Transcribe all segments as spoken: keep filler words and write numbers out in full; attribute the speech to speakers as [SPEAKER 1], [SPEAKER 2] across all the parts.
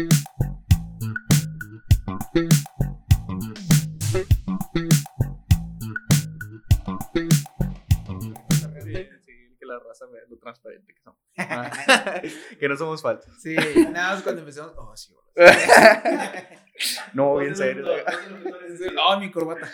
[SPEAKER 1] Que la raza vea lo transparente que somos. Que no somos falsos.
[SPEAKER 2] Sí, nada más cuando empezamos. Oh, sí,
[SPEAKER 1] no, bien serio.
[SPEAKER 2] Oh, mi corbata.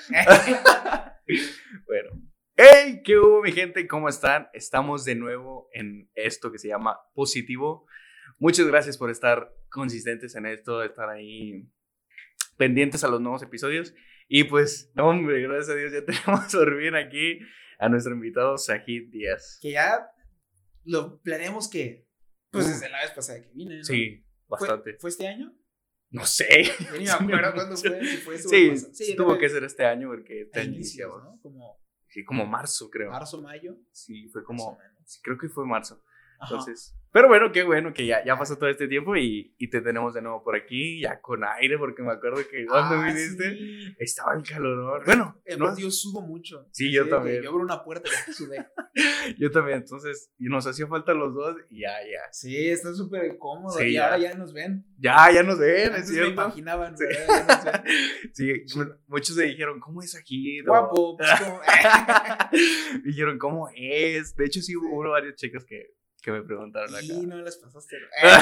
[SPEAKER 1] Bueno. ¡Hey! ¿Qué hubo, mi gente? ¿Cómo están? Estamos de nuevo en esto que se llama Positivo. Muchas gracias por estar consistentes en esto, de estar ahí pendientes a los nuevos episodios. Y pues, hombre, gracias a Dios ya tenemos por bien aquí a nuestro invitado Zahid Díaz.
[SPEAKER 2] Que ya lo planeamos que, pues desde la vez pasada que vine, ¿no?
[SPEAKER 1] Sí, bastante.
[SPEAKER 2] ¿Fue, ¿Fue este año?
[SPEAKER 1] No sé.
[SPEAKER 2] Yo ni me acuerdo cuándo fue. Si fue
[SPEAKER 1] sí,
[SPEAKER 2] sí,
[SPEAKER 1] tuvo
[SPEAKER 2] no,
[SPEAKER 1] que ser este año porque este año
[SPEAKER 2] inicios,
[SPEAKER 1] iniciamos.
[SPEAKER 2] ¿no? Como,
[SPEAKER 1] sí, como marzo, creo.
[SPEAKER 2] Marzo, mayo.
[SPEAKER 1] Sí, fue como, sí, creo que fue marzo.
[SPEAKER 2] Ajá.
[SPEAKER 1] Entonces, pero bueno, qué bueno que ya, ya pasó todo este tiempo y, y te tenemos de nuevo por aquí, ya con aire, porque me acuerdo que cuando
[SPEAKER 2] ah,
[SPEAKER 1] viniste
[SPEAKER 2] sí.
[SPEAKER 1] estaba el calorón. Bueno,
[SPEAKER 2] ¿no? Yo subo mucho.
[SPEAKER 1] Sí, yo
[SPEAKER 2] sí,
[SPEAKER 1] también.
[SPEAKER 2] Yo abro una puerta y ya sudé.
[SPEAKER 1] Yo también, entonces, y nos hacía falta los dos y ya, ya.
[SPEAKER 2] Sí, está súper cómodo
[SPEAKER 1] Sí,
[SPEAKER 2] y
[SPEAKER 1] ya.
[SPEAKER 2] ahora ya nos ven.
[SPEAKER 1] Ya, ya nos ven,
[SPEAKER 2] Antes
[SPEAKER 1] es cierto.
[SPEAKER 2] me imaginaban,
[SPEAKER 1] Sí.
[SPEAKER 2] ¿verdad? Ya nos ven.
[SPEAKER 1] Sí, muchos se dijeron, ¿cómo es aquí?
[SPEAKER 2] Guapo, pues como...
[SPEAKER 1] Dijeron, ¿cómo es? De hecho, sí hubo, hubo varias chicas que, que me preguntaron acá.
[SPEAKER 2] Y no las pasaste.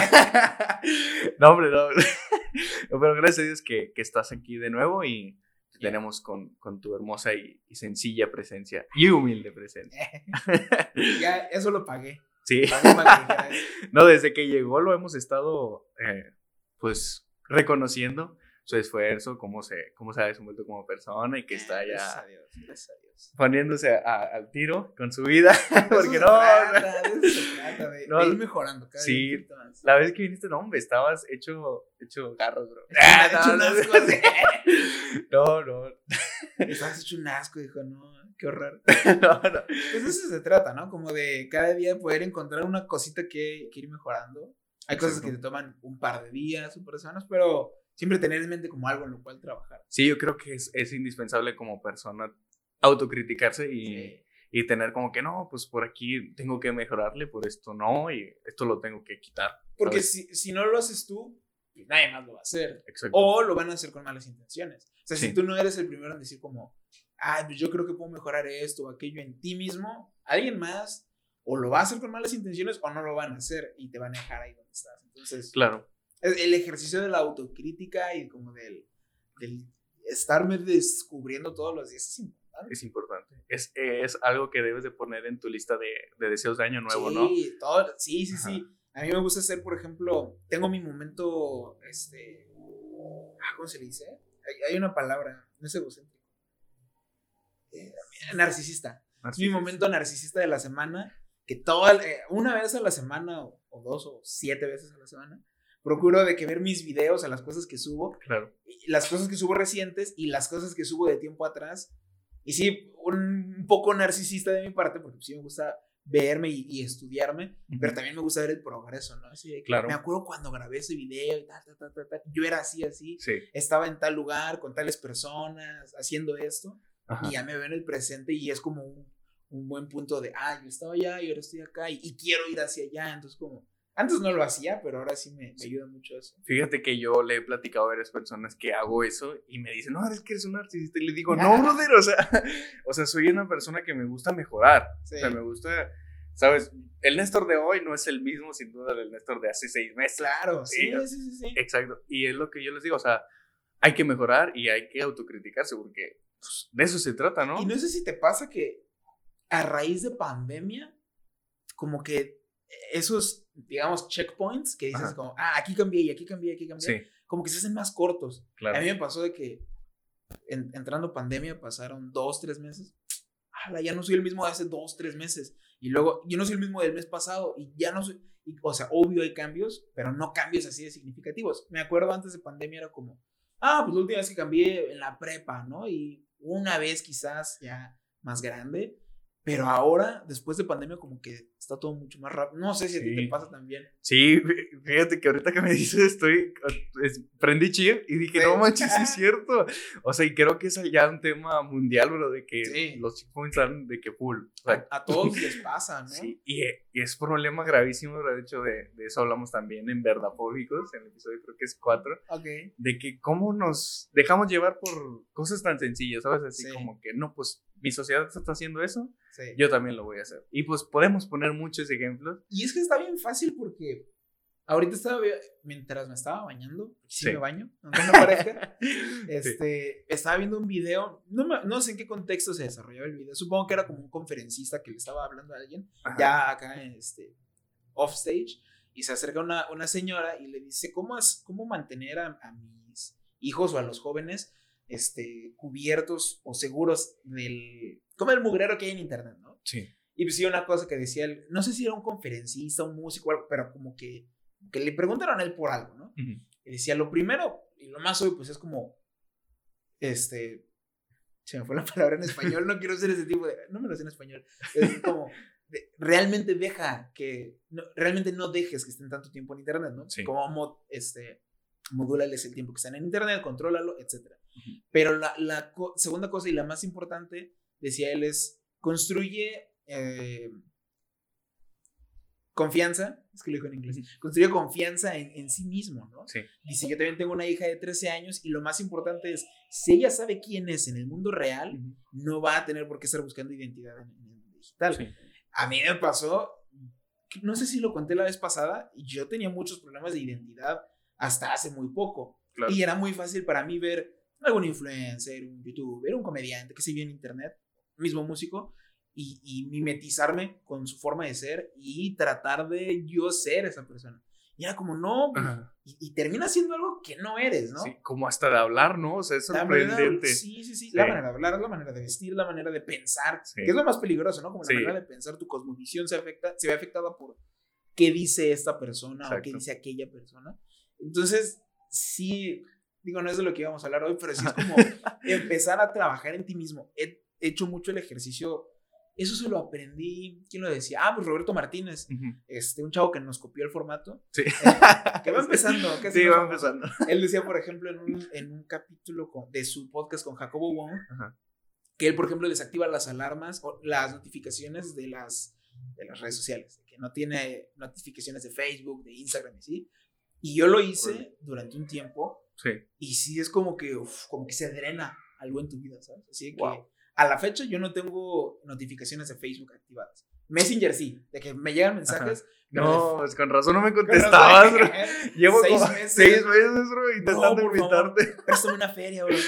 [SPEAKER 1] No, hombre, no. Pero gracias a Dios que, que estás aquí de nuevo y te
[SPEAKER 2] Yeah.
[SPEAKER 1] tenemos con, con tu hermosa y, y sencilla presencia y humilde presencia.
[SPEAKER 2] Ya, eso lo pagué.
[SPEAKER 1] Sí.
[SPEAKER 2] Pagué para que dijera eso.
[SPEAKER 1] No, desde que llegó lo hemos estado, eh, pues, reconociendo su esfuerzo, cómo se, cómo se ha desenvuelto como persona y que está
[SPEAKER 2] Gracias
[SPEAKER 1] ya
[SPEAKER 2] a Dios, gracias a Dios.
[SPEAKER 1] poniéndose a- a- al tiro con su vida.
[SPEAKER 2] De
[SPEAKER 1] Porque
[SPEAKER 2] eso
[SPEAKER 1] no,
[SPEAKER 2] se trata, de eso se trata, de,
[SPEAKER 1] no,
[SPEAKER 2] de ir mejorando cada
[SPEAKER 1] sí.
[SPEAKER 2] día un poquito más.
[SPEAKER 1] la vez que viniste, no, hombre, estabas hecho, hecho garros, bro.
[SPEAKER 2] Estabas
[SPEAKER 1] Ah,
[SPEAKER 2] hecho
[SPEAKER 1] no,
[SPEAKER 2] un
[SPEAKER 1] no,
[SPEAKER 2] asco, así.
[SPEAKER 1] no, no,
[SPEAKER 2] Estabas hecho un asco, dijo, no, qué horror.
[SPEAKER 1] no, no.
[SPEAKER 2] Pues de eso se trata, ¿no? Como de cada día poder encontrar una cosita que, que ir mejorando. Hay cosas
[SPEAKER 1] Exacto.
[SPEAKER 2] que te toman un par de días o por semanas, pero siempre tener en mente como algo en lo cual trabajar.
[SPEAKER 1] Sí, yo creo que es, es indispensable como persona autocriticarse y,
[SPEAKER 2] Sí.
[SPEAKER 1] y tener como que no, pues por aquí tengo que mejorarle, por esto no, y esto lo tengo que quitar.
[SPEAKER 2] Porque
[SPEAKER 1] ¿sabes?
[SPEAKER 2] si, si no lo haces tú, pues nadie más lo va a hacer.
[SPEAKER 1] Exacto.
[SPEAKER 2] O lo van a hacer con malas intenciones. O sea,
[SPEAKER 1] Sí.
[SPEAKER 2] si tú no eres el primero en decir como, ay, pues yo creo que puedo mejorar esto o aquello en ti mismo, alguien más o lo va a hacer con malas intenciones o no lo van a hacer y te van a dejar ahí donde estás. Entonces,
[SPEAKER 1] Claro.
[SPEAKER 2] es- el ejercicio de la autocrítica y como del, del estarme descubriendo todos los días es importante.
[SPEAKER 1] Es importante. Es, es algo que debes de poner en tu lista de, de deseos de año nuevo,
[SPEAKER 2] sí,
[SPEAKER 1] ¿no?
[SPEAKER 2] todo, sí, sí,
[SPEAKER 1] Ajá.
[SPEAKER 2] sí. A mí me gusta hacer, por ejemplo, tengo mi momento, este, ah, ¿cómo se le dice? Hay, hay una palabra, no es egocéntrico. Eh, narcisista. Es mi momento narcisista de la semana, que toda, eh, una vez a la semana, o, o dos, o siete veces a la semana, procuro de que ver mis videos a las cosas que subo,
[SPEAKER 1] Claro.
[SPEAKER 2] y las cosas que subo recientes y las cosas que subo de tiempo atrás. Y sí, un, un poco narcisista de mi parte, porque sí me gusta verme y, y estudiarme,
[SPEAKER 1] Ujú.
[SPEAKER 2] pero también me gusta ver el progreso, ¿no? Así de que
[SPEAKER 1] Claro.
[SPEAKER 2] me acuerdo cuando grabé ese video y tal, tal, tal, tal, tal, yo era así, así,
[SPEAKER 1] Sí.
[SPEAKER 2] estaba en tal lugar, con tales personas, haciendo esto,
[SPEAKER 1] Ajá.
[SPEAKER 2] y ya me veo en el presente y es como un, un buen punto de, ah, yo estaba allá y ahora estoy acá y, y quiero ir hacia allá, entonces como, antes no lo hacía, pero ahora sí me, me ayuda mucho eso.
[SPEAKER 1] Fíjate que yo le he platicado a varias personas que hago eso y me dicen, no, es que eres un narcisista. Y le digo, no, brother, o sea, o sea, soy una persona que me gusta mejorar.
[SPEAKER 2] Sí.
[SPEAKER 1] O sea, me gusta, ¿sabes? El Néstor de hoy no es el mismo, sin duda, del Néstor de hace seis meses.
[SPEAKER 2] Claro, sí,
[SPEAKER 1] Sí,
[SPEAKER 2] sí, sí, sí.
[SPEAKER 1] Exacto. Y es lo que yo les digo, o sea, hay que mejorar y hay que autocriticarse porque pues, de eso se trata, ¿no?
[SPEAKER 2] Y no sé si te pasa que a raíz de pandemia, como que esos, digamos, checkpoints que dices
[SPEAKER 1] Ajá.
[SPEAKER 2] como, ah, aquí cambié y aquí cambié, aquí cambié,
[SPEAKER 1] Sí,
[SPEAKER 2] como que se hacen más cortos.
[SPEAKER 1] claro.
[SPEAKER 2] A mí me pasó de que en- entrando pandemia pasaron dos, tres meses. Ala, ya no soy el mismo de hace dos, tres meses. Y luego, yo no soy el mismo del mes pasado y ya no soy, y, o sea, obvio hay cambios, pero no cambios así de significativos. Me acuerdo antes de pandemia era como, ah, pues la última vez que cambié en la prepa, ¿no? Y una vez quizás ya más grande, Pero ahora, después de pandemia, como que está todo mucho más rápido. No sé si a ti
[SPEAKER 1] Sí.
[SPEAKER 2] te pasa también.
[SPEAKER 1] Sí, fíjate que ahorita que me dices estoy, es- prendí chip y dije,
[SPEAKER 2] Sí.
[SPEAKER 1] no manches, sí es cierto. O sea, y creo que es ya un tema mundial, bro, de que
[SPEAKER 2] Sí.
[SPEAKER 1] los checkpoints están de que full. O sea,
[SPEAKER 2] A, a todos les pasa, ¿no?
[SPEAKER 1] sí, y, y es problema gravísimo, bro. De hecho, de, de eso hablamos también en Verdafóbicos, en el episodio creo que es cuatro,
[SPEAKER 2] Ok.
[SPEAKER 1] de que cómo nos dejamos llevar por cosas tan sencillas, ¿sabes? Así
[SPEAKER 2] Sí.
[SPEAKER 1] como que, no, pues mi sociedad está haciendo eso,
[SPEAKER 2] Sí.
[SPEAKER 1] yo también lo voy a hacer. Y pues podemos poner muchos ejemplos.
[SPEAKER 2] Y es que está bien fácil porque ahorita estaba, vi- mientras me estaba bañando, sí,
[SPEAKER 1] Sí.
[SPEAKER 2] me baño, aunque no parezca, este, estaba viendo un video, no, me- no sé en qué contexto se desarrollaba el video, supongo que era como un conferencista que le estaba hablando a alguien,
[SPEAKER 1] Ajá.
[SPEAKER 2] ya acá en este, off stage, y se acerca una, una señora y le dice, ¿cómo, es, cómo mantener a, a mis hijos o a los jóvenes este, cubiertos o seguros del, como el mugrero que hay en internet, ¿no?
[SPEAKER 1] Sí.
[SPEAKER 2] Y pues sí, una cosa que decía él, no sé si era un conferencista, un músico, algo, pero como que, que le preguntaron a él por algo, ¿no?
[SPEAKER 1] Ujú.
[SPEAKER 2] Y decía, lo primero y lo más obvio, pues es como, este, se me fue la palabra en español, no quiero ser ese tipo de, no me lo sé en español, es como, de- realmente deja que, no, realmente no dejes que estén tanto tiempo en internet, ¿no?
[SPEAKER 1] Sí.
[SPEAKER 2] Como, mod, este, modúlales el tiempo que están en internet, contrólalo, etcétera.
[SPEAKER 1] Ujú.
[SPEAKER 2] Pero la, la co- segunda cosa y la más importante, decía él, es construye eh, confianza, es que lo dijo en inglés, construye confianza en, en sí mismo, ¿no?
[SPEAKER 1] Sí.
[SPEAKER 2] Dice, yo también tengo una hija de trece años y lo más importante es, si ella sabe quién es en el mundo real,
[SPEAKER 1] Ujú.
[SPEAKER 2] no va a tener por qué estar buscando identidad en, en el digital.
[SPEAKER 1] Sí.
[SPEAKER 2] A mí me pasó, no sé si lo conté la vez pasada, yo tenía muchos problemas de identidad hasta hace muy poco.
[SPEAKER 1] Claro.
[SPEAKER 2] Y era muy fácil para mí ver algún influencer, un youtuber, un comediante que se vio en internet, mismo músico, y, y mimetizarme con su forma de ser y tratar de yo ser esa persona. Y era como, no, pues,
[SPEAKER 1] Ajá.
[SPEAKER 2] y, y termina siendo algo que no eres, ¿no?
[SPEAKER 1] Sí, como hasta de hablar, ¿no? O sea, es
[SPEAKER 2] La manera de-
[SPEAKER 1] sorprendente.
[SPEAKER 2] sí, sí, sí,
[SPEAKER 1] Sí.
[SPEAKER 2] la manera de hablar, la manera de vestir, la manera de pensar,
[SPEAKER 1] Sí.
[SPEAKER 2] que es lo más peligroso, ¿no? Como
[SPEAKER 1] Sí.
[SPEAKER 2] la manera de pensar, tu cosmovisión se afecta, se ve afectada por qué dice esta persona o qué
[SPEAKER 1] Exacto.
[SPEAKER 2] dice aquella persona. Entonces, sí, digo, no es de lo que íbamos a hablar hoy, pero sí es como empezar a trabajar en ti mismo. He hecho mucho el ejercicio, eso se lo aprendí, ¿quién lo decía? Ah, pues Roberto Martínez,
[SPEAKER 1] Ujú.
[SPEAKER 2] este, un chavo que nos copió el formato,
[SPEAKER 1] Sí.
[SPEAKER 2] eh, que va empezando. Que
[SPEAKER 1] Sí,
[SPEAKER 2] no
[SPEAKER 1] va
[SPEAKER 2] famoso.
[SPEAKER 1] empezando.
[SPEAKER 2] Él decía, por ejemplo, en un, en un capítulo con- de su podcast con Jacobo Wong,
[SPEAKER 1] Ajá.
[SPEAKER 2] que él, por ejemplo, desactiva las alarmas o las notificaciones de las, de las redes sociales, que no tiene notificaciones de Facebook, de Instagram y así. Y yo lo hice
[SPEAKER 1] Órale.
[SPEAKER 2] durante un tiempo
[SPEAKER 1] Sí.
[SPEAKER 2] y sí es como que, uf, como que se drena algo en tu vida, ¿sabes? Así que
[SPEAKER 1] Wow.
[SPEAKER 2] a la fecha yo no tengo notificaciones de Facebook activadas. Messenger sí, de que me llegan mensajes. pero
[SPEAKER 1] No,
[SPEAKER 2] de-
[SPEAKER 1] pues con razón no me
[SPEAKER 2] pero
[SPEAKER 1] contestabas,
[SPEAKER 2] de-
[SPEAKER 1] bro. Llevo
[SPEAKER 2] seis
[SPEAKER 1] como
[SPEAKER 2] meses.
[SPEAKER 1] seis meses, bro, intentando
[SPEAKER 2] No, por
[SPEAKER 1] invitarte.
[SPEAKER 2] favor, préstame una feria, bro.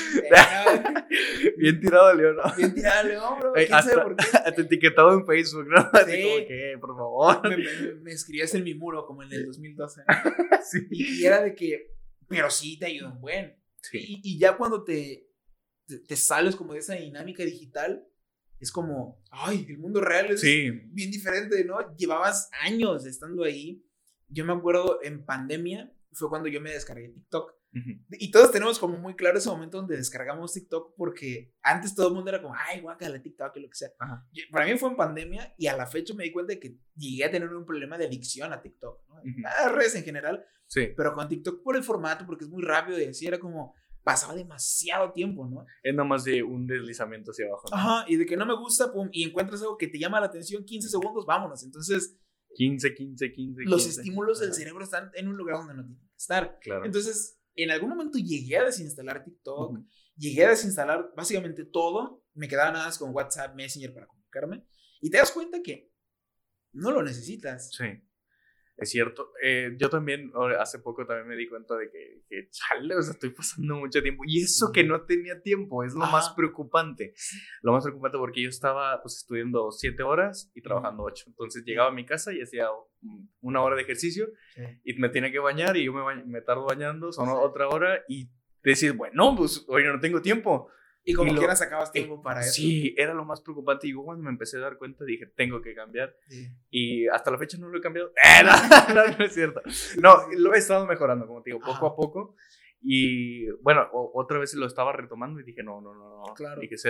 [SPEAKER 2] Eh,
[SPEAKER 1] Bien tirado, León, ¿no?
[SPEAKER 2] Bien tirado, León, bro.
[SPEAKER 1] Ey,
[SPEAKER 2] ¿Quién sabe
[SPEAKER 1] hasta,
[SPEAKER 2] por qué?
[SPEAKER 1] hasta etiquetado en Facebook, ¿no? Así
[SPEAKER 2] Sí.
[SPEAKER 1] como que, por favor.
[SPEAKER 2] Me, me, me escribías en mi muro como en el dos mil doce.
[SPEAKER 1] Sí.
[SPEAKER 2] Y, y era de que, pero sí te ayudó un buen.
[SPEAKER 1] Sí.
[SPEAKER 2] Y, y ya cuando te, te, te sales como de esa dinámica digital, es como, ay, el mundo real es
[SPEAKER 1] Sí.
[SPEAKER 2] bien diferente, ¿no? Llevabas años estando ahí. Yo me acuerdo en pandemia, fue cuando yo me descargué TikTok.
[SPEAKER 1] Ujú.
[SPEAKER 2] Y todos tenemos como muy claro ese momento donde descargamos TikTok porque antes todo el mundo era como, ay, guácala TikTok y lo que sea.
[SPEAKER 1] Ajá.
[SPEAKER 2] Yo- Para mí fue en pandemia y a la fecha me di cuenta de que llegué a tener un problema de adicción a TikTok, ¿no?
[SPEAKER 1] Ujú.
[SPEAKER 2] A las redes en general,
[SPEAKER 1] Sí.
[SPEAKER 2] pero con TikTok por el formato, porque es muy rápido y así era como, pasaba demasiado tiempo, ¿no?
[SPEAKER 1] Es nomás de un deslizamiento hacia abajo, ¿no?
[SPEAKER 2] Ajá, y de que no me gusta, pum, y encuentras algo que te llama la atención, quince segundos, vámonos. Entonces,
[SPEAKER 1] quince, quince, quince.
[SPEAKER 2] los
[SPEAKER 1] quince.
[SPEAKER 2] estímulos del
[SPEAKER 1] Ajá.
[SPEAKER 2] cerebro están en un lugar donde no tienen que estar.
[SPEAKER 1] Claro.
[SPEAKER 2] Entonces, en algún momento llegué a desinstalar TikTok,
[SPEAKER 1] Ujú.
[SPEAKER 2] llegué a desinstalar básicamente todo, me quedaba nada más con WhatsApp, Messenger para comunicarme, y te das cuenta que no lo necesitas.
[SPEAKER 1] Sí. Es cierto. Eh, yo también, ahora, hace poco también me di cuenta de que, que chale, o sea, estoy pasando mucho tiempo. Y eso
[SPEAKER 2] Sí.
[SPEAKER 1] que no tenía tiempo es lo
[SPEAKER 2] Ajá.
[SPEAKER 1] más preocupante. Lo más preocupante porque yo estaba pues estudiando siete horas y trabajando ocho. Entonces llegaba a mi casa y hacía mm, una hora de ejercicio
[SPEAKER 2] Sí.
[SPEAKER 1] y me tenía que bañar y yo me, bañ- me tardo bañando, son otra hora y decir, bueno, pues hoy no tengo tiempo.
[SPEAKER 2] Y como
[SPEAKER 1] Y lo-
[SPEAKER 2] quieras sacabas tiempo para eso.
[SPEAKER 1] Sí, era lo más preocupante. Y yo cuando me empecé a dar cuenta dije, tengo que cambiar.
[SPEAKER 2] Sí.
[SPEAKER 1] Y hasta la fecha no lo he cambiado. Eh, no, no, no es cierto. No, lo he estado mejorando, como te digo, poco
[SPEAKER 2] Ajá.
[SPEAKER 1] a poco. Y bueno, o- otra vez lo estaba retomando y dije, no, no, no, no.
[SPEAKER 2] Claro.
[SPEAKER 1] Dije cero.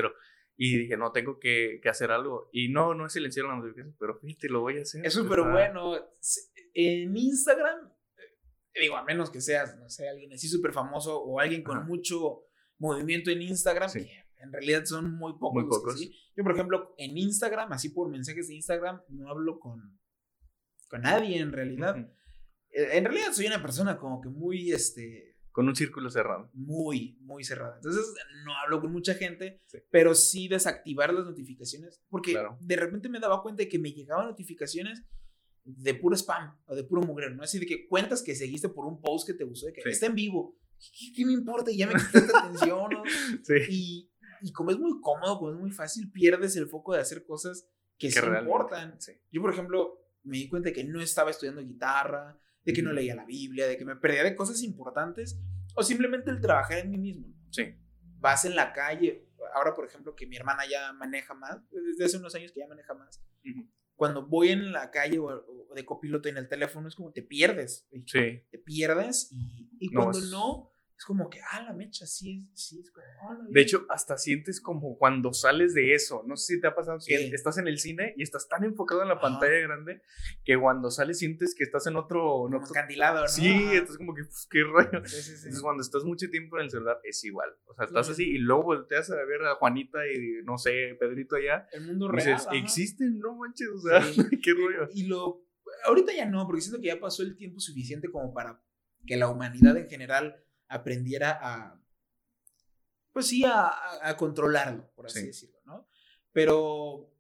[SPEAKER 1] Y dije, no, tengo que, que hacer algo. Y no, no es silenciar las notificaciones, pero fíjate, lo voy a hacer.
[SPEAKER 2] Es súper bueno. En Instagram, digo, a menos que seas, no sé, alguien así súper famoso o alguien con Ajá. mucho movimiento en Instagram, sí. que en realidad son muy pocos.
[SPEAKER 1] Muy pocos.
[SPEAKER 2] ¿Sí? Yo, por ejemplo, en Instagram, así por mensajes de Instagram, no hablo con, con nadie en realidad. Uh-huh. En realidad soy una persona como que muy, este...
[SPEAKER 1] Con un círculo cerrado.
[SPEAKER 2] Muy, muy cerrado. Entonces, no hablo con mucha gente,
[SPEAKER 1] sí.
[SPEAKER 2] pero sí desactivar las notificaciones. Porque
[SPEAKER 1] claro.
[SPEAKER 2] de repente me daba cuenta de que me llegaban notificaciones de puro spam o de puro mugrero, ¿no? Así de que cuentas que seguiste por un post que te gustó, de que sí. está en vivo. ¿Qué, qué me importa? Ya me quitaste atención, ¿no?
[SPEAKER 1] Sí.
[SPEAKER 2] Y, y como es muy cómodo, como es muy fácil, pierdes el foco de hacer cosas que, que sí importan.
[SPEAKER 1] Sí.
[SPEAKER 2] Yo, por ejemplo, me di cuenta de que no estaba estudiando guitarra, de que no leía la Biblia, de que me perdía de cosas importantes, o simplemente el trabajar en mí mismo.
[SPEAKER 1] Sí.
[SPEAKER 2] Vas en la calle, ahora por ejemplo que mi hermana ya maneja más, desde hace unos años que ya maneja más, uh-huh. cuando voy en la calle o, o de copiloto en el teléfono es como te pierdes,
[SPEAKER 1] sí.
[SPEAKER 2] te pierdes y, y
[SPEAKER 1] no,
[SPEAKER 2] cuando
[SPEAKER 1] es...
[SPEAKER 2] no, es como que, ah, la mecha, sí, sí, es como, oh, la
[SPEAKER 1] de hecho, hasta sientes como cuando sales de eso, no sé si te ha pasado que
[SPEAKER 2] sí.
[SPEAKER 1] estás en el cine y estás tan enfocado en la pantalla Ajá. grande que cuando sales sientes que estás en otro...
[SPEAKER 2] En otro... encandilado, ¿no?
[SPEAKER 1] Sí,
[SPEAKER 2] Ajá.
[SPEAKER 1] entonces como que, pues, qué rollo.
[SPEAKER 2] Sí, sí, sí.
[SPEAKER 1] Entonces cuando estás mucho tiempo en el celular es igual, o sea, estás sí. así y luego volteas a ver a Juanita y, no sé, Pedrito allá.
[SPEAKER 2] El mundo
[SPEAKER 1] y
[SPEAKER 2] real,
[SPEAKER 1] dices, existen, no manches, o sea, sí. qué rollo.
[SPEAKER 2] Y, y lo... Ahorita ya no, porque siento que ya pasó el tiempo suficiente como para que la humanidad en general aprendiera a, pues sí, a, a, a controlarlo, por así sí. decirlo, ¿no? Pero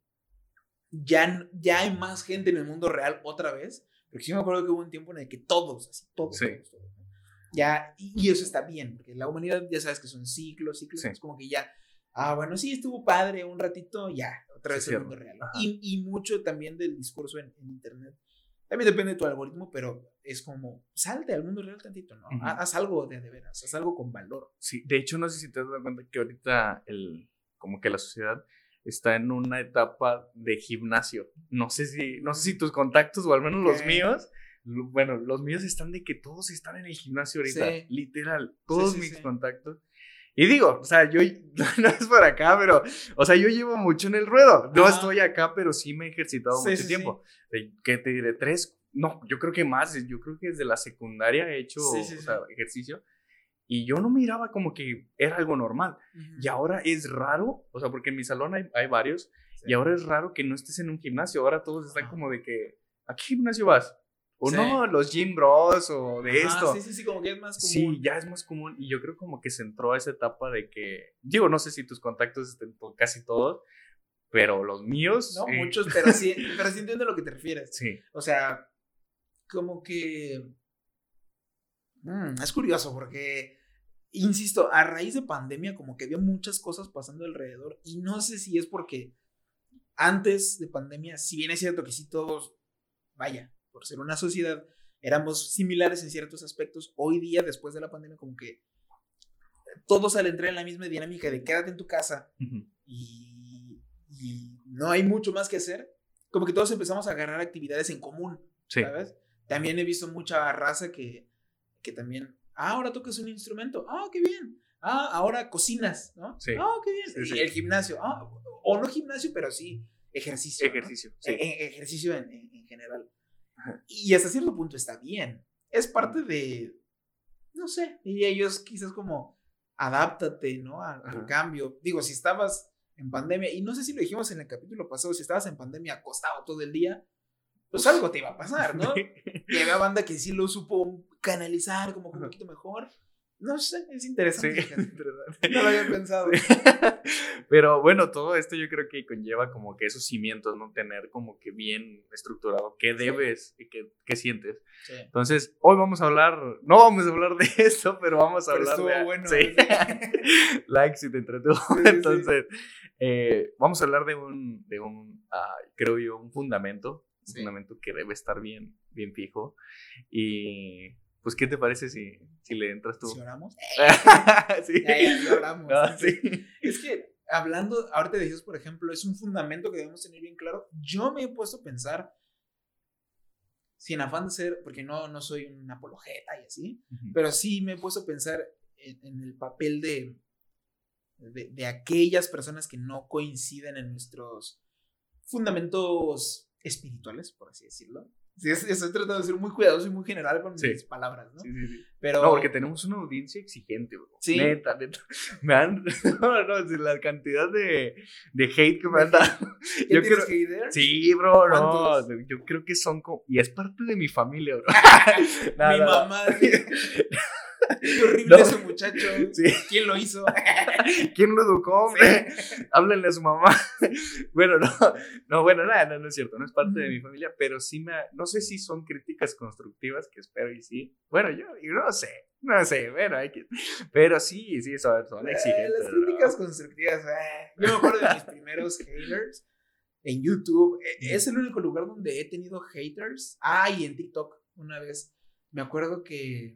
[SPEAKER 2] ya, ya hay más gente en el mundo real otra vez, porque sí me acuerdo que hubo un tiempo en el que todos, así, todos,
[SPEAKER 1] sí.
[SPEAKER 2] todos, todos, ¿no? Ya, y, y eso está bien, porque la humanidad ya sabes que son ciclos, ciclos, sí. es como que ya, ah, bueno, sí, estuvo padre un ratito, ya, otra vez sí, el mundo real, ¿no? y, y mucho también del discurso en, en internet. También depende de tu algoritmo, pero es como, salte al mundo real tantito, ¿no? Uh-huh. Haz algo de, de veras, haz algo con valor.
[SPEAKER 1] Sí, de hecho, no sé si te has dado cuenta que ahorita el, como que la sociedad está en una etapa de gimnasio. No sé si, no sé si tus contactos, o al menos ¿Qué? Los míos, bueno, los míos están de que todos están en el gimnasio ahorita, sí. literal, todos sí, sí, mis sí. contactos. Y digo, o sea, yo, no es por acá, pero, o sea, yo llevo mucho en el ruedo. No ah. estoy acá, pero sí me he ejercitado sí, mucho sí, tiempo. Sí. ¿Qué te diré? ¿Tres? No, yo creo que más. Yo creo que desde la secundaria he hecho sí, sí, o sea, sí. ejercicio. Y yo no miraba como que era algo normal. Uh-huh. Y ahora es raro, o sea, porque en mi salón hay, hay varios. Sí. Y ahora es raro que no estés en un gimnasio. Ahora todos están uh-huh. como de que, ¿a qué gimnasio vas? O sí. no, los gym bros o de
[SPEAKER 2] ah,
[SPEAKER 1] esto.
[SPEAKER 2] Sí, sí, sí, como que es más común.
[SPEAKER 1] Sí, ya es más común. Y yo creo como que se entró a esa etapa de que, digo, no sé si tus contactos estén casi todos, pero los míos.
[SPEAKER 2] No,
[SPEAKER 1] eh.
[SPEAKER 2] muchos, pero sí, pero sí entiendo a lo que te refieres.
[SPEAKER 1] Sí.
[SPEAKER 2] O sea, como que. Mm, es curioso porque, insisto, a raíz de pandemia, como que había muchas cosas pasando alrededor. Y no sé si es porque antes de pandemia, si bien es cierto que sí todos, vaya, por ser una sociedad, éramos similares en ciertos aspectos. Hoy día, después de la pandemia, como que todos al entrar en la misma dinámica de quédate en tu casa uh-huh. y, y no hay mucho más que hacer, como que todos empezamos a agarrar actividades en común, sí. ¿sabes? También he visto mucha raza que, que también, ah, ahora tocas un instrumento, ah, qué bien, ah, ahora cocinas, ¿no?
[SPEAKER 1] Sí.
[SPEAKER 2] Ah, qué bien,
[SPEAKER 1] sí,
[SPEAKER 2] y
[SPEAKER 1] sí.
[SPEAKER 2] el gimnasio, ah, o no gimnasio, pero sí ejercicio.
[SPEAKER 1] Ejercicio,
[SPEAKER 2] ¿no?
[SPEAKER 1] sí.
[SPEAKER 2] E- ejercicio en, en, en general. Y hasta cierto punto está bien. Es parte de, no sé, y ellos quizás como adáptate, ¿no? Al, al cambio. Digo, si estabas en pandemia, y no sé si lo dijimos en el capítulo pasado, si estabas en pandemia acostado todo el día, pues algo te iba a pasar, ¿no? Y había banda que sí lo supo canalizar como un poquito mejor. No sé, es interesante.
[SPEAKER 1] Sí, interesante.
[SPEAKER 2] No lo había pensado. Sí.
[SPEAKER 1] Pero bueno, todo esto yo creo que conlleva como que esos cimientos, ¿no? Tener como que bien estructurado qué debes sí. y qué, qué sientes. Sí. Entonces, hoy vamos a hablar, no vamos a hablar de esto, pero vamos a
[SPEAKER 2] pero
[SPEAKER 1] hablar de...
[SPEAKER 2] bueno.
[SPEAKER 1] Sí. Like si te entretuvo. Sí, Entonces, sí. Eh, vamos a hablar de un, de un uh, creo yo, un fundamento. Un sí. fundamento que debe estar bien, bien fijo. Y... Pues, ¿qué te parece si, si le entras tú?
[SPEAKER 2] ¿Si oramos?
[SPEAKER 1] sí.
[SPEAKER 2] Ya, ya, ya oramos.
[SPEAKER 1] No, sí.
[SPEAKER 2] Es que, hablando, ahorita decías, por ejemplo, es un fundamento que debemos tener bien claro. Yo me he puesto a pensar, sin afán de ser, porque no, no soy un apologeta y así, uh-huh. pero sí me he puesto a pensar en, en el papel de, de, de aquellas personas que no coinciden en nuestros fundamentos espirituales, por así decirlo. Sí, estoy tratando de ser muy cuidadoso y muy general con sí. mis palabras, ¿no?
[SPEAKER 1] Sí, sí, sí.
[SPEAKER 2] Pero...
[SPEAKER 1] No, porque tenemos una audiencia exigente, bro.
[SPEAKER 2] Sí.
[SPEAKER 1] Neta, neta. Me han... No, no, la cantidad de, de hate que me han dado.
[SPEAKER 2] ¿Yo creo... haters?
[SPEAKER 1] Sí, bro,
[SPEAKER 2] ¿Cuántos?
[SPEAKER 1] no. Yo creo que son como... Y es parte de mi familia, bro.
[SPEAKER 2] no, Mi no, mamá... No. Qué horrible no. ese muchacho. Sí. ¿Quién lo hizo?
[SPEAKER 1] ¿Quién lo educó, hombre? Sí. Háblenle a su mamá. Bueno, no, no, bueno, nada, no, no es cierto, no es parte mm. de mi familia, pero sí me, no sé si son críticas constructivas, que espero y sí. Bueno, yo, yo no sé, no sé, bueno, hay que, pero sí, sí, son, son exigentes.
[SPEAKER 2] Eh, las críticas ¿no? constructivas, eh. Yo me acuerdo de mis primeros haters en YouTube. Es el único lugar donde he tenido haters. Ah, y en TikTok, una vez. Me acuerdo que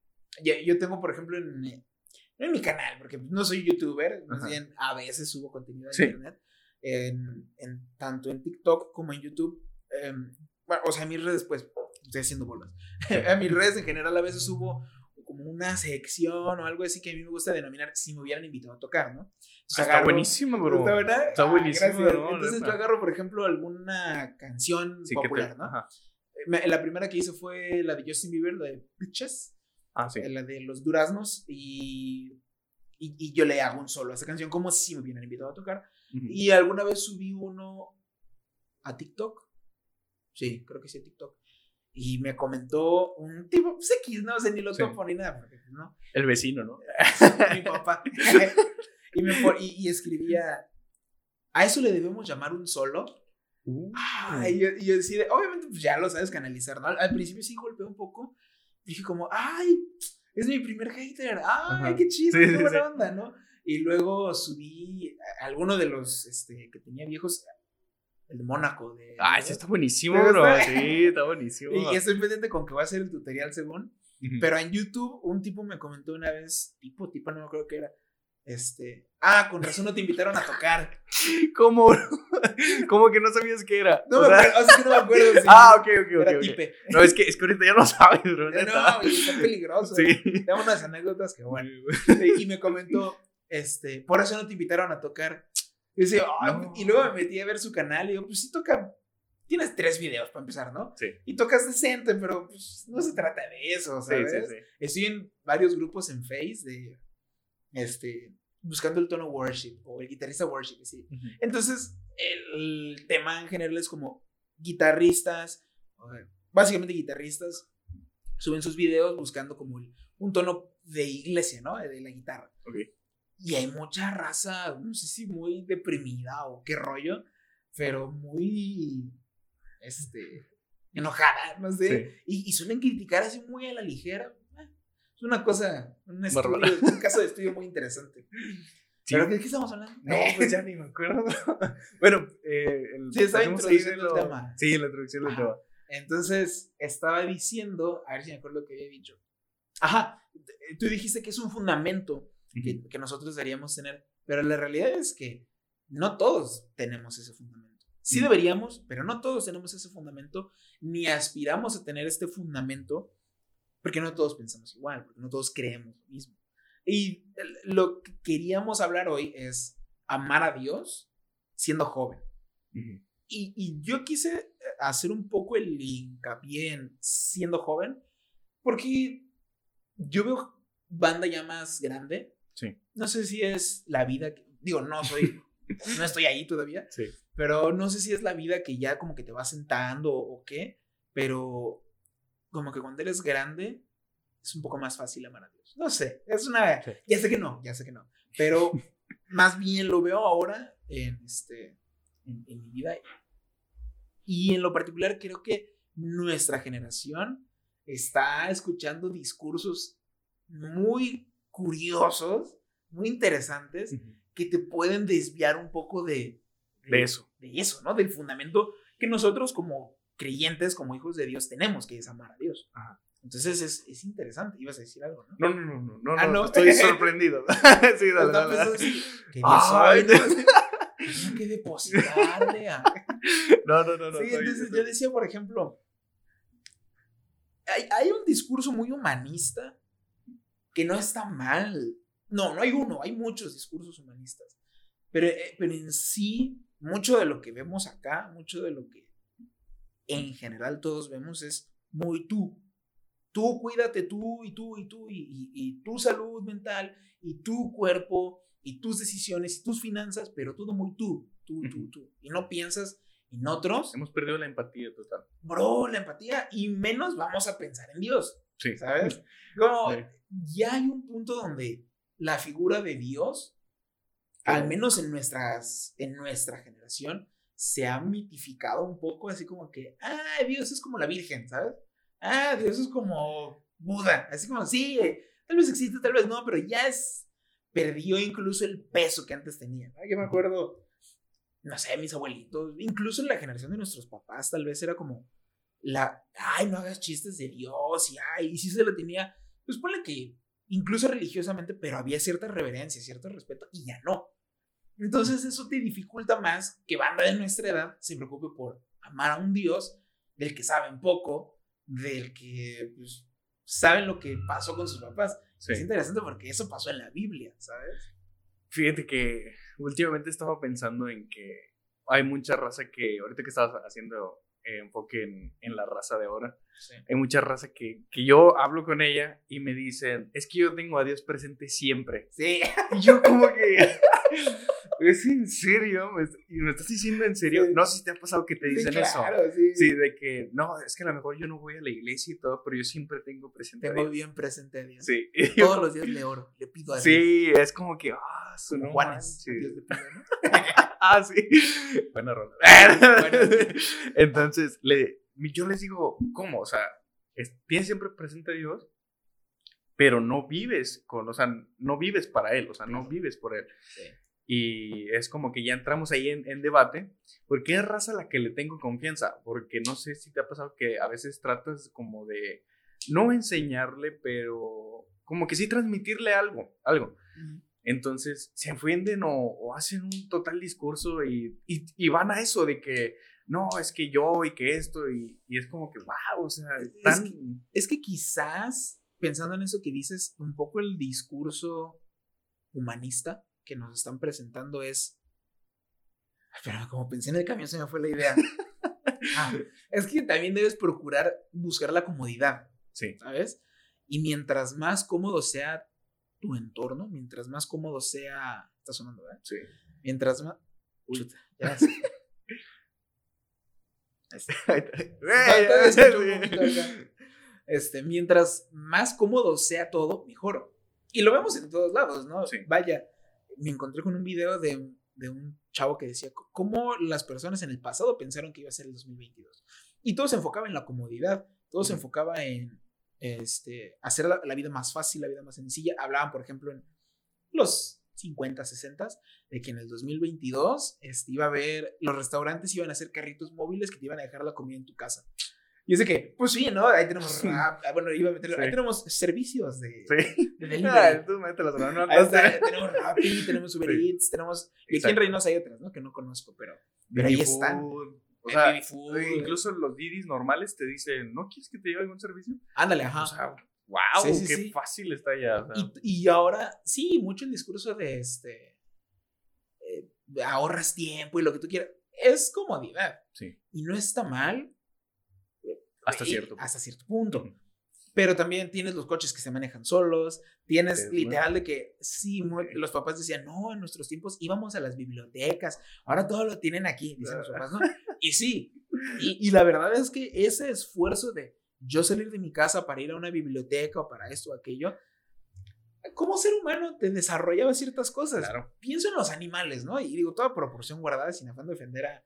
[SPEAKER 2] yo tengo, por ejemplo, en, en mi canal, porque no soy youtuber, más Ajá. bien a veces subo contenido a sí. internet, en, en, tanto en TikTok como en YouTube. Eh, bueno, o sea, a mis redes, pues, estoy haciendo bolas. A mis redes en general a veces subo como una sección o algo así que a mí me gusta denominar si me hubieran invitado a tocar, ¿no?
[SPEAKER 1] Entonces, está agarro, buenísimo, bro.
[SPEAKER 2] ¿Está verdad?
[SPEAKER 1] Está buenísimo,
[SPEAKER 2] ah,
[SPEAKER 1] ¿no?
[SPEAKER 2] Entonces yo agarro, por ejemplo, alguna canción sí, popular, te... ¿no? Ajá. La primera que hice fue la de Justin Bieber, la de Bitches.
[SPEAKER 1] Ah, sí.
[SPEAKER 2] La de los duraznos y, y, y yo le hago un solo a esa canción como si me hubieran invitado a tocar. Uh-huh. Y alguna vez subí uno a TikTok. Sí, creo que sí a TikTok. Y me comentó un tipo, pues X, no sé, ni lo topo sí. ni nada. Porque, ¿no?
[SPEAKER 1] El vecino, ¿no?
[SPEAKER 2] Mi papá. y, me, y, y escribía, ¿a eso le debemos llamar un solo? Uh. Ah, y, yo, y yo decía, obviamente pues ya lo sabes canalizar, ¿no? Al, al principio sí golpeé un poco. Dije como, ay, es mi primer hater, ay, Ajá. qué chido, sí, qué buena sí. onda, ¿no? Y luego subí a alguno de los este, que tenía viejos, el de Mónaco. De,
[SPEAKER 1] ah, ese está buenísimo, bro, sí, está buenísimo.
[SPEAKER 2] Y, y estoy pendiente con que va a ser el tutorial según, uh-huh. pero en YouTube un tipo me comentó una vez, tipo, tipo, no me acuerdo qué era, este, ah, con razón no te invitaron a tocar.
[SPEAKER 1] ¿Cómo? ¿Cómo que no sabías qué era?
[SPEAKER 2] No, o sea, me acuerdo, o sea, que no me acuerdo. Sí,
[SPEAKER 1] ah, ok, ok,
[SPEAKER 2] era
[SPEAKER 1] ok.
[SPEAKER 2] Tipe.
[SPEAKER 1] No, es que, es que ahorita ya no sabes, bro.
[SPEAKER 2] No, no, y está peligroso.
[SPEAKER 1] Sí.
[SPEAKER 2] Tengo unas anécdotas que bueno. Y me comentó, este, por eso no te invitaron a tocar. Y, decía, oh, no. y luego me metí a ver su canal y digo, pues sí toca, tienes tres videos para empezar, ¿no?
[SPEAKER 1] Sí.
[SPEAKER 2] Y tocas decente, pero pues no se trata de eso, ¿sabes?
[SPEAKER 1] Sí, sí, sí.
[SPEAKER 2] Estoy en varios grupos en Face de, este... buscando el tono worship o el guitarrista worship, ¿sí? Uh-huh. Entonces, el, el tema en general es como guitarristas, básicamente guitarristas, suben sus videos buscando como el, un tono de iglesia, ¿no? De la guitarra.
[SPEAKER 1] Okay.
[SPEAKER 2] Y hay mucha raza, no sé si muy deprimida o qué rollo, pero muy, este, enojada, no sé. Sí. Y, y suelen criticar así muy a la ligera. Es una cosa, un, estudio, un caso de estudio muy interesante. Sí. ¿Pero de qué estamos hablando?
[SPEAKER 1] No, pues ya ni me acuerdo. Bueno, eh, el,
[SPEAKER 2] sí, estaba introduciendo el tema.
[SPEAKER 1] Sí, la introducción del tema.
[SPEAKER 2] Entonces, estaba diciendo, a ver si me acuerdo lo que había dicho. Ajá, tú dijiste que es un fundamento uh-huh. que, que nosotros deberíamos tener, pero la realidad es que no todos tenemos ese fundamento. Sí uh-huh. deberíamos, pero no todos tenemos ese fundamento, ni aspiramos a tener este fundamento, porque no todos pensamos igual, porque no todos creemos lo mismo. Y lo que queríamos hablar hoy es amar a Dios siendo joven. Uh-huh. Y, y yo quise hacer un poco el hincapié en siendo joven, porque yo veo banda ya más grande.
[SPEAKER 1] Sí.
[SPEAKER 2] No sé si es la vida, que, digo, no soy, no estoy ahí todavía,
[SPEAKER 1] sí.
[SPEAKER 2] pero no sé si es la vida que ya como que te va sentando o qué, pero como que cuando eres grande es un poco más fácil amar a Dios. No sé, es una... Sí. Ya sé que no, ya sé que no. Pero más bien lo veo ahora en, este, en, en mi vida. Y en lo particular creo que nuestra generación está escuchando discursos muy curiosos, muy interesantes, uh-huh. que te pueden desviar un poco de, de,
[SPEAKER 1] de eso.
[SPEAKER 2] De eso, ¿no? Del fundamento que nosotros como creyentes, como hijos de Dios, tenemos, que es amar a Dios.
[SPEAKER 1] Ajá.
[SPEAKER 2] Entonces es, es interesante. Ibas a decir algo, ¿no?
[SPEAKER 1] No, no, no, no, no,
[SPEAKER 2] ah,
[SPEAKER 1] no,
[SPEAKER 2] no.
[SPEAKER 1] Estoy sorprendido. Sí, dale, dale. dale.
[SPEAKER 2] ¿Qué Ay, no. que depositarle a...
[SPEAKER 1] No, no, no, no.
[SPEAKER 2] Sí, entonces yo decía, por ejemplo, hay, hay un discurso muy humanista que no está mal. no, no hay uno, hay muchos discursos humanistas. Pero, eh, pero en sí, mucho de lo que vemos acá, mucho de lo que en general todos vemos es muy tú. Tú cuídate, tú y tú y tú y, y, y tu salud mental y tu cuerpo y tus decisiones y tus finanzas, pero todo muy tú, tú, tú, uh-huh. tú. Y no piensas en otros.
[SPEAKER 1] Hemos perdido la empatía total.
[SPEAKER 2] Bro, la empatía, y menos vamos a pensar en Dios.
[SPEAKER 1] Sí.
[SPEAKER 2] ¿Sabes? Como
[SPEAKER 1] sí.
[SPEAKER 2] ya hay un punto donde la figura de Dios, al menos en, nuestras, en nuestra generación, se ha mitificado un poco, así como que, ah, Dios es como la Virgen, ¿sabes? Ah, Dios es como Buda, así como, sí, tal vez existe, tal vez no, pero ya es, perdió incluso el peso que antes tenía, ¿no? Yo me acuerdo, no sé, mis abuelitos, incluso en la generación de nuestros papás, tal vez era como, la, ay, no hagas chistes de Dios, y ay, y si se lo tenía, pues ponle que, incluso religiosamente, pero había cierta reverencia, cierto respeto, y ya no. Entonces eso te dificulta más que banda de nuestra edad se preocupe por amar a un Dios del que saben poco, del que pues, saben lo que pasó con sus papás. Sí. Es interesante porque eso pasó en la Biblia, ¿sabes?
[SPEAKER 1] Fíjate que últimamente estaba pensando en que hay mucha raza que, ahorita que estabas haciendo eh, enfoque en, en la raza de ahora, sí. Hay mucha raza que, que yo hablo con ella y me dicen, es que yo tengo a Dios presente siempre.
[SPEAKER 2] Sí.
[SPEAKER 1] Y yo como que... ¿Es en serio? ¿Y me estás diciendo en serio? Sí. No sé si te ha pasado que te dicen
[SPEAKER 2] sí, claro,
[SPEAKER 1] eso.
[SPEAKER 2] Sí.
[SPEAKER 1] sí, de que, no, es que a lo mejor yo no voy a la iglesia y todo, pero yo siempre tengo presente
[SPEAKER 2] tengo
[SPEAKER 1] a Dios.
[SPEAKER 2] bien presente a Dios.
[SPEAKER 1] Sí.
[SPEAKER 2] Todos los días le oro, le pido a Dios.
[SPEAKER 1] Sí, es como que, ah, su
[SPEAKER 2] como
[SPEAKER 1] no
[SPEAKER 2] Juanes. Dios le pido, ¿no?
[SPEAKER 1] Ah, sí. Buena rola. Bueno, entonces, le, yo les digo, ¿cómo? O sea, es, tienes siempre presente a Dios, pero no vives con, o sea, no vives para Él, o sea, no vives por Él.
[SPEAKER 2] Sí.
[SPEAKER 1] Y es como que ya entramos ahí en, en debate, porque es raza a la que le tengo confianza, porque no sé si te ha pasado que a veces tratas como de no enseñarle, pero como que sí transmitirle algo, algo. Uh-huh. Entonces se ofenden o, o hacen un total discurso y, y, y van a eso de que no, es que yo y que esto y, y es como que wow, o sea, tan...
[SPEAKER 2] es, que, es que quizás pensando en eso que dices, un poco el discurso humanista que nos están presentando es, pero como pensé en el camión se me fue la idea. Ah, es que también debes procurar buscar la comodidad,
[SPEAKER 1] sí.
[SPEAKER 2] ¿sabes? Y mientras más cómodo sea tu entorno, mientras más cómodo sea, está sonando, ¿eh?
[SPEAKER 1] Sí.
[SPEAKER 2] Mientras más, uy, ya sé. Este, mientras más cómodo sea todo, mejor. Y lo vemos en todos lados, ¿no?
[SPEAKER 1] Sí.
[SPEAKER 2] Vaya, me encontré con un video de, de un chavo que decía cómo las personas en el pasado pensaron que iba a ser el dos mil veintidós. Y todo se enfocaba en la comodidad, todo se enfocaba en este, hacer la, la vida más fácil, la vida más sencilla. Hablaban, por ejemplo, en los cincuenta, sesenta, de que en el dos mil veintidós este, iba a haber, los restaurantes iban a hacer carritos móviles que te iban a dejar la comida en tu casa. Y es de que, pues sí, ¿no? Ahí tenemos rap, bueno, iba a meter, sí. Ahí tenemos servicios de,
[SPEAKER 1] sí.
[SPEAKER 2] de delivery.
[SPEAKER 1] Ah, tú mételas, no, no,
[SPEAKER 2] ahí está, tenemos Rappi, tenemos Uber sí. Eats, tenemos, y aquí en Reynosa hay otras, ¿no? Que no conozco, pero, pero ahí están.
[SPEAKER 1] O sea, food, incluso los Didis normales te dicen, ¿no quieres que te lleve algún servicio?
[SPEAKER 2] Ándale, ajá.
[SPEAKER 1] O sea, wow,
[SPEAKER 2] sí, sí,
[SPEAKER 1] qué
[SPEAKER 2] sí.
[SPEAKER 1] fácil está ya. O sea.
[SPEAKER 2] y, y ahora, sí, mucho el discurso de este, eh, ahorras tiempo y lo que tú quieras, es comodidad.
[SPEAKER 1] Sí.
[SPEAKER 2] Y no está mal.
[SPEAKER 1] Hasta cierto punto.
[SPEAKER 2] Hasta cierto punto. Uh-huh. Pero también tienes los coches que se manejan solos. Tienes es literal bueno. de que sí, muy, los papás decían, no, en nuestros tiempos íbamos a las bibliotecas. Ahora todo lo tienen aquí, dicen los papás, ¿no? Y sí. Y, y la verdad es que ese esfuerzo de yo salir de mi casa para ir a una biblioteca o para esto o aquello, como ser humano te desarrollaba ciertas cosas.
[SPEAKER 1] Claro.
[SPEAKER 2] Pienso en los animales, ¿no? Y digo, toda proporción guardada sin afán de ofender a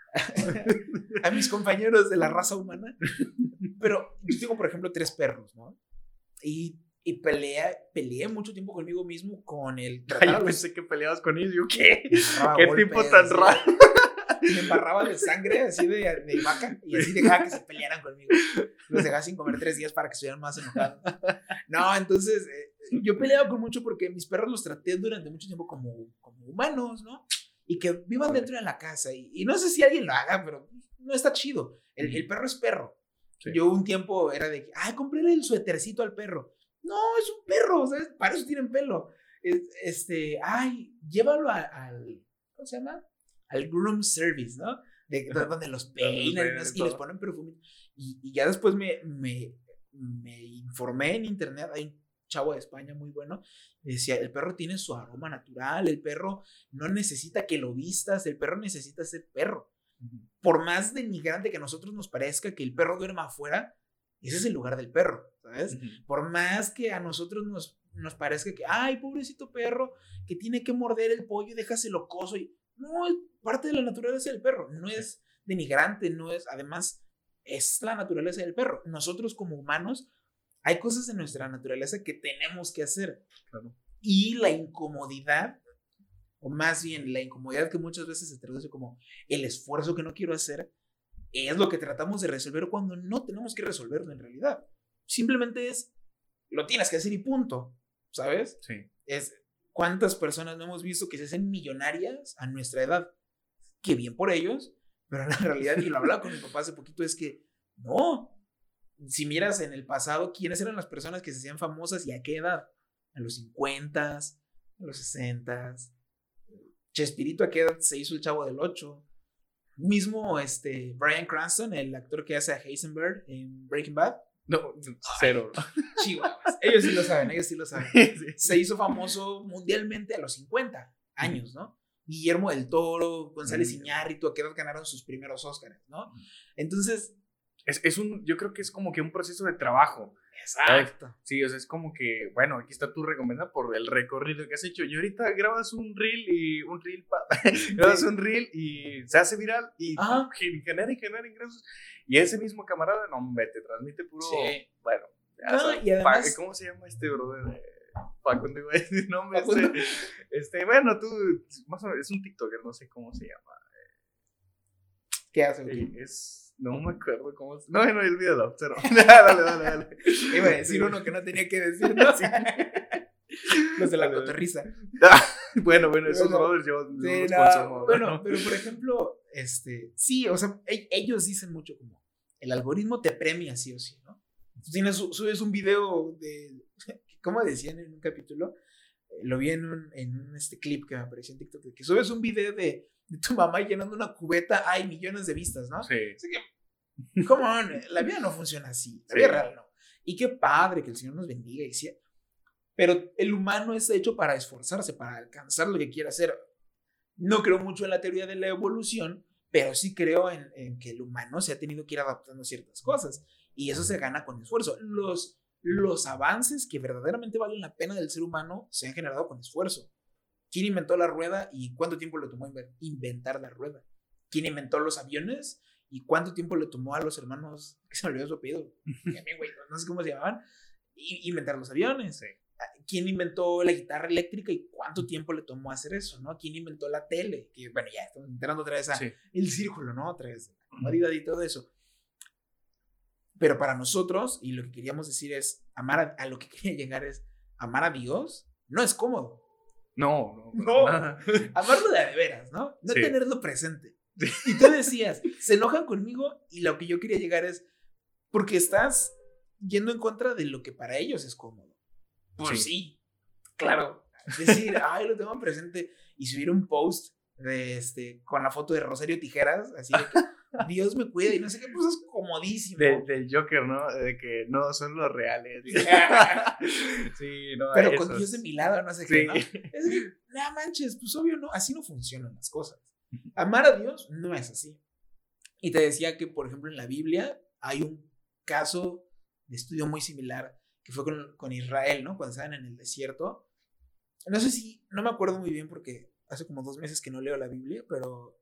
[SPEAKER 2] a mis compañeros de la raza humana, pero yo tengo por ejemplo tres perros, ¿no? Y, y peleé, peleé mucho tiempo conmigo mismo con el
[SPEAKER 1] tratar. Ay, yo pensé que peleabas con ellos, yo ¿qué? ¿Qué
[SPEAKER 2] golpes,
[SPEAKER 1] tipo tan
[SPEAKER 2] así,
[SPEAKER 1] raro?
[SPEAKER 2] Me embarraba de sangre así de, de vaca y así dejaba que se pelearan conmigo. Los dejaba sin comer tres días para que estuvieran más enojados. No, entonces eh, yo peleaba con mucho porque mis perros los traté durante mucho tiempo como, como humanos, ¿no? Y que vivan dentro de la casa. Y, y no sé si alguien lo haga, pero no está chido. El, el perro es perro. Sí. Yo un tiempo era de que, ay, compré el suétercito al perro. No, es un perro, ¿sabes? Para eso tienen pelo. este, ay, llévalo a, al, ¿cómo se llama? Al groom service, ¿no? De, de donde los peinan y les ponen perfume. Y, y ya después me, me, me informé en internet, hay un chavo de España muy bueno, decía, el perro tiene su aroma natural, el perro no necesita que lo vistas, el perro necesita ser perro. Uh-huh. Por más denigrante que a nosotros nos parezca que el perro duerma afuera, ese es el lugar del perro, ¿sabes? Uh-huh. Por más que a nosotros nos, nos parezca que, ay, pobrecito perro, que tiene que morder el pollo y déjaselo coso. Y, no, es parte de la naturaleza del perro, no es denigrante, no es, además, es la naturaleza del perro. Nosotros como humanos, hay cosas en nuestra naturaleza que tenemos que hacer. Claro. Y la incomodidad, o más bien la incomodidad que muchas veces se traduce como el esfuerzo que no quiero hacer, es lo que tratamos de resolver cuando no tenemos que resolverlo en realidad. Simplemente es, lo tienes que hacer y punto, ¿sabes?
[SPEAKER 1] Sí.
[SPEAKER 2] Es, ¿cuántas personas no hemos visto que se hacen millonarias a nuestra edad? Que bien por ellos, pero la realidad, y lo hablaba con mi papá hace poquito, es que no. Si miras en el pasado, ¿quiénes eran las personas que se hacían famosas y a qué edad? A los cincuenta, a los sesenta. Chespirito, ¿a qué edad se hizo el Chavo del Ocho? Mismo este, Bryan Cranston, el actor que hace a Heisenberg en Breaking Bad.
[SPEAKER 1] No, cero.
[SPEAKER 2] Chihuahuas. Ellos sí lo saben, ellos sí lo saben. Sí. Se hizo famoso mundialmente a los cincuenta años, ¿no? Guillermo del Toro, González mm. Iñárritu, ¿a qué edad ganaron sus primeros Óscares, ¿no? Entonces...
[SPEAKER 1] Es, es un, yo creo que es como que un proceso de trabajo.
[SPEAKER 2] Exacto.
[SPEAKER 1] Sí, o sea, es como que, bueno, aquí está tu recompensa por el recorrido que has hecho. Y ahorita grabas un reel y un reel, pa, grabas un reel y se hace viral y
[SPEAKER 2] ah.
[SPEAKER 1] genera y genera ingresos. Y ese mismo camarada, no, hombre, te transmite puro,
[SPEAKER 2] sí.
[SPEAKER 1] bueno, ya
[SPEAKER 2] no,
[SPEAKER 1] sabes,
[SPEAKER 2] y además,
[SPEAKER 1] ¿cómo se llama este brother? Facundo iba a decir nombre. Este, este, bueno, tú, más o menos, es un TikToker, no sé cómo se llama.
[SPEAKER 2] ¿Qué hace?
[SPEAKER 1] Eh, es... No me acuerdo cómo... No, no, olvídalo. Cero. dale, dale, dale.
[SPEAKER 2] Iba a decir uno que no tenía que decir, ¿no? Sí. Los de la cotorriza.
[SPEAKER 1] bueno, bueno, esos
[SPEAKER 2] bueno,
[SPEAKER 1] brothers yo
[SPEAKER 2] sí,
[SPEAKER 1] no los
[SPEAKER 2] no,
[SPEAKER 1] consumo.
[SPEAKER 2] Bueno,
[SPEAKER 1] ¿no?
[SPEAKER 2] pero por ejemplo, este... Sí, o sea, ellos dicen mucho como... El algoritmo te premia sí o sí, ¿no? Tú tienes, subes un video de... ¿Cómo decían en un capítulo? Lo vi en un, en un este clip que me apareció en TikTok. Que subes un video de... de tu mamá llenando una cubeta, hay millones de vistas, ¿no?
[SPEAKER 1] Sí.
[SPEAKER 2] Así que, come on, la vida no funciona así, la vida sí. real no. Y qué padre que el Señor nos bendiga, y sí, pero el humano es hecho para esforzarse, para alcanzar lo que quiere hacer. No creo mucho en la teoría de la evolución, pero sí creo en, en que el humano se ha tenido que ir adaptando a ciertas cosas, y eso se gana con esfuerzo. Los, los avances que verdaderamente valen la pena del ser humano se han generado con esfuerzo. ¿Quién inventó la rueda y cuánto tiempo le tomó inventar la rueda? ¿Quién inventó los aviones y cuánto tiempo le tomó a los hermanos, que se me olvidó su apellido, no sé cómo se llamaban, inventar los aviones?
[SPEAKER 1] Sí.
[SPEAKER 2] ¿Quién inventó la guitarra eléctrica y cuánto tiempo le tomó hacer eso, ¿no? ¿Quién inventó la tele? Que bueno, ya estamos entrando otra vez a sí. el círculo, ¿no? Otra vez la comodidad y todo eso. Pero para nosotros, y lo que queríamos decir es, amar a, a lo que quería llegar es, amar a Dios no es cómodo.
[SPEAKER 1] No, no.
[SPEAKER 2] No, amarlo de, de veras, ¿no? No
[SPEAKER 1] sí.
[SPEAKER 2] tenerlo presente. Sí. Y tú decías, se enojan conmigo y lo que yo quería llegar es, porque estás yendo en contra de lo que para ellos es cómodo. Pues sí, sí claro. Decir, ay, lo tengo presente y subir un post de este, con la foto de Rosario Tijeras, así de que Dios me cuida y no sé qué, pues es comodísimo.
[SPEAKER 1] De, del Joker, ¿no? De que no son los reales. Sí, no.
[SPEAKER 2] Pero
[SPEAKER 1] eso.
[SPEAKER 2] Con Dios de mi lado, no sé
[SPEAKER 1] sí.
[SPEAKER 2] qué, ¿no? Es que, no manches, pues obvio, no, así no funcionan las cosas. Amar a Dios no es así. Y te decía que, por ejemplo, en la Biblia hay un caso de estudio muy similar que fue con, con Israel, ¿no? Cuando estaban en el desierto. No sé si, no me acuerdo muy bien porque hace como dos meses que no leo la Biblia, pero...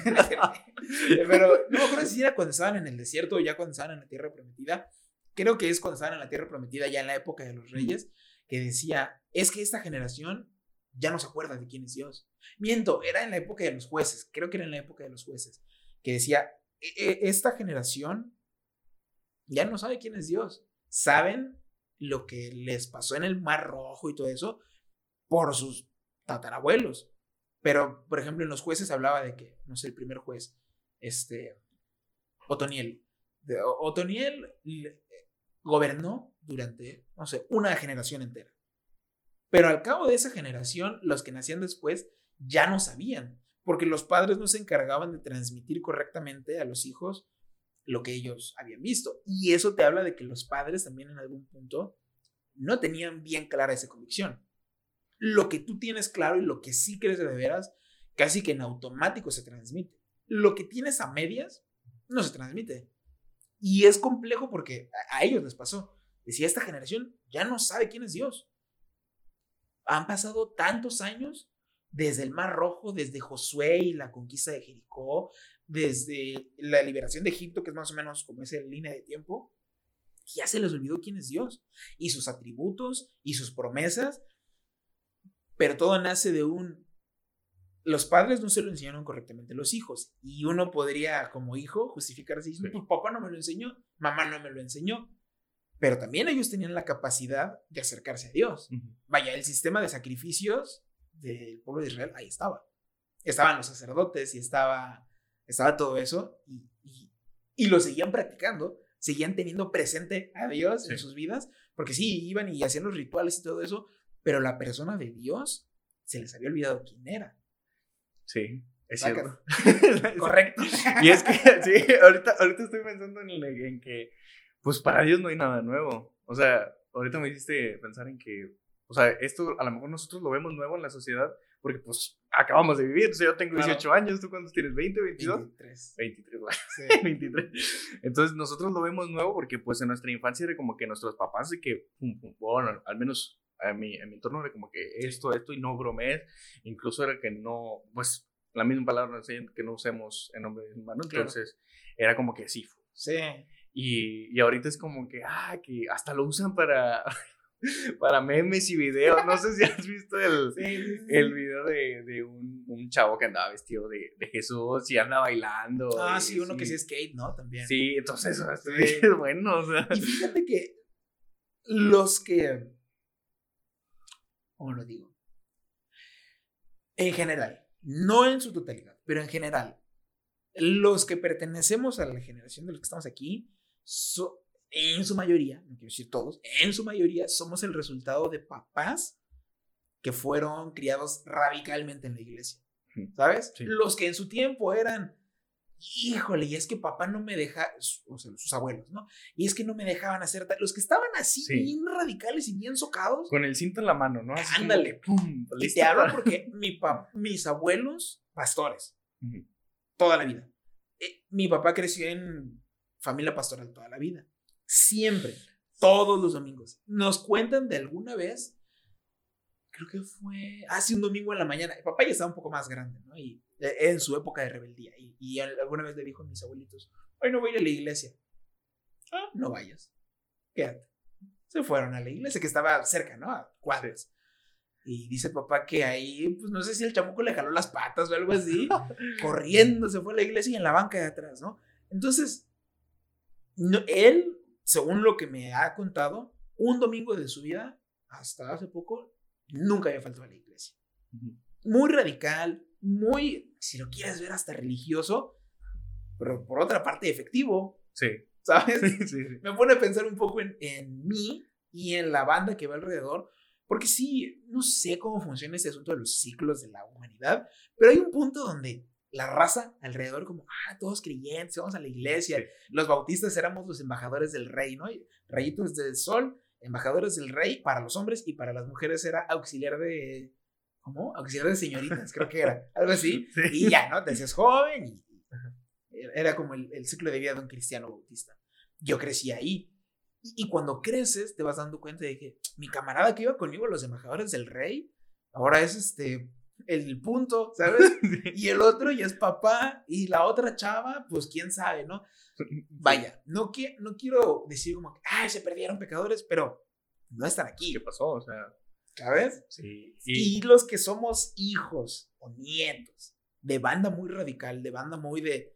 [SPEAKER 2] pero no me acuerdo si era cuando estaban en el desierto o ya cuando estaban en la tierra prometida. Creo que es cuando estaban en la tierra prometida, ya en la época de los reyes, que decía, es que esta generación ya no se acuerda de quién es Dios. Miento, era en la época de los jueces, creo que era en la época de los jueces, que decía, e- esta generación ya no sabe quién es Dios. Saben lo que les pasó en el Mar Rojo y todo eso por sus tatarabuelos. Pero, por ejemplo, en los jueces hablaba de que, no sé, el primer juez, este, Otoniel. De, Otoniel gobernó durante, no sé, una generación entera. Pero al cabo de esa generación, los que nacían después ya no sabían, porque los padres no se encargaban de transmitir correctamente a los hijos lo que ellos habían visto. Y eso te habla de que los padres también en algún punto no tenían bien clara esa convicción. Lo que tú tienes claro y lo que sí crees de veras, casi que en automático se transmite. Lo que tienes a medias, no se transmite. Y es complejo porque a, a ellos les pasó. Decía, esta generación ya no sabe quién es Dios. Han pasado tantos años desde el Mar Rojo, desde Josué y la conquista de Jericó, desde la liberación de Egipto, que es más o menos como esa línea de tiempo, ya se les olvidó quién es Dios y sus atributos y sus promesas, pero todo nace de un... Los padres no se lo enseñaron correctamente a los hijos, y uno podría como hijo justificarse diciendo, pues papá no me lo enseñó, mamá no me lo enseñó, pero también ellos tenían la capacidad de acercarse a Dios. Uh-huh. Vaya, el sistema de sacrificios del pueblo de Israel, ahí estaba. Estaban los sacerdotes y estaba, estaba todo eso, y, y, y lo seguían practicando, seguían teniendo presente a Dios sí. en sus vidas, porque sí, iban y hacían los rituales y todo eso, pero la persona de Dios se les había olvidado quién era.
[SPEAKER 1] Sí, es cierto.
[SPEAKER 2] Correcto.
[SPEAKER 1] Y es que, sí, ahorita, ahorita estoy pensando en, en que, pues para Dios no hay nada nuevo. O sea, ahorita me hiciste pensar en que, o sea, esto a lo mejor nosotros lo vemos nuevo en la sociedad, porque pues acabamos de vivir. O sea, yo tengo dieciocho claro. años, ¿tú cuántos tienes? ¿veinte, veintidós?
[SPEAKER 2] veintitrés.
[SPEAKER 1] veintitrés, bueno. Sí. veintitrés. Entonces nosotros lo vemos nuevo porque pues en nuestra infancia era como que nuestros papás de que, bueno, al menos... A mi, en mi entorno era como que esto, esto y no bromees, incluso era que no, pues la misma palabra nos enseñan que no usemos en nombre de humano, entonces claro. era como que sí.
[SPEAKER 2] Sí.
[SPEAKER 1] Y, y ahorita es como que, ah, que hasta lo usan para, para memes y videos, no sé si has visto el, sí, sí, sí. el video de, de un, un chavo que andaba vestido de, de Jesús y anda bailando.
[SPEAKER 2] Ah,
[SPEAKER 1] y,
[SPEAKER 2] sí, uno
[SPEAKER 1] sí.
[SPEAKER 2] que sí es skate, ¿no? También.
[SPEAKER 1] Sí, entonces eso sí. es bueno, o sea.
[SPEAKER 2] Y fíjate que los que... ¿Cómo lo digo? En general, no en su totalidad, pero en general, los que pertenecemos a la generación de los que estamos aquí, so, en su mayoría, no quiero decir todos, en su mayoría somos el resultado de papás que fueron criados radicalmente en la iglesia, ¿sabes? Sí. Los que en su tiempo eran, híjole, y es que papá no me deja, o sea, sus abuelos, ¿no? Y es que no me dejaban hacer tal, los que estaban así, sí. bien radicales y bien socados.
[SPEAKER 1] Con el cinto en la mano, ¿no?
[SPEAKER 2] Así ándale. Que, pum, y te hablo porque mi pa, mis abuelos, pastores, uh-huh. toda la vida. Eh, mi papá creció en familia pastoral toda la vida. Siempre, todos los domingos. Nos cuentan de alguna vez, creo que fue hace un domingo en la mañana. Mi papá ya estaba un poco más grande, ¿no? Y en su época de rebeldía. Y, y alguna vez le dijo a mis abuelitos, hoy no voy a ir a la iglesia. Ah, no vayas. Quédate. Se fueron a la iglesia que estaba cerca, ¿no? A cuadras. Sí. Y dice papá que ahí, pues no sé si el chamuco le jaló las patas o algo así. Corriendo se fue a la iglesia y en la banca de atrás, ¿no? Entonces, no, él, según lo que me ha contado, un domingo de su vida, hasta hace poco, nunca había faltado a la iglesia. Uh-huh. Muy radical, muy, si lo quieres ver, hasta religioso, pero por otra parte efectivo.
[SPEAKER 1] Sí.
[SPEAKER 2] ¿Sabes?
[SPEAKER 1] Sí, sí, sí.
[SPEAKER 2] Me pone a pensar un poco en, en mí y en la banda que va alrededor, porque sí, no sé cómo funciona este asunto de los ciclos de la humanidad, pero hay un punto donde la raza alrededor como, ah, todos creyentes, vamos a la iglesia, sí. Los bautistas éramos los embajadores del rey, ¿no? Rayitos del sol, embajadores del rey para los hombres, y para las mujeres era auxiliar de... ¿Cómo? Auxiliar de señoritas, creo que era, algo así, sí. Y ya, ¿no? Te hacías joven y era como el, el ciclo de vida de un cristiano bautista. Yo crecí ahí, y, y cuando creces te vas dando cuenta de que mi camarada que iba conmigo, los embajadores del rey, ahora es este, el punto, ¿sabes? Sí. Y el otro ya es papá, y la otra chava, pues quién sabe, ¿no? Vaya, no, qui- no quiero decir como que, ay, se perdieron pecadores, pero no están aquí.
[SPEAKER 1] ¿Qué pasó? O sea...
[SPEAKER 2] ¿Sabes?
[SPEAKER 1] Sí.
[SPEAKER 2] Y... y los que somos hijos o nietos de banda muy radical, de banda muy de...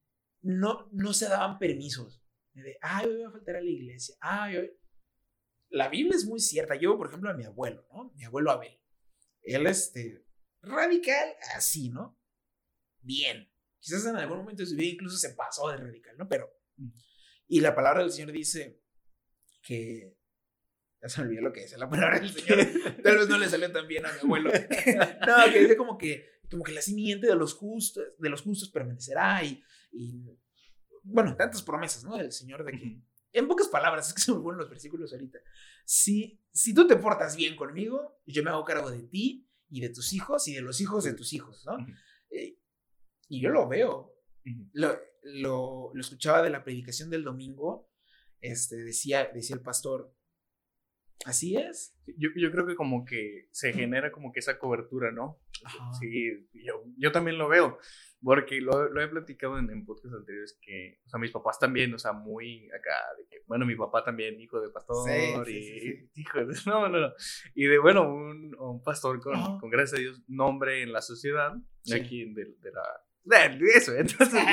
[SPEAKER 2] No, no se daban permisos. De, ay, hoy voy a faltar a la iglesia. Ay, hoy... La Biblia es muy cierta. Yo, por ejemplo, a mi abuelo, ¿no? Mi abuelo Abel. Él, este, radical, así, ¿no? Bien. Quizás en algún momento de su vida incluso se pasó de radical, ¿no? Pero... Y la palabra del Señor dice que Ya se me olvidó lo que dice la palabra del Señor. Tal vez no le salió tan bien a mi abuelo. No, que dice como que, como que la simiente de los justos, de los justos permanecerá y, y bueno, tantas promesas, ¿no? Del Señor de que, uh-huh. En pocas palabras, es que se me ponen los versículos ahorita. Si, si tú te portas bien conmigo, yo me hago cargo de ti y de tus hijos y de los hijos de tus hijos, ¿no? Uh-huh. Eh, y yo lo veo. Uh-huh. Lo, lo, lo escuchaba de la predicación del domingo. Este, decía, decía el pastor, así es.
[SPEAKER 1] Yo, yo creo que como que se genera como que esa cobertura, ¿no? Ajá. Sí, yo, yo también lo veo, porque lo, lo he platicado en, en podcasts anteriores que, o sea, mis papás también, o sea, muy acá, de que, bueno, mi papá también, hijo de pastor, sí, y, sí, sí, sí. hijo de, no, no, no, y de, bueno, un, un pastor con, con, gracias a Dios, nombre en la sociedad, sí. Aquí de, de la... De eso, entonces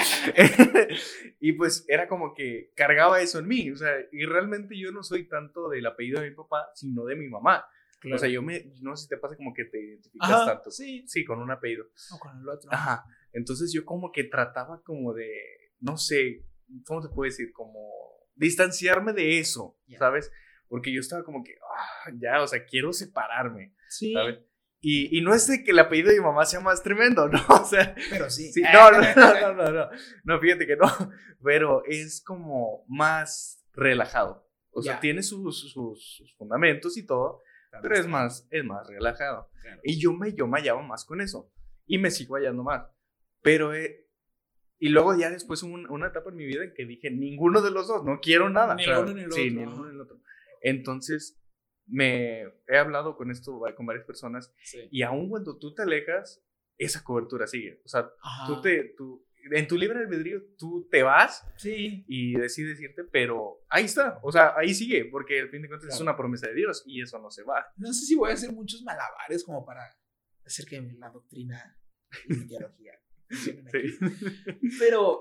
[SPEAKER 1] y pues era como que cargaba eso en mí, o sea, y realmente yo no soy tanto del apellido de mi papá, sino de mi mamá, claro. O sea, yo me, no sé si te pasa como que te identificas ajá, tanto, sí, sí, con un apellido,
[SPEAKER 2] o con el otro,
[SPEAKER 1] ajá, entonces yo como que trataba como de, no sé, ¿cómo te puedo decir? Como distanciarme de eso, yeah. ¿Sabes? Porque yo estaba como que, ah, ya, o sea, quiero separarme, sí. ¿Sabes? Y, y no es de que el apellido de mi mamá sea más tremendo, ¿no? O sea,
[SPEAKER 2] pero sí.
[SPEAKER 1] sí no, no, no, no, no, no, no, fíjate que no, pero es como más relajado. O sea, yeah. Tiene sus, sus, sus fundamentos y todo, claro, pero es más, es más relajado. Claro. Y yo me, yo me hallaba más con eso. Y me sigo hallando más. Pero, eh, y luego ya después hubo un, una etapa en mi vida en que dije, ninguno de los dos, no quiero nada.
[SPEAKER 2] Ni
[SPEAKER 1] o sea,
[SPEAKER 2] uno ni el
[SPEAKER 1] sí,
[SPEAKER 2] otro.
[SPEAKER 1] Ni uno ni el otro. Entonces... me he hablado con esto con varias personas, sí. Y aun cuando tú te alejas, esa cobertura sigue, o sea, ajá. tú te tú, en tu libre albedrío tú te vas,
[SPEAKER 2] sí.
[SPEAKER 1] Y decides irte, pero ahí está, o sea, ahí sigue, porque al fin de cuentas claro. Es una promesa de Dios y eso no se va.
[SPEAKER 2] No sé si voy a hacer muchos malabares como para hacer que la doctrina y mi teología funcionen aquí. Sí. Pero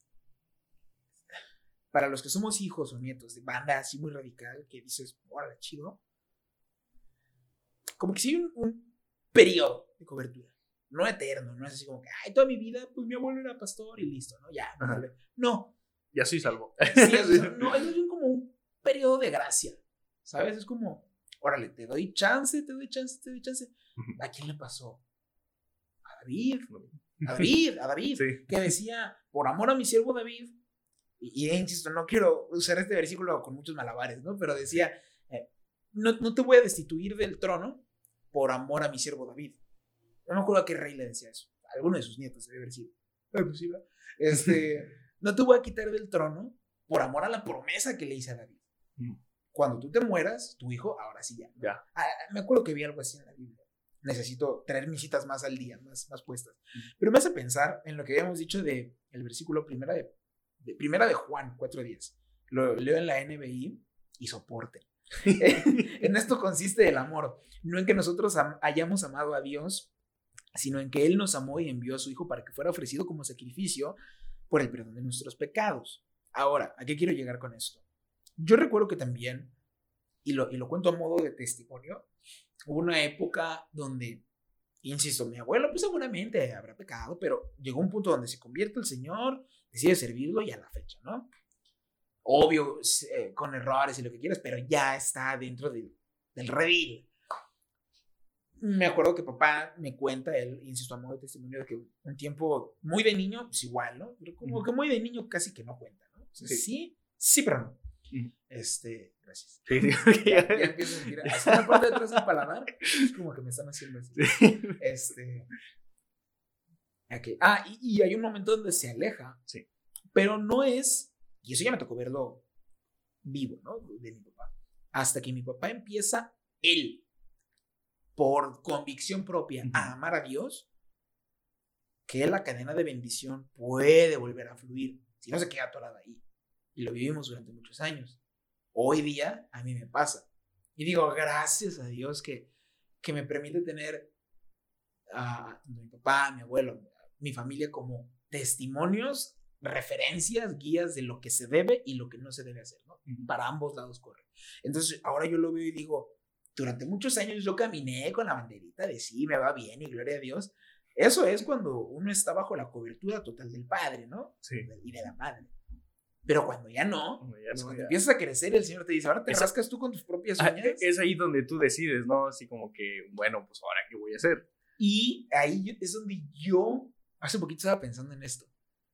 [SPEAKER 2] para los que somos hijos o nietos de banda así muy radical, que dices, órale, chido, como que sí hay un, un periodo de cobertura, no eterno, no es así como que, ay, toda mi vida, pues mi abuelo era pastor y listo, ¿no? Ya, no, no.
[SPEAKER 1] Ya soy salvo.
[SPEAKER 2] Sí, es, no, es como un periodo de gracia, ¿sabes? Es como, órale, te doy chance, te doy chance, te doy chance. ¿A quién le pasó? A David, a David, a David, sí. Que decía, por amor a mi siervo David, y, y insisto, no quiero usar este versículo con muchos malabares, ¿no? Pero decía, eh, no, no te voy a destituir del trono por amor a mi siervo David. No me acuerdo a qué rey le decía eso. Alguno de sus nietos debe haber sido. Ay, pues sí, este, no te voy a quitar del trono por amor a la promesa que le hice a David. Mm. Cuando tú te mueras, tu hijo, ahora sí ya. ¿No?
[SPEAKER 1] Ya.
[SPEAKER 2] Ah, me acuerdo que vi algo así en la Biblia. Necesito tener mis citas más al día, más, más puestas. Mm. Pero me hace pensar en lo que habíamos dicho de el versículo primera de, de, primera de Juan cuatro diez. Lo leo en la N B I y soporten. En esto consiste el amor, no en que nosotros am- hayamos amado a Dios, sino en que Él nos amó y envió a su Hijo para que fuera ofrecido como sacrificio por el perdón de nuestros pecados. Ahora, ¿a qué quiero llegar con esto? Yo recuerdo que también, y lo, y lo cuento a modo de testimonio, hubo una época donde, insisto, mi abuelo pues seguramente habrá pecado, pero llegó un punto donde se convierte el Señor, decide servirlo y a la fecha, ¿no? Obvio, eh, con errores y lo que quieras, pero ya está dentro de, del redil. Me acuerdo que papá me cuenta, él, insisto, a modo de testimonio, de que un tiempo muy de niño, pues igual, ¿no? Pero como que muy de niño casi que no cuenta, ¿no? O sea, sí. sí, sí, pero no. Uh-huh. Este, gracias. Sí, sí. Ya, ya empiezo a sentir, hacia la parte de atrás del paladar, es como que me están haciendo así. Sí. Este, okay. Ah, y, y hay un momento donde se aleja,
[SPEAKER 1] sí.
[SPEAKER 2] Pero no es... Y eso ya me tocó verlo vivo, ¿no? De mi papá. Hasta que mi papá empieza, él, por convicción propia, uh-huh. a amar a Dios, que la cadena de bendición puede volver a fluir. Si no se queda atorada ahí. Y lo vivimos durante muchos años. Hoy día, a mí me pasa. Y digo, gracias a Dios que, que me permite tener a mi papá, a mi abuelo, a mi familia como testimonios, referencias, guías de lo que se debe y lo que no se debe hacer, ¿no? Uh-huh. Para ambos lados corre. Entonces, ahora yo lo veo y digo, durante muchos años yo caminé con la banderita de sí, me va bien y gloria a Dios. Eso es cuando uno está bajo la cobertura total del padre, ¿no?
[SPEAKER 1] Sí.
[SPEAKER 2] Y de la madre. Pero cuando ya no,
[SPEAKER 1] No, ya
[SPEAKER 2] pues
[SPEAKER 1] no,
[SPEAKER 2] cuando
[SPEAKER 1] ya.
[SPEAKER 2] empiezas a crecer, el Señor te dice, ahora te
[SPEAKER 1] Es-
[SPEAKER 2] rascas tú con tus propias
[SPEAKER 1] Ah,
[SPEAKER 2] uñas.
[SPEAKER 1] es ahí donde tú decides, ¿no? Así como que, bueno, pues ahora qué voy a hacer.
[SPEAKER 2] Y ahí yo- es donde yo hace poquito estaba pensando en esto.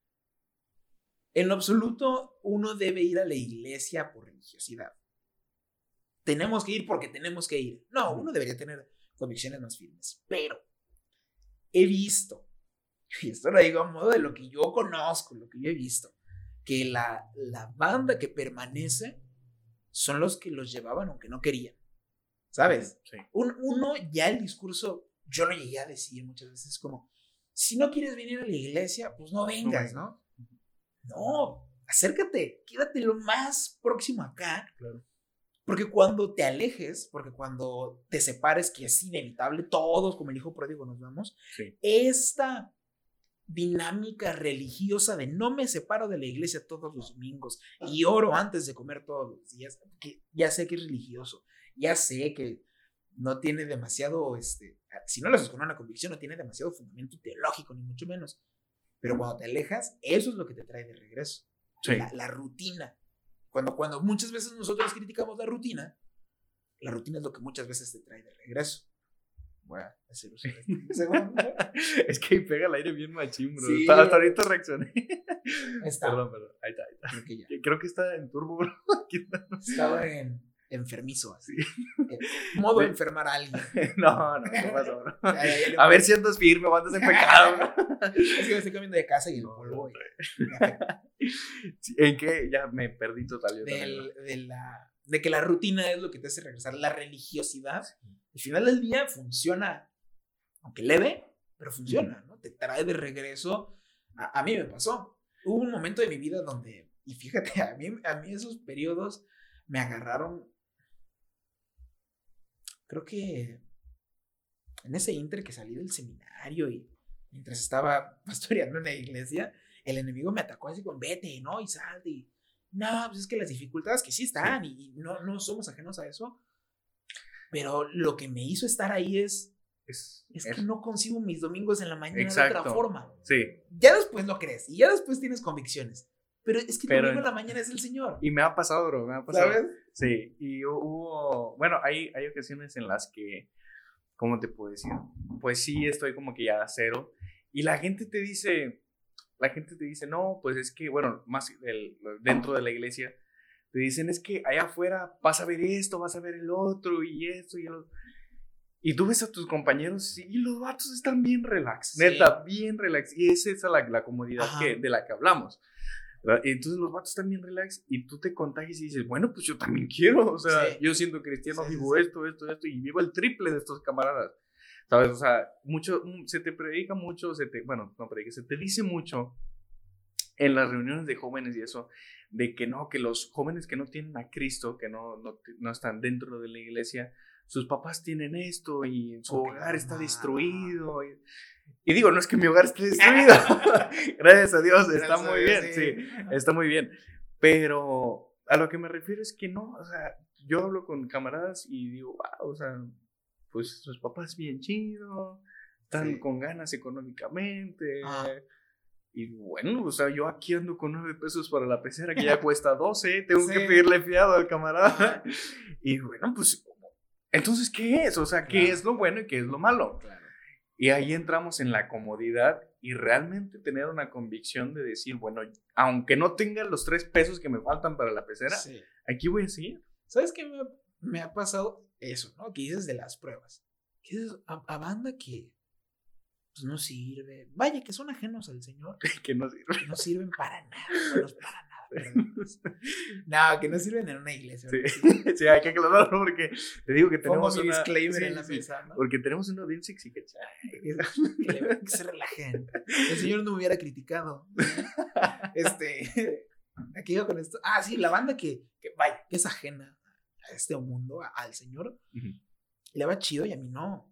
[SPEAKER 2] En lo absoluto, uno debe ir a la iglesia por religiosidad. Tenemos que ir porque tenemos que ir. No, uno debería tener convicciones más firmes. Pero he visto, y esto lo digo a modo de lo que yo conozco, lo que yo he visto, que la, la banda que permanece son los que los llevaban aunque no querían. ¿Sabes?
[SPEAKER 1] Sí.
[SPEAKER 2] Un, uno ya el discurso, yo lo llegué a decir muchas veces, como, si no quieres venir a la iglesia, pues no vengas, ¿no? No, acércate, quédate lo más próximo acá.
[SPEAKER 1] Claro.
[SPEAKER 2] Porque cuando te alejes, porque cuando te separes, que es inevitable, todos como el hijo pródigo nos vamos,
[SPEAKER 1] Sí.
[SPEAKER 2] esta dinámica religiosa de no me separo de la iglesia todos los domingos y oro antes de comer todos los días, que ya sé que es religioso, ya sé que no tiene demasiado, este, si no lo haces con una convicción, no tiene demasiado fundamento teológico, ni mucho menos. Pero cuando te alejas, eso es lo que te trae de regreso.
[SPEAKER 1] Sí.
[SPEAKER 2] La, la rutina. Cuando, cuando muchas veces nosotros criticamos la rutina, la rutina es lo que muchas veces te trae de regreso. Voy a hacer uso de este segundo.
[SPEAKER 1] Es que ahí pega el aire bien machín, bro.
[SPEAKER 2] Sí.
[SPEAKER 1] Hasta, hasta ahorita reaccioné.
[SPEAKER 2] Ahí está.
[SPEAKER 1] Perdón, perdón. Ahí está, ahí está.
[SPEAKER 2] Creo que ya.
[SPEAKER 1] Creo que está en turbo, bro. Aquí está.
[SPEAKER 2] Estaba en enfermizo, así.
[SPEAKER 1] Sí.
[SPEAKER 2] En modo
[SPEAKER 1] Sí.
[SPEAKER 2] enfermar a alguien.
[SPEAKER 1] No, no, ¿qué pasó, bro?
[SPEAKER 2] Ya, ya, ya le-
[SPEAKER 1] A ver si andas firme o andas en pecado, bro.
[SPEAKER 2] Es que me estoy cambiando de casa y el
[SPEAKER 1] No,
[SPEAKER 2] polvo.
[SPEAKER 1] no,
[SPEAKER 2] y- me afecta.
[SPEAKER 1] Sí, ¿en qué? Ya me perdí total. Yo también,
[SPEAKER 2] Del- de, la, de que la rutina es lo que te hace regresar. La religiosidad, al final del día, funciona, aunque leve, pero funciona, ¿no? Te trae de regreso. A, a mí me pasó. Hubo un momento de mi vida donde, y fíjate, a mí, a mí esos periodos me agarraron, creo que en ese inter que salí del seminario y mientras estaba pastoreando en la iglesia, el enemigo me atacó así con vete, ¿no? Y salte. Y, no, pues es que las dificultades que sí están sí. y no, no somos ajenos a eso. Pero lo que me hizo estar ahí es, es, es, es que no consigo mis domingos en la mañana. Exacto. De otra forma.
[SPEAKER 1] Sí.
[SPEAKER 2] Ya después lo crees y ya después tienes convicciones. Pero es que el domingo en la mañana es el Señor.
[SPEAKER 1] Y me ha pasado, bro, me ha pasado.
[SPEAKER 2] ¿Sabes?
[SPEAKER 1] Sí, y hubo, bueno, hay, hay ocasiones en las que, ¿cómo te puedo decir? Pues sí, estoy como que ya a cero. Y la gente te dice, la gente te dice, no, pues es que, bueno, más el, dentro de la iglesia, te dicen, es que allá afuera vas a ver esto, vas a ver el otro, y esto, y el otro. Y tú ves a tus compañeros y los vatos están bien relax, sí. Neta, bien relax. Y esa es la, la comodidad que, de la que hablamos. Y entonces los vatos están bien relax y tú te contagias y dices, bueno, pues yo también quiero. O sea, sí. Yo siendo cristiano sí, vivo sí, sí. esto, esto, esto y vivo el triple de estos camaradas. ¿Sabes? O sea, mucho, se te predica mucho, se te, bueno, no predica, se te dice mucho en las reuniones de jóvenes y eso, de que no, que los jóvenes que no tienen a Cristo, que no, no, no están dentro de la iglesia, sus papás tienen esto y su okay, hogar está destruido. Y, y digo, no es que mi hogar esté destruido. Gracias a Dios, está Gracias muy bien, sí. sí, está muy bien. Pero a lo que me refiero es que no, o sea, yo hablo con camaradas y digo, wow, o sea, pues sus papás bien chido, están sí. con ganas económicamente. Ah. Y bueno, o sea, yo aquí ando con nueve pesos para la pecera que ya cuesta doce, tengo sí. que pedirle fiado al camarada. Y bueno, pues, entonces, ¿qué es? O sea, ¿qué claro. es lo bueno y qué es lo malo?
[SPEAKER 2] Claro.
[SPEAKER 1] Y ahí entramos en la comodidad y realmente tener una convicción de decir, bueno, aunque no tenga los tres pesos que me faltan para la pecera, sí. aquí voy a seguir.
[SPEAKER 2] ¿Sabes qué me, me ha pasado? Eso, ¿no? Que dices de las pruebas. Que dices a, a banda que pues no sirve. Vaya, que son ajenos al Señor.
[SPEAKER 1] Que no sirven.
[SPEAKER 2] Que no sirven para nada. No para nada. Perdón. No, que no sirven en una iglesia.
[SPEAKER 1] Sí, sí, hay que aclararlo porque te digo que tenemos
[SPEAKER 2] Pongo mi
[SPEAKER 1] una...
[SPEAKER 2] disclaimer
[SPEAKER 1] sí,
[SPEAKER 2] en la
[SPEAKER 1] sí,
[SPEAKER 2] mesa, ¿no?
[SPEAKER 1] Porque tenemos una audiencia exigente.
[SPEAKER 2] Que, que se relajen. El Señor no me hubiera criticado. Este... Aquí iba con esto. Ah, sí, la banda que, que vaya, que es ajena a este mundo, a, al Señor, uh-huh. le va chido y a mí no.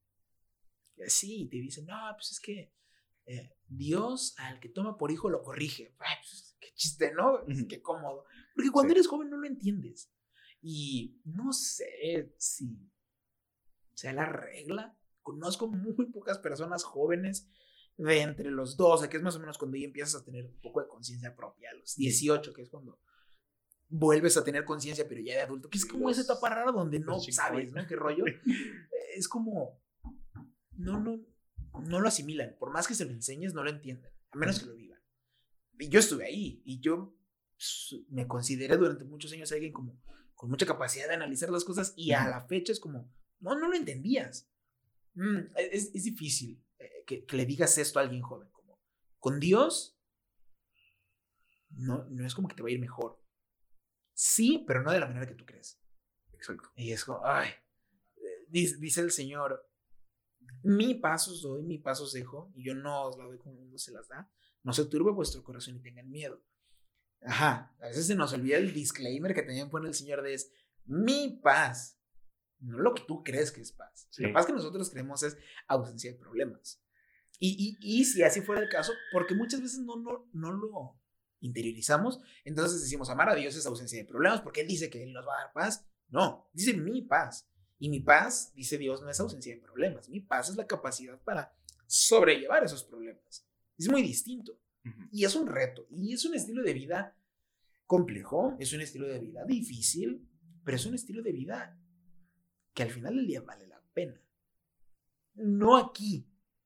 [SPEAKER 2] Sí, te dicen, no, pues es que eh, Dios al que toma por hijo lo corrige. Ay, pues, qué chiste, ¿no? Uh-huh. Qué cómodo. Porque cuando sí. eres joven no lo entiendes. Y no sé si sea la regla. Conozco muy pocas personas jóvenes de entre los doce, que es más o menos cuando ya empiezas a tener un poco de conciencia propia, a los dieciocho, que es cuando vuelves a tener conciencia, pero ya de adulto, que es como esa etapa rara donde no sabes, ¿no? ¿Qué rollo? Es como, no, no, no lo asimilan, por más que se lo enseñes, no lo entienden, a menos que lo vivan. Y yo estuve ahí, y yo me consideré durante muchos años alguien como con mucha capacidad de analizar las cosas, y a la fecha es como, no, no lo entendías. Mm, es, es difícil eh, que, que le digas esto a alguien joven, como, con Dios, no, no es como que te va a ir mejor. Sí, pero no de la manera que tú crees.
[SPEAKER 1] Exacto.
[SPEAKER 2] Y es como, ay, dice, dice el Señor, mi paz os doy, mi paz os dejo, y yo no os la doy como el mundo se las da. No se turbe vuestro corazón y tengan miedo. Ajá, a veces se nos olvida el disclaimer que también pone el Señor de es mi paz, no lo que tú crees que es paz. Sí. La paz que nosotros creemos es ausencia de problemas. Y, y, y si así fuera el caso, porque muchas veces no, no, no lo interiorizamos, entonces decimos, amar a Dios es ausencia de problemas, porque Él dice que Él nos va a dar paz. No, dice mi paz. Y mi paz, dice Dios, no es ausencia de problemas. Mi paz es la capacidad para sobrellevar esos problemas. Es muy distinto. Uh-huh. Y es un reto. Y es un estilo de vida complejo, es un estilo de vida difícil, pero es un estilo de vida que al final del día vale la pena. No aquí.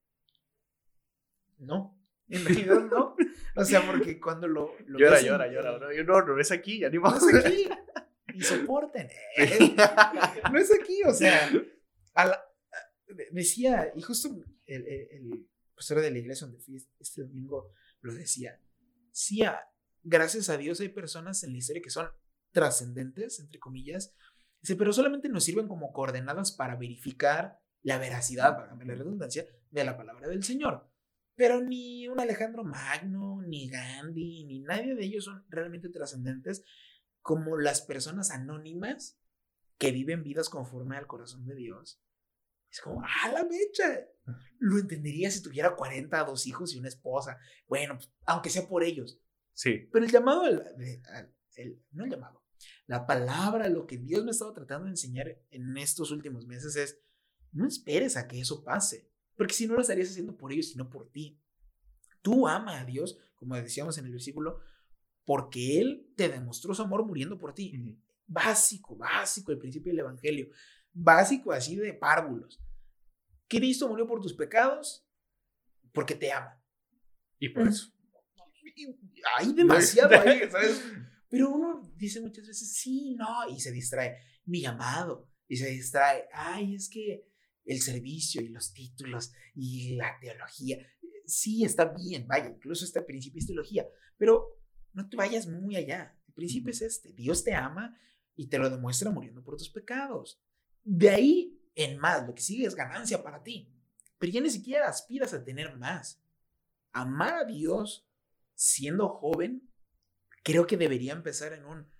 [SPEAKER 2] No. En realidad no. O sea, porque cuando lo... lo
[SPEAKER 1] llora, ves llora, en, llora, llora. No, no, no es aquí, ya ni más.
[SPEAKER 2] No es aquí. Y soporten. Eh. No es aquí, o sea... A la, a, decía, y justo el, el, el pastor de la iglesia donde fui este domingo lo decía. Sí, a, gracias a Dios hay personas en la historia que son trascendentes, entre comillas, dice, pero solamente nos sirven como coordenadas para verificar la veracidad, para cambiar la redundancia, de la palabra del Señor. Pero ni un Alejandro Magno, ni Gandhi, ni nadie de ellos son realmente trascendentes como las personas anónimas que viven vidas conforme al corazón de Dios. Es como, ¡ah, la mecha! Lo entendería si tuviera cuarenta, dos hijos y una esposa. Bueno, pues, aunque sea por ellos.
[SPEAKER 1] Sí.
[SPEAKER 2] Pero el llamado, al, al, el, no el llamado, la palabra, lo que Dios me ha estado tratando de enseñar en estos últimos meses es, no esperes a que eso pase. Porque si no lo estarías haciendo por ellos, sino por ti. Tú ama a Dios, como decíamos en el versículo, porque Él te demostró su amor muriendo por ti. Uh-huh. Básico, básico el principio del evangelio. Básico así de párvulos. Cristo murió por tus pecados porque te ama.
[SPEAKER 1] Y por eso.
[SPEAKER 2] Hay demasiado ahí, ¿sabes? Pero uno dice muchas veces, sí, no, y se distrae. Mi llamado, y se distrae. Ay, es que el servicio y los títulos y la teología, sí, está bien, vaya, incluso este principio es teología, pero no te vayas muy allá. El principio es este, Dios te ama y te lo demuestra muriendo por tus pecados. De ahí en más, lo que sigue es ganancia para ti, pero ya ni siquiera aspiras a tener más. Amar a Dios siendo joven, creo que debería empezar en un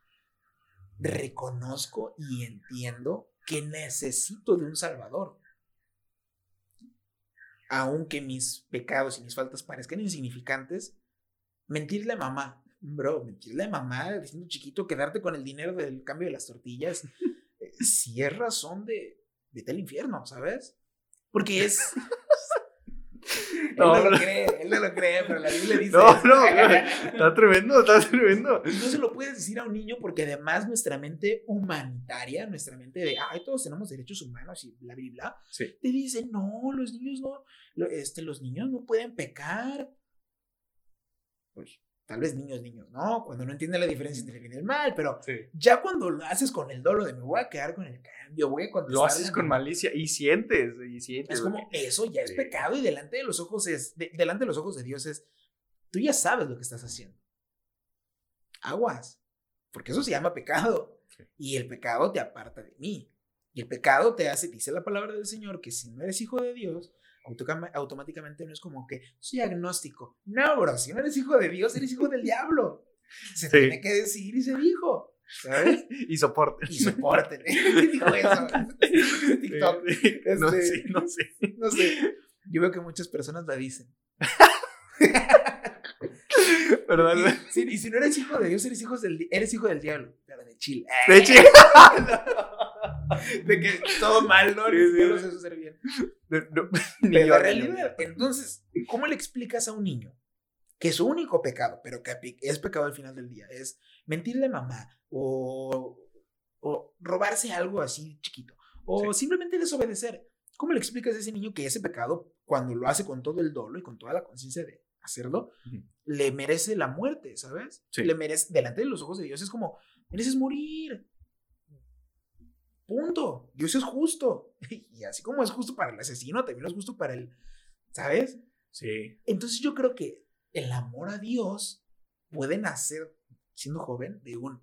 [SPEAKER 2] reconozco y entiendo que necesito de un Salvador. Aunque mis pecados y mis faltas parezcan insignificantes, mentirle a mamá, bro, mentirle a mamá, diciendo chiquito, quedarte con el dinero del cambio de las tortillas, eh, sí es razón de vete al infierno, ¿sabes? Porque es...
[SPEAKER 1] No,
[SPEAKER 2] él no
[SPEAKER 1] no
[SPEAKER 2] lo cree, él no lo cree, pero la Biblia dice...
[SPEAKER 1] No, no, está tremendo, está tremendo.
[SPEAKER 2] Y no se lo puedes decir a un niño porque además nuestra mente humanitaria, nuestra mente de, ay, todos tenemos derechos humanos y bla, bla, bla,
[SPEAKER 1] sí.
[SPEAKER 2] Te dice, no, los niños no, este, los niños no pueden pecar. Pues tal vez niños, niños, ¿no? Cuando no entienden la diferencia entre el bien y el mal, pero
[SPEAKER 1] sí.
[SPEAKER 2] Ya cuando lo haces con el dolo de me voy a quedar con el cambio, voy a contestar.
[SPEAKER 1] Lo haces con malicia y sientes, y sientes.
[SPEAKER 2] Es como, eso ya es sí. pecado y delante de los ojos es, de, delante de los ojos de Dios es, tú ya sabes lo que estás haciendo. Aguas, porque eso se llama pecado. Sí. Y el pecado te aparta de mí. Y el pecado te hace, dice la palabra del Señor, que si no eres hijo de Dios, automáticamente no es como que soy agnóstico. No, bro, si no eres hijo de Dios, eres hijo del diablo. Se sí. tiene que decir y se dijo, ¿sabes?
[SPEAKER 1] Y soporten.
[SPEAKER 2] Y soporten. ¿Quién dijo eso? TikTok.
[SPEAKER 1] Sí. Este, no sé, no sé.
[SPEAKER 2] No sé. Yo veo que muchas personas la dicen.
[SPEAKER 1] Perdón.
[SPEAKER 2] Y, sí, y si no eres hijo de Dios, eres hijo del, eres hijo del diablo. Pero de Chile.
[SPEAKER 1] De Chile.
[SPEAKER 2] De que todo mal, ¿no?
[SPEAKER 1] Sí,
[SPEAKER 2] Ni
[SPEAKER 1] sí.
[SPEAKER 2] siquiera lo sé hacer bien.
[SPEAKER 1] No, no.
[SPEAKER 2] Pero
[SPEAKER 1] Yo,
[SPEAKER 2] la
[SPEAKER 1] yo,
[SPEAKER 2] realidad,
[SPEAKER 1] yo.
[SPEAKER 2] entonces, ¿cómo le explicas a un niño que su único pecado, pero que es pecado al final del día, es mentirle a mamá o, o robarse algo así chiquito o sí. simplemente desobedecer? ¿Cómo le explicas a ese niño que ese pecado, cuando lo hace con todo el dolo y con toda la conciencia de hacerlo, uh-huh. le merece la muerte, ¿sabes? Sí. Le merece, delante de los ojos de Dios, es como, mereces morir. Punto. Dios es justo. Y así como es justo para el asesino, también es justo para el, ¿sabes?
[SPEAKER 1] Sí.
[SPEAKER 2] Entonces yo creo que el amor a Dios puede nacer, siendo joven, de un...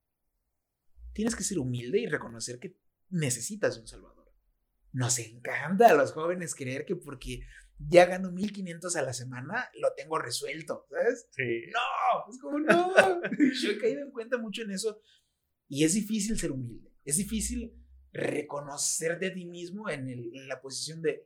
[SPEAKER 2] Tienes que ser humilde y reconocer que necesitas un salvador. Nos encanta a los jóvenes creer que porque ya gano mil quinientos a la semana, lo tengo resuelto, ¿sabes?
[SPEAKER 1] Sí.
[SPEAKER 2] No, es como no. Yo he caído en cuenta mucho en eso. Y es difícil ser humilde. Es difícil reconocer de ti mismo en, el, en la posición de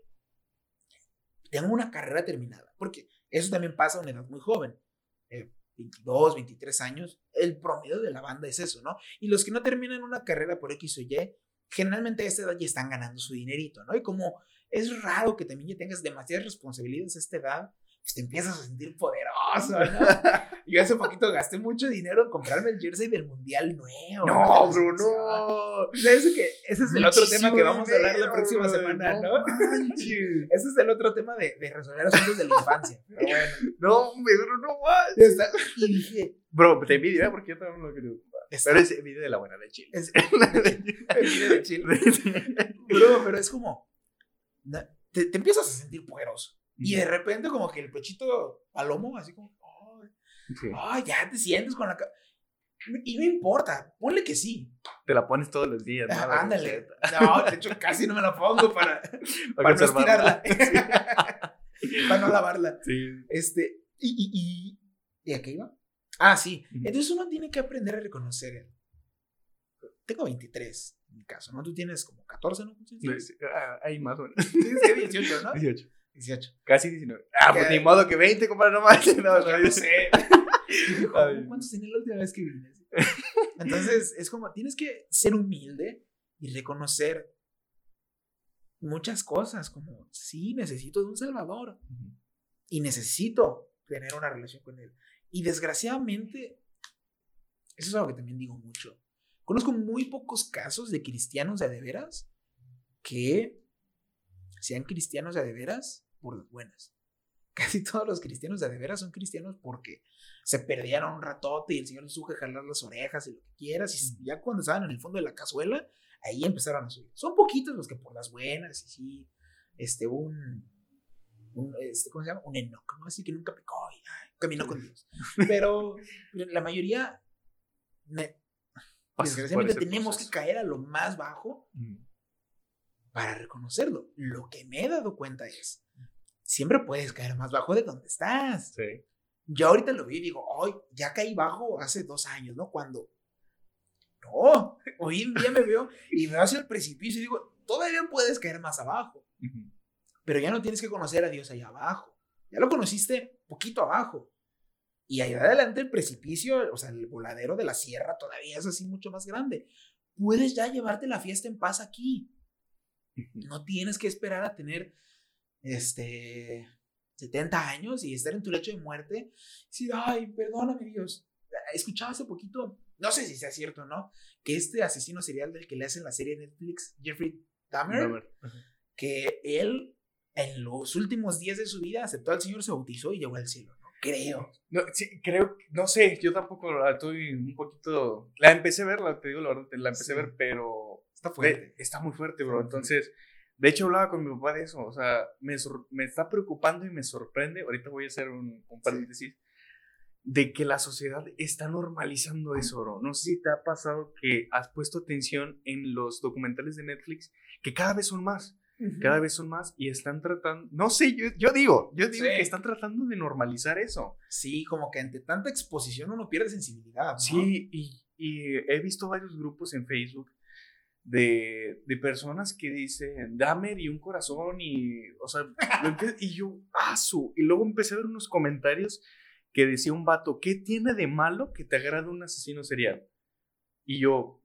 [SPEAKER 2] tengo una carrera terminada, porque eso también pasa a una edad muy joven, eh, veintidós, veintitrés años, el promedio de la banda es eso, ¿no? Y los que no terminan una carrera por X o Y, generalmente a esta edad ya están ganando su dinerito, ¿no? Y como es raro que también ya tengas demasiadas responsabilidades a esta edad, pues te empiezas a sentir poderoso, ¿no? Yo hace poquito gasté mucho dinero en comprarme el jersey del Mundial nuevo.
[SPEAKER 1] No, bro, no.
[SPEAKER 2] ¿Sabes que ese es el otro
[SPEAKER 1] Muchísimo
[SPEAKER 2] tema que vamos a hablar la
[SPEAKER 1] dinero,
[SPEAKER 2] próxima
[SPEAKER 1] bro,
[SPEAKER 2] semana,
[SPEAKER 1] no?
[SPEAKER 2] ¿no? Ese es el otro tema de, de resolver asuntos de la infancia. Pero bueno.
[SPEAKER 1] No, bro, no más.
[SPEAKER 2] Y dije...
[SPEAKER 1] Bro, te envidio, ¿eh? Porque yo también lo quiero. Pero es envidia de la buena de Chile.
[SPEAKER 2] Es envidia de Chile. Bro, pero es como... Te, te empiezas a sentir poderoso. Y de repente como que el pechito palomo, así como, oh, sí. oh, ya te sientes con la... Y no importa, ponle que sí.
[SPEAKER 1] Te la pones todos los días, ¿no?
[SPEAKER 2] Ah, ándale. No, de hecho casi no me la pongo para, para, para no estirarla. Sí. Para no lavarla.
[SPEAKER 1] Sí.
[SPEAKER 2] Este, y, y, y, ¿y a qué iba? Ah, sí. Entonces uno tiene que aprender a reconocer. Tengo veintitrés. En mi caso, ¿no? Tú tienes como catorce, ¿no?
[SPEAKER 1] Sí, sí. Ah, hay más o menos.
[SPEAKER 2] Tienes que dieciocho, ¿no?
[SPEAKER 1] dieciocho.
[SPEAKER 2] dieciocho.
[SPEAKER 1] Casi diecinueve. Ah, pues ni modo que veinte, compadre, no más. No,
[SPEAKER 2] no, no sé. ¿Cuántos tenía la última vez que vine? Entonces, es como, tienes que ser humilde y reconocer muchas cosas, como, sí, necesito de un salvador. Uh-huh. Y necesito tener una relación con él. Y desgraciadamente, eso es algo que también digo mucho. Conozco muy pocos casos de cristianos de, de veras que sean cristianos de, de veras por las buenas. Casi todos los cristianos de, de veras son cristianos porque se perdieron un ratote y el Señor les suje jalar las orejas y lo que quieras. Y ya cuando estaban en el fondo de la cazuela, ahí empezaron a subir. Son poquitos los que por las buenas y sí, este, un, un este, ¿cómo se llama? Un Enoch, ¿no? Así que nunca pecó y ay, caminó con Dios. Pero la mayoría... Me, desgraciadamente tenemos proceso. que caer a lo más bajo mm. para reconocerlo. Lo que me he dado cuenta es, siempre puedes caer más bajo de donde estás.
[SPEAKER 1] Sí.
[SPEAKER 2] Yo ahorita lo vi y digo, hoy ya caí bajo hace dos años, ¿no? Cuando, no, hoy en día me veo y me veo hacia el precipicio y digo, todavía puedes caer más abajo, uh-huh. pero ya no tienes que conocer a Dios allá abajo. Ya lo conociste poquito abajo. Y ahí adelante el precipicio, o sea, el voladero de la sierra todavía es así mucho más grande. Puedes ya llevarte la fiesta en paz aquí. No tienes que esperar a tener este, setenta años y estar en tu lecho de muerte y decir, ay, perdóname Dios. Escuchaba hace poquito, no sé si sea cierto o no, que este asesino serial del que le hacen la serie de Netflix, Jeffrey Dahmer, Dahmer. Uh-huh. que él en los últimos días de su vida aceptó al Señor, se bautizó y llegó al cielo. Creo.
[SPEAKER 1] No, sí, creo, no sé, yo tampoco la estoy un poquito, la empecé a ver, la, te digo la verdad, la empecé sí. a ver, pero
[SPEAKER 2] está fuerte.
[SPEAKER 1] De, está muy fuerte, bro, entonces, de hecho hablaba con mi papá de eso, o sea, me, sor, me está preocupando y me sorprende, ahorita voy a hacer un, un paréntesis, sí. de que la sociedad está normalizando eso, bro, no sé si te ha pasado que has puesto atención en los documentales de Netflix, que cada vez son más, cada vez son más y están tratando, no sé, yo, yo digo, yo digo sí. que están tratando de normalizar eso.
[SPEAKER 2] Sí, como que ante tanta exposición uno pierde sensibilidad, ¿no?
[SPEAKER 1] Sí, y, y he visto varios grupos en Facebook de, de personas que dicen, dame y un corazón y, o sea, y yo, ah, su, y luego empecé a ver unos comentarios que decía un vato, ¿qué tiene de malo que te agrade un asesino serial? Y yo,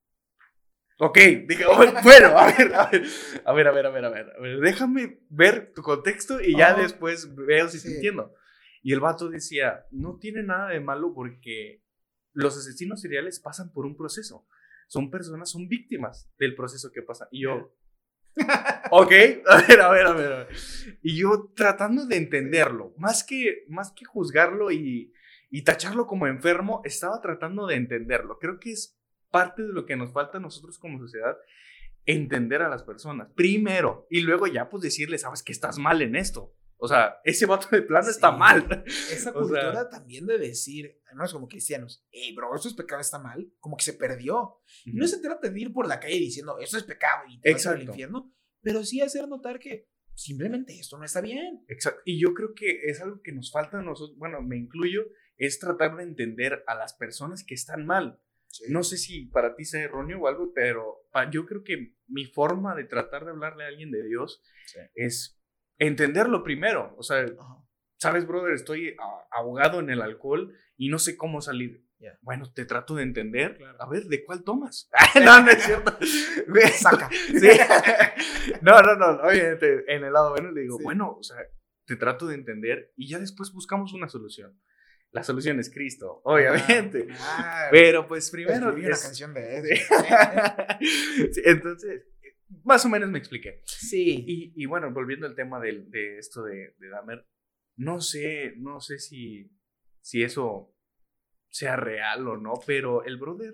[SPEAKER 1] ok, dije, oh, bueno, a ver, a ver, a ver, a ver, a ver, a ver, a ver, déjame ver tu contexto y ya oh, después veo si sí. te entiendo. Y el vato decía, no tiene nada de malo porque los asesinos seriales pasan por un proceso. Son personas, son víctimas del proceso que pasa. Y yo, ok, a ver, a ver, a ver, a ver. Y yo tratando de entenderlo, más que, más que juzgarlo y, y tacharlo como enfermo, estaba tratando de entenderlo. Creo que es parte de lo que nos falta a nosotros como sociedad, entender a las personas primero y luego ya pues decirle, sabes que estás mal en esto. O sea, ese vato de plano sí, está mal.
[SPEAKER 2] Esa cultura o sea, también de decir, no es como cristianos, hey bro, esto es pecado, está mal, como que se perdió. Uh-huh. No se trata de ir por la calle diciendo, esto es pecado y te vas al infierno, pero sí hacer notar que simplemente esto no está bien.
[SPEAKER 1] Exacto. Y yo creo que es algo que nos falta a nosotros, bueno, me incluyo, es tratar de entender a las personas que están mal. Sí. No sé si para ti sea erróneo o algo, pero yo creo que mi forma de tratar de hablarle a alguien de Dios sí. es entenderlo primero. O sea, uh-huh. sabes, brother, estoy ahogado en el alcohol y no sé cómo salir. Yeah. Bueno, te trato de entender. Claro. A ver, ¿de cuál tomas? No, no es cierto.
[SPEAKER 2] Saca.
[SPEAKER 1] Sí. No, no, no. Obviamente, en el lado bueno le digo, sí. bueno, o sea, te trato de entender y ya después buscamos una solución. La solución es Cristo, obviamente. Ah, pero pues primero.
[SPEAKER 2] Escribí una es... canción de eso.
[SPEAKER 1] Sí, entonces, más o menos me expliqué.
[SPEAKER 2] Sí.
[SPEAKER 1] Y, y bueno, volviendo al tema de, de esto de, de Dahmer, no sé, no sé si, si eso sea real o no, pero el brother,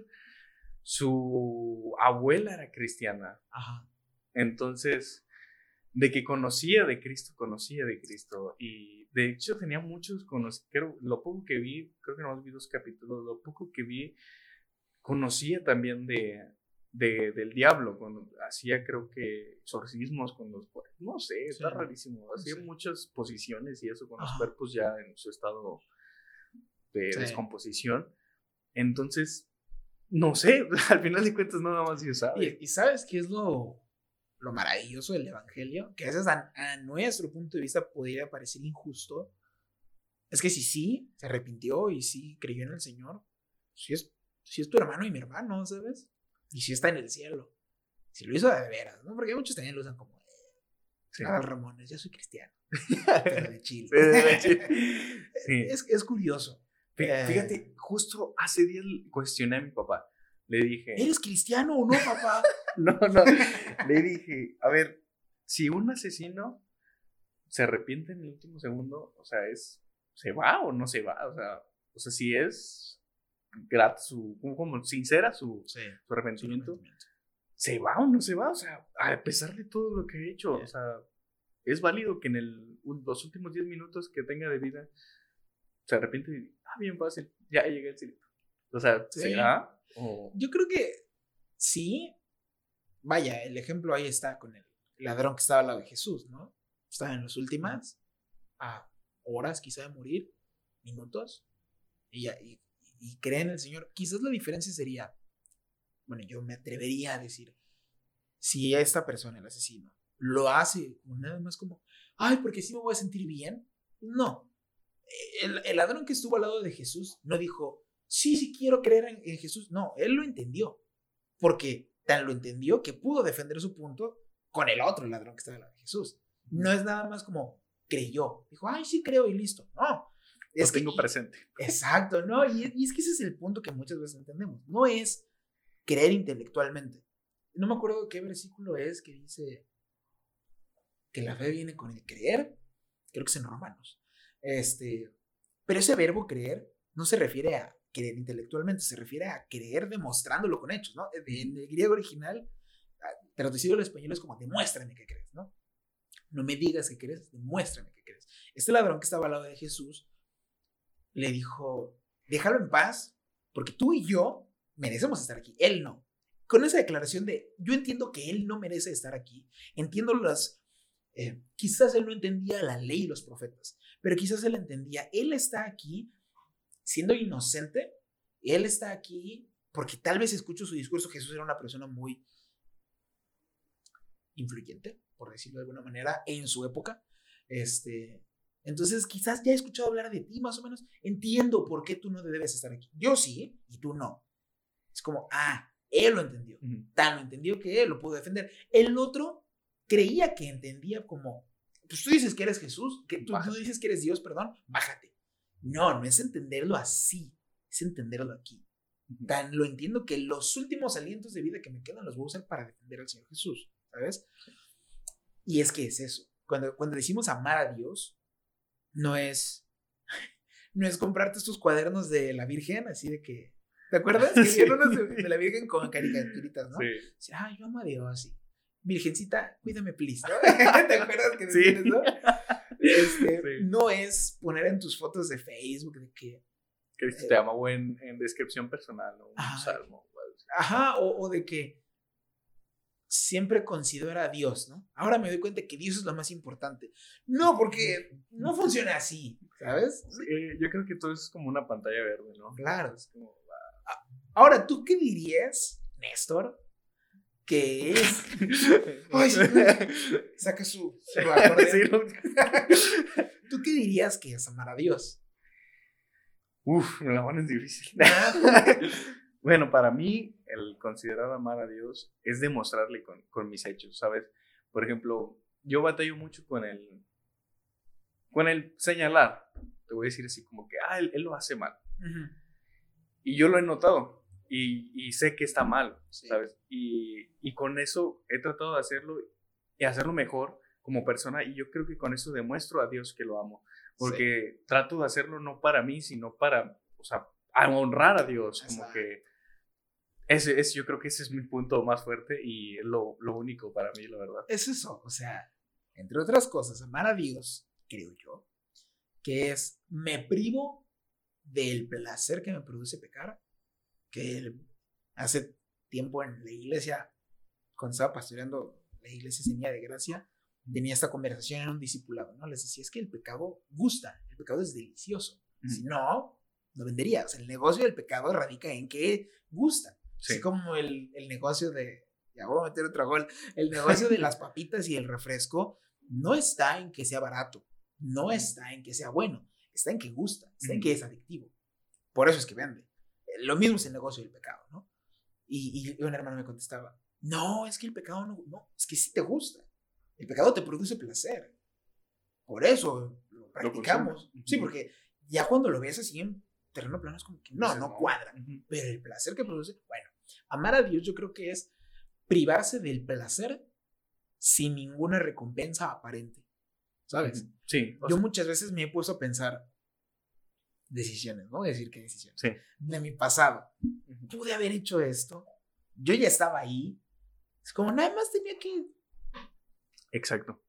[SPEAKER 1] su abuela era cristiana.
[SPEAKER 2] Ajá.
[SPEAKER 1] Entonces, de que conocía de Cristo, conocía de Cristo. Y de hecho tenía muchos conocidos. Lo poco que vi, creo que no vi dos capítulos, lo poco que vi, conocía también de, de, del diablo. Cuando hacía, creo que, exorcismos con los cuerpos. No sé, está sí, rarísimo. Hacía sí. muchas posiciones y eso con los Ajá. cuerpos ya en su estado de sí. descomposición. Entonces, no sé, al final de cuentas nada más Dios sabe.
[SPEAKER 2] Y, y ¿sabes qué es lo, lo maravilloso del evangelio? Que a veces a, a nuestro punto de vista podría parecer injusto. Es que si sí se arrepintió y sí creyó en el Señor, si es, si es tu hermano y mi hermano, ¿sabes? Y si está en el cielo. Si lo hizo de veras, ¿no? Porque muchos también lo usan como sí. Adal Ramones, yo soy cristiano. Pero de Chile.
[SPEAKER 1] Sí.
[SPEAKER 2] Es, es curioso.
[SPEAKER 1] Fíjate, eh, justo hace días cuestioné a mi papá. Le dije,
[SPEAKER 2] ¿eres cristiano o no, papá?
[SPEAKER 1] No, no. Le dije, a ver, si un asesino se arrepiente en el último segundo, o sea, es ¿se va o no se va? O sea, o sea si es grato, su, como sincera su, sí, su arrepentimiento, arrepentimiento, ¿se va o no se va? O sea, a pesar de todo lo que he hecho, yeah. o sea, es válido que en el, los últimos diez minutos que tenga de vida se arrepiente y, ah, bien fácil, ya llegué al cielo. O sea, sí. ¿será? O...
[SPEAKER 2] Yo creo que sí. Vaya, el ejemplo ahí está con el ladrón que estaba al lado de Jesús, ¿no? Estaba en las últimas, a horas quizá de morir, minutos, y, y, y cree en el Señor. Quizás la diferencia sería, bueno, yo me atrevería a decir, si esta persona, el asesino, lo hace nada más como, ay, porque sí me voy a sentir bien. No. El, el ladrón que estuvo al lado de Jesús no dijo, sí, sí quiero creer en, en Jesús. No, él lo entendió. Porque tan lo entendió que pudo defender su punto con el otro ladrón que estaba al lado de Jesús. No es nada más como creyó. Dijo, ay, sí creo y listo. No.
[SPEAKER 1] Es lo tengo que, presente.
[SPEAKER 2] Exacto, ¿no? Y, y es que ese es el punto que muchas veces entendemos. No es creer intelectualmente. No me acuerdo qué versículo es que dice que la fe viene con el creer. Creo que es en Romanos. Este, pero ese verbo creer no se refiere a creer intelectualmente, se refiere a creer demostrándolo con hechos, ¿no? En el griego original, traducido al español es como demuéstrame que crees, ¿no? No me digas que crees, demuéstrame que crees. Este ladrón que estaba al lado de Jesús le dijo, déjalo en paz, porque tú y yo merecemos estar aquí, él no. Con esa declaración de, yo entiendo que él no merece estar aquí, entiendo las, eh, quizás él no entendía la ley y los profetas, pero quizás él entendía, él está aquí siendo inocente, él está aquí porque tal vez escucho su discurso. Jesús era una persona muy influyente, por decirlo de alguna manera, en su época. Este, Entonces, quizás ya he escuchado hablar de ti, más o menos. Entiendo por qué tú no debes estar aquí. Yo sí, y tú no. Es como, ah, él lo entendió. Uh-huh. Tan lo entendió que él lo pudo defender. El otro creía que entendía como, pues tú dices que eres Jesús, que tú, tú dices que eres Dios, perdón, bájate. No, no es entenderlo así, es entenderlo aquí. Uh-huh. Tan lo entiendo que los últimos alientos de vida que me quedan los voy a usar para defender al Señor Jesús, ¿sabes? Y es que es eso. Cuando, cuando decimos amar a Dios, no es, no es comprarte estos cuadernos de la Virgen, así de que, ¿te acuerdas? Que sí. Unos de, de la Virgen con caricaturitas, ¿no? Sí. Así, ah, yo amo a Dios, así. Virgencita, cuídame, please, ¿no? ¿Te acuerdas que
[SPEAKER 1] sí.
[SPEAKER 2] decías eso? Este, sí. No es poner en tus fotos de Facebook de que
[SPEAKER 1] Cristo eh, te ama o en, en descripción personal, ¿no? Un ajá, salmo.
[SPEAKER 2] Ajá, o, o de que siempre considera a Dios, ¿no? Ahora me doy cuenta que Dios es lo más importante. No, porque no funciona así, ¿sabes?
[SPEAKER 1] Sí, yo creo que todo es como una pantalla verde, ¿no?
[SPEAKER 2] Claro. Es como, ahora, ¿tú qué dirías, Néstor? Que es. Ay, sí, saca su, su acordeón. Sí, no. ¿Tú qué dirías que es amar a Dios?
[SPEAKER 1] Uf, me la pones difícil. Bueno, para mí, el considerar amar a Dios es demostrarle con, con mis hechos, ¿sabes? Por ejemplo, yo batallo mucho con el, con el señalar. Te voy a decir así como que, ah, él, él lo hace mal. Uh-huh. Y yo lo he notado. Y, y sé que está mal, sí. ¿sabes? Y, y con eso he tratado de hacerlo y hacerlo mejor como persona. Y yo creo que con eso demuestro a Dios que lo amo. Porque sí. trato de hacerlo no para mí, sino para, o sea, a honrar a Dios. Exacto. Como que ese, ese, yo creo que ese es mi punto más fuerte y lo, lo único para mí, la verdad.
[SPEAKER 2] Es eso, o sea, entre otras cosas, amar a Dios, creo yo, que es, me privo del placer que me produce pecar. Que hace tiempo en la iglesia, cuando estaba pastoreando la iglesia Semilla de Gracia, tenía esta conversación en un discipulado, ¿no? Les decía, es que el pecado gusta, el pecado es delicioso. Mm. Si no, no vendería. O sea, el negocio del pecado radica en que gusta. Sí. Así como el, el negocio de, ya voy a meter otro gol, el negocio de las papitas y el refresco no está en que sea barato, no está en que sea bueno, está en que gusta, está mm. en que es adictivo. Por eso es que vende. Lo mismo es el negocio del pecado, ¿no? Y, y un hermano me contestaba, no, es que el pecado no, no, es que sí te gusta. El pecado te produce placer. Por eso lo practicamos. Lo sí, porque ya cuando lo ves así en terreno plano es como que no, no cuadra. Uh-huh. Pero el placer que produce, bueno, amar a Dios yo creo que es privarse del placer sin ninguna recompensa aparente. ¿Sabes?
[SPEAKER 1] Uh-huh. Sí.
[SPEAKER 2] Yo sea, muchas veces me he puesto a pensar decisiones, no voy a decir qué decisiones,
[SPEAKER 1] sí.
[SPEAKER 2] de mi pasado. Uh-huh. Pude haber hecho esto, yo ya estaba ahí, es como nada más tenía que.
[SPEAKER 1] Exacto.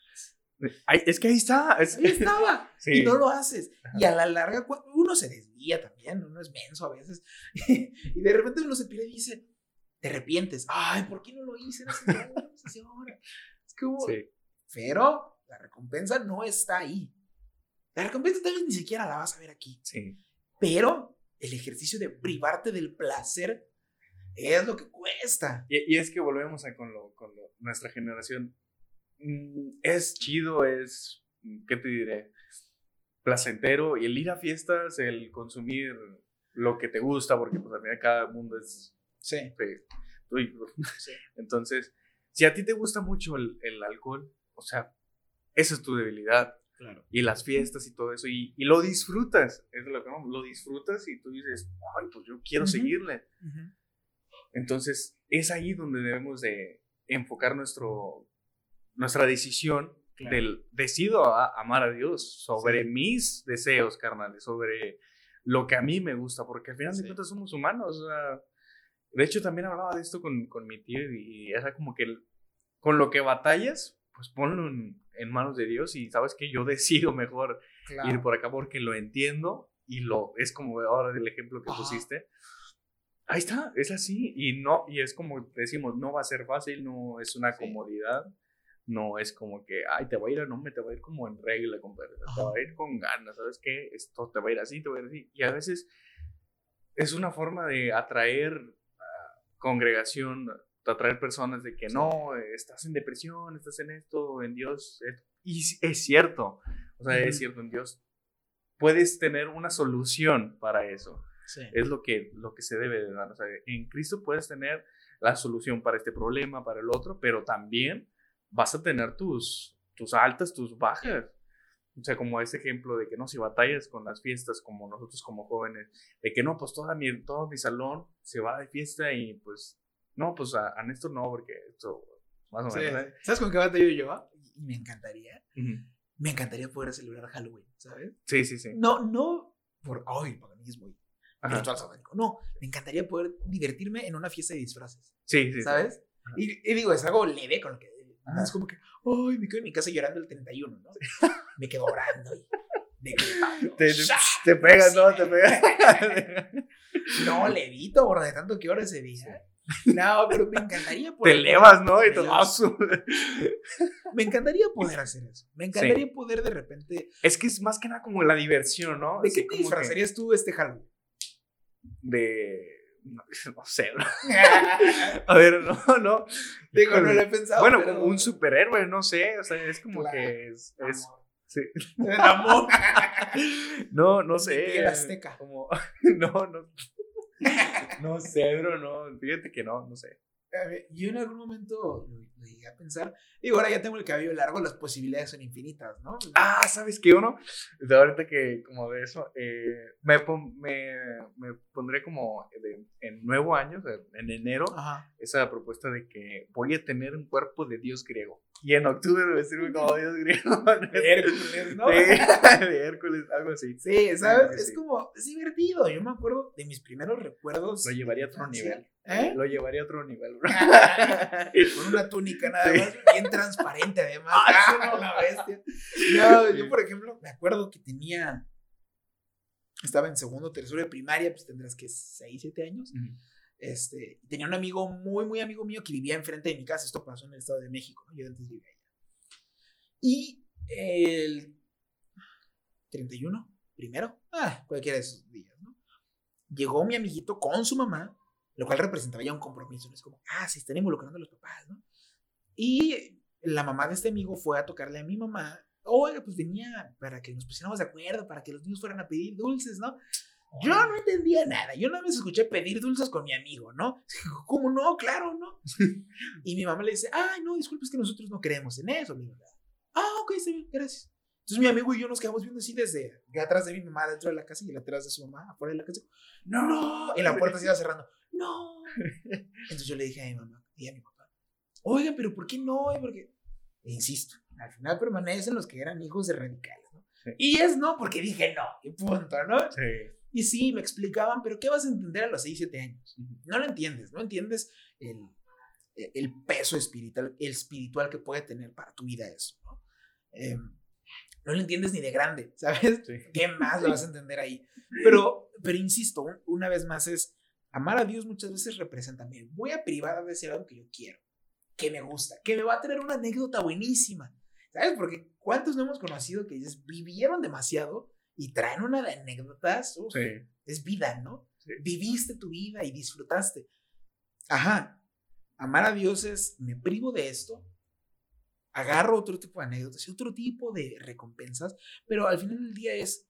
[SPEAKER 1] Ay, es que ahí está. Es...
[SPEAKER 2] Ahí estaba. Sí. Y no lo haces. Ajá. Y a la larga, uno se desvía también, uno es menso a veces. Y de repente uno se pierde y dice, te arrepientes. Ay, ¿por qué no lo hice en ese momento? Es como, sí. Pero la recompensa no está ahí. La recompensa tal vez ni siquiera la vas a ver aquí.
[SPEAKER 1] Sí.
[SPEAKER 2] Pero el ejercicio de privarte del placer es lo que cuesta.
[SPEAKER 1] Y, y es que volvemos a con, lo, con lo, nuestra generación. Mm, es chido, es, ¿qué te diré? Placentero. Y el ir a fiestas, el consumir lo que te gusta, porque pues al final cada mundo es...
[SPEAKER 2] Sí.
[SPEAKER 1] sí. sí. Entonces, si a ti te gusta mucho el, el alcohol, o sea, esa es tu debilidad.
[SPEAKER 2] Claro.
[SPEAKER 1] Y las fiestas y todo eso, y, y lo disfrutas, es lo que no, lo disfrutas y tú dices, ay, pues yo quiero uh-huh. seguirle. Uh-huh. Entonces, es ahí donde debemos de enfocar nuestro, nuestra decisión claro. del decido a amar a Dios sobre sí. mis deseos carnales, sobre lo que a mí me gusta, porque al final sí. de cuentas somos humanos. O sea, de hecho, también hablaba de esto con, con mi tío y era como que el, con lo que batallas, pues ponlo en, en manos de Dios y sabes que yo decido mejor claro. ir por acá porque lo entiendo y lo es como ahora el ejemplo que Ajá. pusiste. Ahí está, es así y no y es como decimos, no va a ser fácil, no es una sí. comodidad, no es como que, ay, te va a ir, no me te va a ir como en regla, compadre, te va a ir con ganas, ¿sabes qué? Esto te va a ir así, te va a ir así y a veces es una forma de atraer uh, congregación, atraer personas de que sí. no, estás en depresión, estás en esto, en Dios. Es, y es cierto, O sea, uh-huh. es cierto, en Dios puedes tener una solución para eso.
[SPEAKER 2] Sí.
[SPEAKER 1] Es lo que, lo que se debe de dar. O sea, en Cristo puedes tener la solución para este problema, para el otro, pero también vas a tener tus, tus altas, tus bajas. O sea, como ese ejemplo de que no, si batallas con las fiestas, como nosotros como jóvenes, de que no, pues toda mi, todo mi salón se va de fiesta y pues, no, pues a, a Néstor no, porque esto, más o menos.
[SPEAKER 2] Sí. ¿Sabes con qué batallo yo? Y me encantaría,
[SPEAKER 1] uh-huh.
[SPEAKER 2] me encantaría poder celebrar Halloween, ¿sabes?
[SPEAKER 1] Sí, sí, sí.
[SPEAKER 2] No, no por, ay, el paganismo y ritual satánico, no, me encantaría poder divertirme en una fiesta de disfraces.
[SPEAKER 1] Sí, sí.
[SPEAKER 2] ¿Sabes? Sí. Y, y digo, es algo leve con lo que, no es como que, ay, me quedo en mi casa llorando el treinta y uno, ¿no? Me quedo orando y de que
[SPEAKER 1] te, te, te pegas, ¿no? Te pegas.
[SPEAKER 2] No, levito, borra de tanto que hora ese día. No, pero me encantaría
[SPEAKER 1] poder. Te elevas, ¿no? Y te vas.
[SPEAKER 2] Me encantaría poder hacer eso. Me encantaría sí. poder de repente.
[SPEAKER 1] Es que es más que nada como la diversión, ¿no?
[SPEAKER 2] ¿De qué te disfrazarías que... tú este Halloween?
[SPEAKER 1] De. No, no sé, bro. A ver, no, no.
[SPEAKER 2] Digo, no lo he pensado.
[SPEAKER 1] Bueno,
[SPEAKER 2] pero...
[SPEAKER 1] un superhéroe, no sé. O sea, es como claro. que es. es sí.
[SPEAKER 2] El amor.
[SPEAKER 1] No, no sé.
[SPEAKER 2] El Azteca.
[SPEAKER 1] Como, no, no. No sé, bro, no. Fíjate que no, no sé.
[SPEAKER 2] Yo en algún momento lo, lo llegué a pensar. Digo, ahora ya tengo el cabello largo, las posibilidades son infinitas, ¿no?
[SPEAKER 1] Ah, ¿sabes qué, uno? De ahorita que, como de eso, eh, me, pon, me, me pondré como de, en nuevo año, en enero,
[SPEAKER 2] ajá.
[SPEAKER 1] esa propuesta de que voy a tener un cuerpo de dios griego. Y en octubre vestirme como dios griego.
[SPEAKER 2] De Hércules, ¿no?
[SPEAKER 1] Sí, de Hércules, algo así.
[SPEAKER 2] Sí, ¿sabes?
[SPEAKER 1] Sí,
[SPEAKER 2] es
[SPEAKER 1] sí.
[SPEAKER 2] como, es divertido. Yo me acuerdo de mis primeros recuerdos.
[SPEAKER 1] Lo llevaría a otro nivel.
[SPEAKER 2] ¿Eh?
[SPEAKER 1] Lo llevaría a otro nivel, bro.
[SPEAKER 2] Con una túnica nada
[SPEAKER 1] Sí.
[SPEAKER 2] más, bien transparente además. Ah, no, una bestia. No, yo por ejemplo, me acuerdo que tenía, estaba en segundo, tercero de primaria, pues tendrás que seis, siete años.
[SPEAKER 1] Uh-huh.
[SPEAKER 2] Este, tenía un amigo, muy, muy amigo mío que vivía enfrente de mi casa. Esto pasó en el Estado de México, ¿no? Yo antes vivía allá. Y el treinta y uno, primero, ah, cualquiera de esos días, ¿no? Llegó mi amiguito con su mamá, lo cual representaba ya un compromiso, ¿no? Es como, ah, se están involucrando los papás, ¿no? Y la mamá de este amigo fue a tocarle a mi mamá, oiga, pues venía para que nos pusiéramos de acuerdo, para que los niños fueran a pedir dulces, ¿no? Yo no entendía nada, yo nada más escuché pedir dulces con mi amigo, ¿no? ¿Cómo no? Claro, ¿no? Y mi mamá le dice, ay, no, disculpe, es que nosotros no creemos en eso, le digo, ah, ok, está bien, gracias. Entonces mi amigo y yo nos quedamos viendo así desde atrás de mi mamá dentro de la casa y atrás de su mamá afuera de la casa. No, no. Y la puerta se iba cerrando. No. Entonces yo le dije a mi mamá y a mi papá, oigan, pero ¿por qué no? Porque, e insisto, al final permanecen los que eran hijos de radicales, ¿no? Sí. Y es no, porque dije no, y punto, ¿no?
[SPEAKER 1] Sí.
[SPEAKER 2] Y sí, me explicaban, pero ¿qué vas a entender a los seis, siete años? Uh-huh. No lo entiendes, no entiendes el, el peso espiritual, el espiritual que puede tener para tu vida eso, ¿no? Eh, no lo entiendes ni de grande, ¿sabes? Sí. ¿Qué más lo vas a entender ahí? Pero, pero insisto, una vez más es, amar a Dios muchas veces representa, me voy a privar de decir algo que yo quiero, que me gusta, que me va a tener una anécdota buenísima, ¿sabes? Porque ¿cuántos no hemos conocido que dices, vivieron demasiado y traen una de anécdotas? Uf, sí. Es vida, ¿no? Sí. Viviste tu vida y disfrutaste. Ajá, amar a Dios es, me privo de esto, agarro otro tipo de anécdotas y otro tipo de recompensas, pero al final del día es,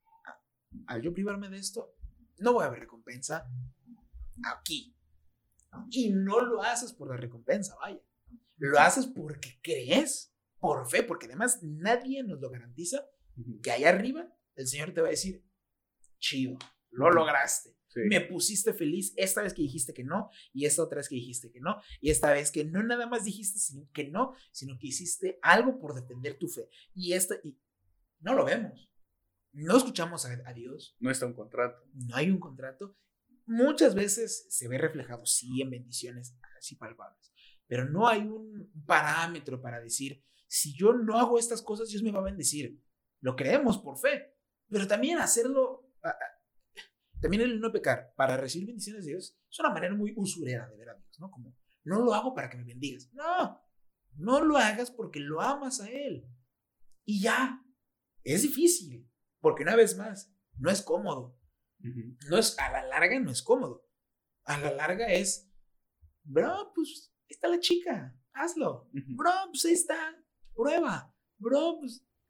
[SPEAKER 2] al yo privarme de esto, no voy a ver recompensa aquí. Y no lo haces por la recompensa, vaya. Lo haces porque crees, por fe, porque además nadie nos lo garantiza, que allá arriba el Señor te va a decir, chido, lo lograste. Sí. Me pusiste feliz esta vez que dijiste que no, y esta otra vez que dijiste que no, y esta vez que no nada más dijiste que no, sino que hiciste algo por defender tu fe. Y esta, y no lo vemos. No escuchamos a, a Dios.
[SPEAKER 1] No está un contrato.
[SPEAKER 2] No hay un contrato. Muchas veces se ve reflejado, sí, en bendiciones así palpables, pero no hay un parámetro para decir, si yo no hago estas cosas, Dios me va a bendecir. Lo creemos por fe, pero también hacerlo... A, a, También el no pecar para recibir bendiciones de Dios es una manera muy usurera de ver a Dios, ¿no? Como, no lo hago para que me bendigas. No, no lo hagas porque lo amas a Él. Y ya, es difícil, porque una vez más, no es cómodo. Uh-huh. No es, a la larga no es cómodo. A la larga es, bro, pues, está la chica, hazlo. Uh-huh. Bro, pues ahí está, prueba. Bro, pues,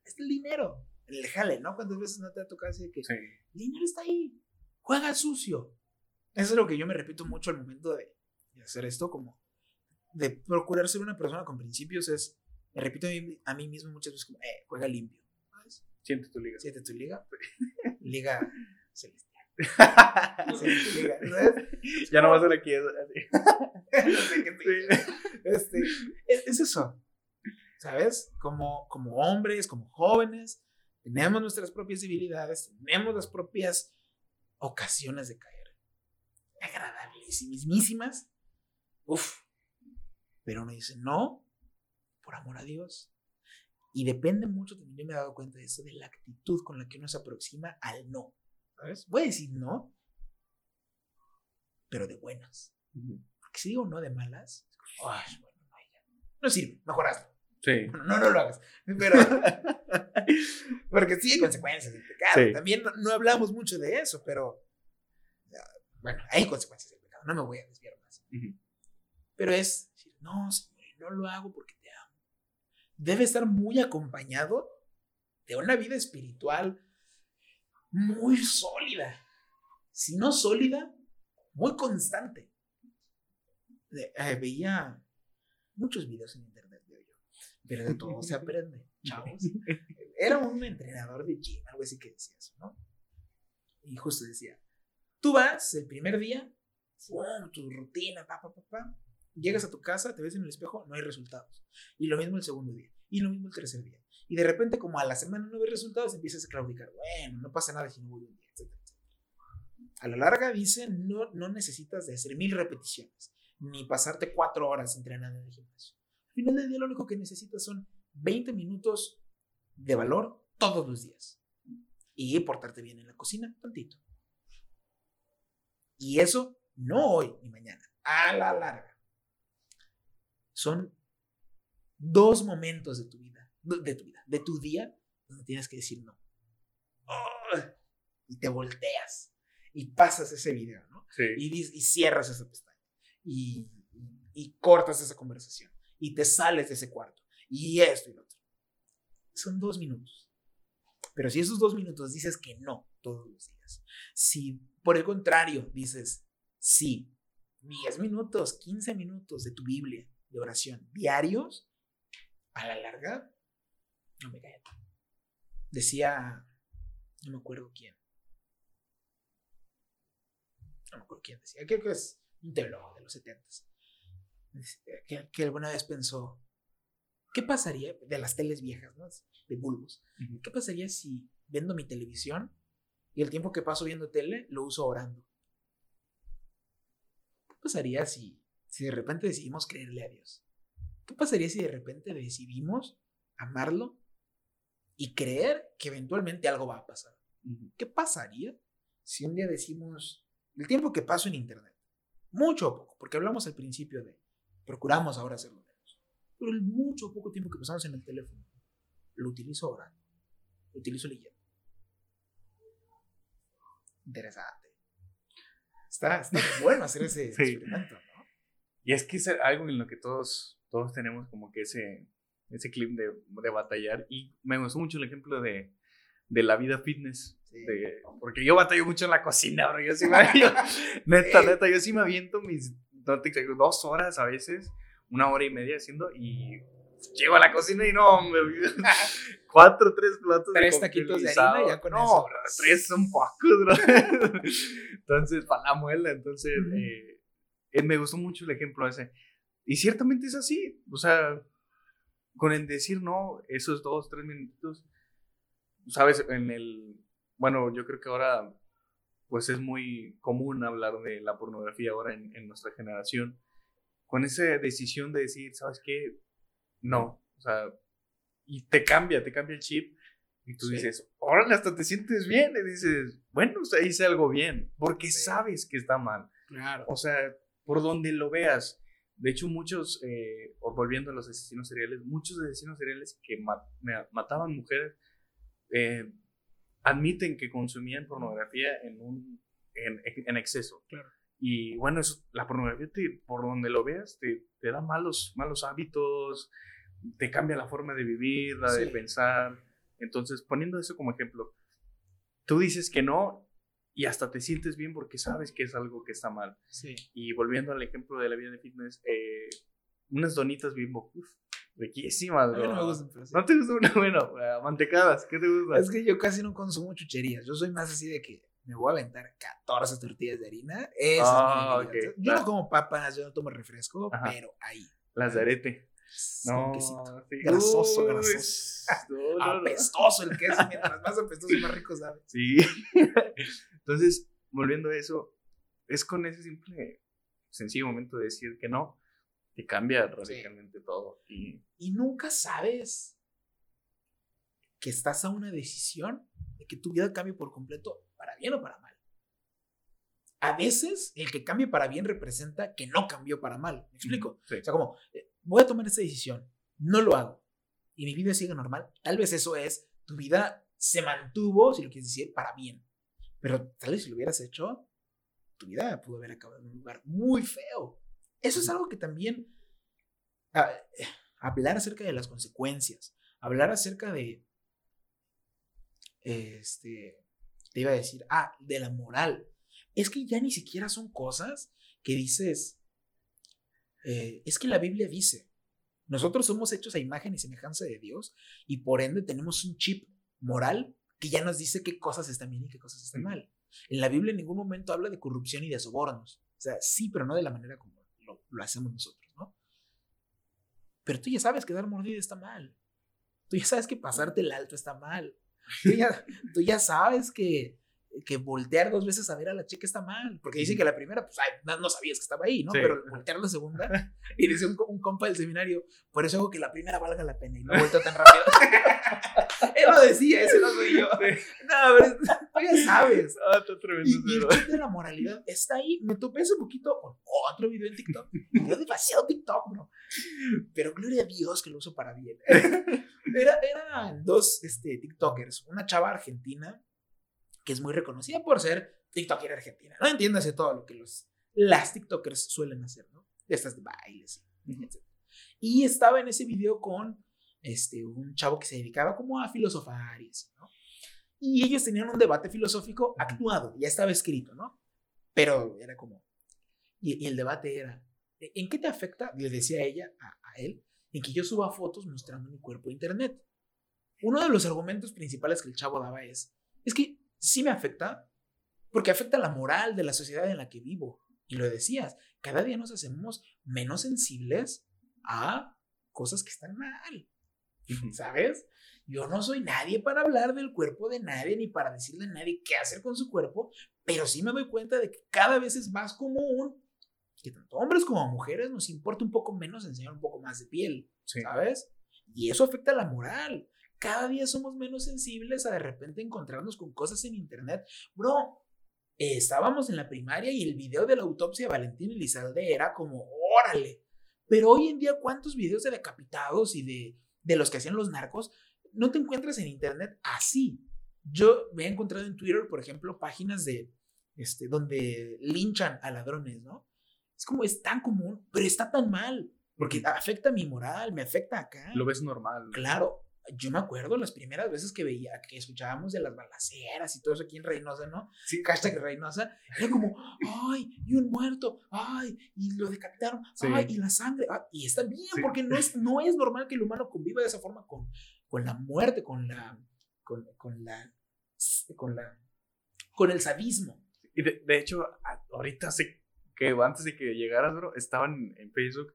[SPEAKER 2] es el dinero. El jale, ¿no? ¿Cuántas veces no te ha tocado así de que
[SPEAKER 1] sí.
[SPEAKER 2] el dinero está ahí? Juega sucio. Eso es lo que yo me repito mucho al momento de, de hacer esto, como de procurar ser una persona con principios. Es, me repito a mí, a mí mismo muchas veces como, eh, juega limpio. ¿Sabes?
[SPEAKER 1] Siente tu liga.
[SPEAKER 2] Siente tu liga. Liga celestial. Siente tu liga. ¿Sabes?
[SPEAKER 1] Ya no va a ser aquí. Eso,
[SPEAKER 2] no sé qué te este, es, es eso. ¿Sabes? Como, como hombres, como jóvenes, tenemos nuestras propias debilidades, tenemos las propias ocasiones de caer. Agradables y mismísimas. Uf. Pero uno dice, no, por amor a Dios. Y depende mucho, también yo me he dado cuenta de eso, de la actitud con la que uno se aproxima al no. ¿Sabes? Voy a decir no, pero de buenas. Uh-huh. Porque si digo no de malas, ay, bueno, no, ya. No sirve, mejor hazlo.
[SPEAKER 1] Sí.
[SPEAKER 2] Bueno, no, no lo hagas. Pero, porque sí hay consecuencias del pecado. Sí. También no, no hablamos mucho de eso, pero bueno, hay consecuencias del pecado. No me voy a desviar más. Uh-huh. Pero es decir, no, Señor, no lo hago porque te amo. Debe estar muy acompañado de una vida espiritual muy sólida. Si no sólida, muy constante. De, eh, veía muchos videos en internet, veo yo, pero de todo se aprende, chavos. Era un entrenador de gym, algo así que decía eso, ¿no? Y justo decía, tú vas el primer día, ¡fum! Tu rutina, pa, pa, pa, pa. Llegas a tu casa, te ves en el espejo, no hay resultados. Y lo mismo el segundo día, y lo mismo el tercer día. Y de repente, como a la semana no ves resultados, empiezas a claudicar. Bueno, no pasa nada si no voy un día, etcétera, etcétera. A la larga, dice, no, no necesitas de hacer mil repeticiones, ni pasarte cuatro horas entrenando en el gimnasio. Al final del día, lo único que necesitas son veinte minutos de valor todos los días. Y portarte bien en la cocina, tantito. Y eso, no hoy ni mañana, a la larga. Son dos momentos de tu vida, de tu vida, de tu día, donde tienes que decir no. Oh, y te volteas y pasas ese video, ¿no?
[SPEAKER 1] Sí.
[SPEAKER 2] Y, y cierras esa pestaña y, y, y cortas esa conversación y te sales de ese cuarto y esto y lo otro. Son dos minutos. Pero si esos dos minutos dices que no todos los días, si por el contrario dices sí, diez minutos, quince minutos de tu Biblia, de oración diarios, a la larga, no me cae. Decía, no me acuerdo quién. No me acuerdo quién decía. Creo que es un teólogo de los setentas. Que, que alguna vez pensó, ¿qué pasaría de las teles viejas, ¿no? De bulbos? Uh-huh. ¿Qué pasaría si vendo mi televisión y el tiempo que paso viendo tele lo uso orando? ¿Qué pasaría si, si de repente decidimos creerle a Dios? ¿Qué pasaría si de repente decidimos amarlo y creer que eventualmente algo va a pasar? Uh-huh. ¿Qué pasaría si un día decimos, el tiempo que paso en internet, mucho o poco, porque hablamos al principio de procuramos ahora hacerlo menos, pero el mucho o poco tiempo que pasamos en el teléfono lo utilizo orando, lo utilizo leyendo? Interesante. Está, está bueno hacer ese sí. experimento, ¿no?
[SPEAKER 1] Y es que es algo en lo que todos Todos tenemos como que ese, ese clip de, de batallar. Y me gustó mucho el ejemplo de, de la vida fitness. Sí. De, porque yo batallo mucho en la cocina, bro. Yo sí me yo, neta, sí. neta, yo sí me aviento mis no te, dos horas a veces, una hora y media haciendo. Y llego a la cocina y no, me cuatro, tres platos.
[SPEAKER 2] Tres taquitos de harina ya con
[SPEAKER 1] no,
[SPEAKER 2] eso.
[SPEAKER 1] Bro, tres son pocos, bro. Entonces, para la muela. Entonces, uh-huh. eh, eh, me gustó mucho el ejemplo ese. Y ciertamente es así, o sea, con el decir no, esos dos, tres minutitos, sabes, en el, bueno, yo creo que ahora, pues es muy común hablar de la pornografía ahora en, en nuestra generación, con esa decisión de decir, ¿sabes qué? No, o sea, y te cambia, te cambia el chip, y tú sí. dices, órale, hasta te sientes bien, y dices, bueno, o sea, hice algo bien, porque sí. sabes que está mal,
[SPEAKER 2] claro.
[SPEAKER 1] O sea, por donde lo veas. De hecho, muchos, eh, o volviendo a los asesinos seriales, muchos asesinos seriales que mat, mataban mujeres eh, admiten que consumían pornografía en, un, en, en exceso.
[SPEAKER 2] Claro.
[SPEAKER 1] Y bueno, eso, la pornografía, te, por donde lo veas, te, te da malos, malos hábitos, te cambia la forma de vivir, la sí. de pensar. Entonces, poniendo eso como ejemplo, tú dices que no y hasta te sientes bien porque sabes que es algo que está mal.
[SPEAKER 2] Sí.
[SPEAKER 1] Y volviendo al ejemplo de la vida de fitness, eh, unas donitas Bimbo, uf, riquísimas, bro.
[SPEAKER 2] A mí no me gustan, pero sí.
[SPEAKER 1] ¿No te gusta una? Bueno, uh, mantecadas, ¿qué te gusta?
[SPEAKER 2] Es que yo casi no consumo chucherías. Yo soy más así de que me voy a aventar catorce tortillas de harina. Esa
[SPEAKER 1] Ah,
[SPEAKER 2] es mi debilidad.
[SPEAKER 1] ok.
[SPEAKER 2] Yo
[SPEAKER 1] Ah.
[SPEAKER 2] no como papas, yo no tomo refresco,
[SPEAKER 1] Ajá.
[SPEAKER 2] pero ahí.
[SPEAKER 1] Las de arete.
[SPEAKER 2] Con
[SPEAKER 1] No,
[SPEAKER 2] quesito.
[SPEAKER 1] sí.
[SPEAKER 2] Grasoso,
[SPEAKER 1] Uy,
[SPEAKER 2] grasoso.
[SPEAKER 1] no, no, no.
[SPEAKER 2] Apestoso el queso. Mientras más apestoso, más rico sabe.
[SPEAKER 1] Sí. Entonces, volviendo a eso, es con ese simple, sencillo momento de decir que no, que cambia radicalmente sí. todo. Y...
[SPEAKER 2] y nunca sabes que estás a una decisión de que tu vida cambie por completo, para bien o para mal. A veces, el que cambie para bien representa que no cambió para mal. ¿Me explico?
[SPEAKER 1] Sí.
[SPEAKER 2] O sea, como, eh, voy a tomar esta decisión, no lo hago, y mi vida sigue normal. Tal vez eso es, tu vida se mantuvo, si lo quieres decir, para bien. Pero tal vez si lo hubieras hecho, tu vida pudo haber acabado en un lugar muy feo. Eso es algo que también, a, eh, hablar acerca de las consecuencias, hablar acerca de, este, te iba a decir, ah, de la moral. Es que ya ni siquiera son cosas que dices, eh, es que la Biblia dice, nosotros somos hechos a imagen y semejanza de Dios y por ende tenemos un chip moral que ya nos dice qué cosas están bien y qué cosas están mal. En la Biblia en ningún momento habla de corrupción y de sobornos. O sea, sí, pero no de la manera como lo, lo hacemos nosotros, ¿no? Pero tú ya sabes que dar mordida está mal. Tú ya sabes que pasarte el alto está mal. Tú ya, tú ya sabes que, que voltear dos veces a ver a la chica está mal. Porque dicen que la primera, pues ay, no, no sabías que estaba ahí, ¿no? Sí. Pero voltear la segunda, y dice un, un compa del seminario, por eso hago que la primera valga la pena y no vuelta tan rápido. Él lo decía, ese no soy yo. Sí. No, pero tú ya sabes.
[SPEAKER 1] Ah, está tremendo.
[SPEAKER 2] Y, y el chip de la moralidad está ahí. Me topé hace poquito con otro video en TikTok. Video demasiado TikTok, bro. Pero gloria a Dios que lo uso para bien. Era, eran dos este, TikTokers. Una chava argentina que es muy reconocida por ser TikToker argentina. No entiéndase todo lo que los, las TikTokers suelen hacer, ¿no? Estas de bailes, etcétera. Y estaba en ese video con este, un chavo que se dedicaba como a filosofar y así, ¿no? Y ellos tenían un debate filosófico actuado, ya estaba escrito, ¿no? Pero era como... Y, y el debate era, ¿en qué te afecta? Le decía ella a, a él, en que yo suba fotos mostrando mi cuerpo a internet. Uno de los argumentos principales que el chavo daba es, es que sí me afecta, porque afecta la moral de la sociedad en la que vivo. Y lo decías, cada día nos hacemos menos sensibles a cosas que están mal, ¿sabes? Yo no soy nadie para hablar del cuerpo de nadie, ni para decirle a nadie qué hacer con su cuerpo, pero sí me doy cuenta de que cada vez es más común que tanto hombres como mujeres nos importa un poco menos enseñar un poco más de piel, sí. ¿Sabes? Y eso afecta a la moral. Cada día somos menos sensibles a de repente encontrarnos con cosas en internet. Bro, eh, estábamos en la primaria y el video de la autopsia de Valentín Elizalde era como, órale. Pero hoy en día, ¿cuántos videos de decapitados y de, de los que hacían los narcos no te encuentras en internet así? Yo me he encontrado en Twitter, por ejemplo, páginas de, este, donde linchan a ladrones, ¿no? Es como, es tan común, pero está tan mal, porque afecta mi moral, me afecta acá.
[SPEAKER 1] Lo ves normal.
[SPEAKER 2] Claro. Yo me acuerdo las primeras veces que veía, que escuchábamos de las balaceras y todo eso aquí en Reynosa, ¿no?
[SPEAKER 1] Sí.
[SPEAKER 2] Hashtag Reynosa, era como, ay, y un muerto, ay, y lo decapitaron, sí. Ay, y la sangre, ah, y está bien, sí. Porque no es, no es normal que el humano conviva de esa forma con, con la muerte, con la, con, con la, con la, con el sadismo.
[SPEAKER 1] Y de, de hecho, ahorita sé que antes de que llegaras, bro, estaban en Facebook.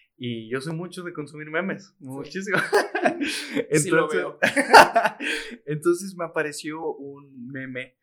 [SPEAKER 1] Y yo soy mucho de consumir memes, sí. Muchísimo. Entonces, sí lo veo. Entonces me apareció un meme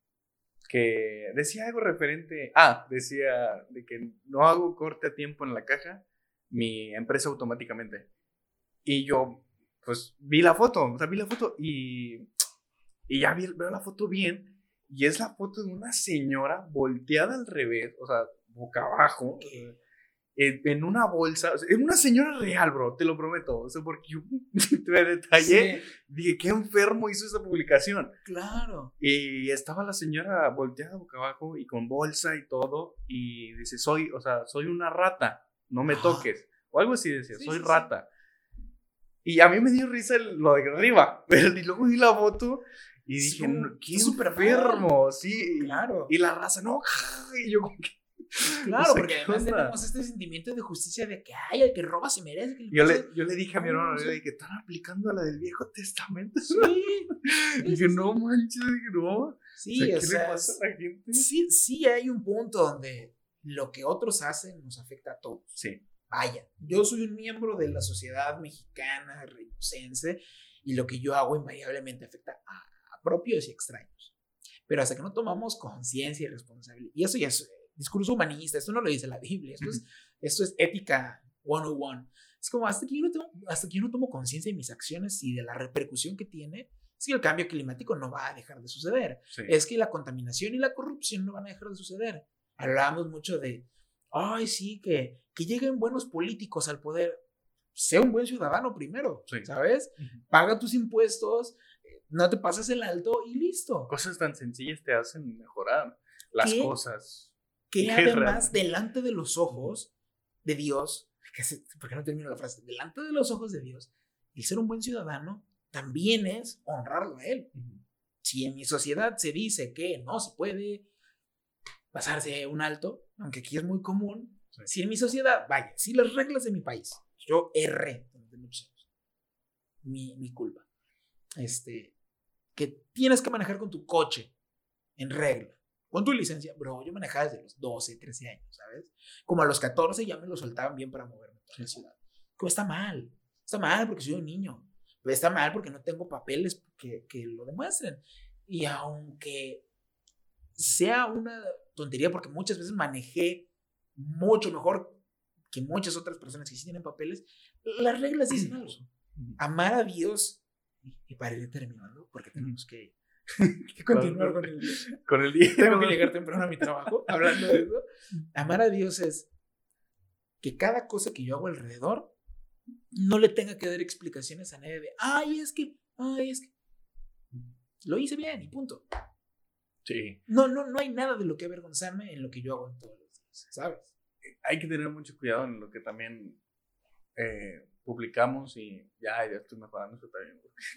[SPEAKER 1] que decía algo referente. Ah, decía de que no hago corte a tiempo en la caja, mi empresa automáticamente. Y yo, pues, vi la foto, o sea, vi la foto y, y ya vi, veo la foto bien. Y es la foto de una señora volteada al revés, o sea, boca abajo. Okay. En una bolsa, o sea, en una señora real, bro, te lo prometo, o sea, porque yo me detallé, sí. Dije, qué enfermo hizo esa publicación.
[SPEAKER 2] Claro.
[SPEAKER 1] Y estaba la señora volteada boca abajo y con bolsa y todo, y dice, soy, o sea, soy una rata, no me ah. toques, o algo así decía, sí, soy sí, rata. Sí. Y a mí me dio risa el- lo de arriba, pero y luego vi la foto y dije,
[SPEAKER 2] Sí,
[SPEAKER 1] no, qué
[SPEAKER 2] es súper
[SPEAKER 1] enfermo, sí.
[SPEAKER 2] Claro.
[SPEAKER 1] Y la raza, no, y yo como que...
[SPEAKER 2] Claro,
[SPEAKER 1] o sea,
[SPEAKER 2] porque
[SPEAKER 1] ¿qué
[SPEAKER 2] además
[SPEAKER 1] onda?
[SPEAKER 2] tenemos este sentimiento de justicia de que, ay, el que roba se merece. Que le
[SPEAKER 1] Yo
[SPEAKER 2] pase-
[SPEAKER 1] le, yo le dije a mi
[SPEAKER 2] No,
[SPEAKER 1] hermano,
[SPEAKER 2] sí.
[SPEAKER 1] yo le dije, están aplicando la del Viejo Testamento.
[SPEAKER 2] Sí.
[SPEAKER 1] Y dije,
[SPEAKER 2] sí,
[SPEAKER 1] no manches, dije, no.
[SPEAKER 2] Sí,
[SPEAKER 1] o sea,
[SPEAKER 2] o
[SPEAKER 1] ¿qué
[SPEAKER 2] sea,
[SPEAKER 1] le pasa a la gente?
[SPEAKER 2] sí, sí hay un punto donde lo que otros hacen nos afecta a todos.
[SPEAKER 1] Sí.
[SPEAKER 2] Vaya, yo soy un miembro de la sociedad mexicana, reynosense, y lo que yo hago invariablemente afecta a, a propios y extraños. Pero hasta que no tomamos conciencia y responsabilidad, y eso ya es eh, discurso humanista, esto no lo dice la Biblia, esto es, esto es ética ciento uno. Es como hasta que yo no tomo, hasta que yo no tomo conciencia de mis acciones y de la repercusión que tiene, es que el cambio climático no va a dejar de suceder.
[SPEAKER 1] Sí.
[SPEAKER 2] Es que la contaminación y la corrupción no van a dejar de suceder. Hablábamos mucho de, ay, sí, que, que lleguen buenos políticos al poder. Sé un buen ciudadano primero,
[SPEAKER 1] Sí.
[SPEAKER 2] ¿sabes?
[SPEAKER 1] Ujú.
[SPEAKER 2] Paga tus impuestos, eh, no te pases el alto y listo.
[SPEAKER 1] Cosas tan sencillas te hacen mejorar las
[SPEAKER 2] ¿Qué?
[SPEAKER 1] cosas.
[SPEAKER 2] Que
[SPEAKER 1] Qué
[SPEAKER 2] además,
[SPEAKER 1] raro.
[SPEAKER 2] delante de los ojos de Dios, que se, ¿por qué no termino la frase? Delante de los ojos de Dios, el ser un buen ciudadano también es honrarlo a Él.
[SPEAKER 1] Ujú.
[SPEAKER 2] Si en mi sociedad se dice que no se puede pasarse un alto, aunque aquí es muy común,
[SPEAKER 1] Sí.
[SPEAKER 2] si en mi sociedad, vaya, si las reglas de mi país, yo erré durante muchos años, mi, mi culpa, este, que tienes que manejar con tu coche en regla, con tu licencia, bro, yo manejaba desde los doce, trece años, ¿sabes? Como a los catorce ya me lo soltaban bien para moverme por la ciudad. Como está mal, está mal porque soy un niño, pero está mal porque no tengo papeles que, que lo demuestren. Y aunque sea una tontería, porque muchas veces manejé mucho mejor que muchas otras personas que sí tienen papeles, las reglas dicen algo.
[SPEAKER 1] Ujú.
[SPEAKER 2] Amar a Dios, y para ir terminando, porque tenemos que, que continuar con el día.
[SPEAKER 1] Con el día.
[SPEAKER 2] Tengo que llegar temprano a mi trabajo, hablando de eso. Amar a Dios es que cada cosa que yo hago alrededor no le tenga que dar explicaciones a nadie de, ay, es que, ay, es que lo hice bien y punto.
[SPEAKER 1] Sí.
[SPEAKER 2] No, no, no hay nada de lo que avergonzarme en lo que yo hago en todos los días, ¿sabes?
[SPEAKER 1] Hay que tener mucho cuidado en lo que también eh, publicamos y ya, ya estoy mejorando eso también.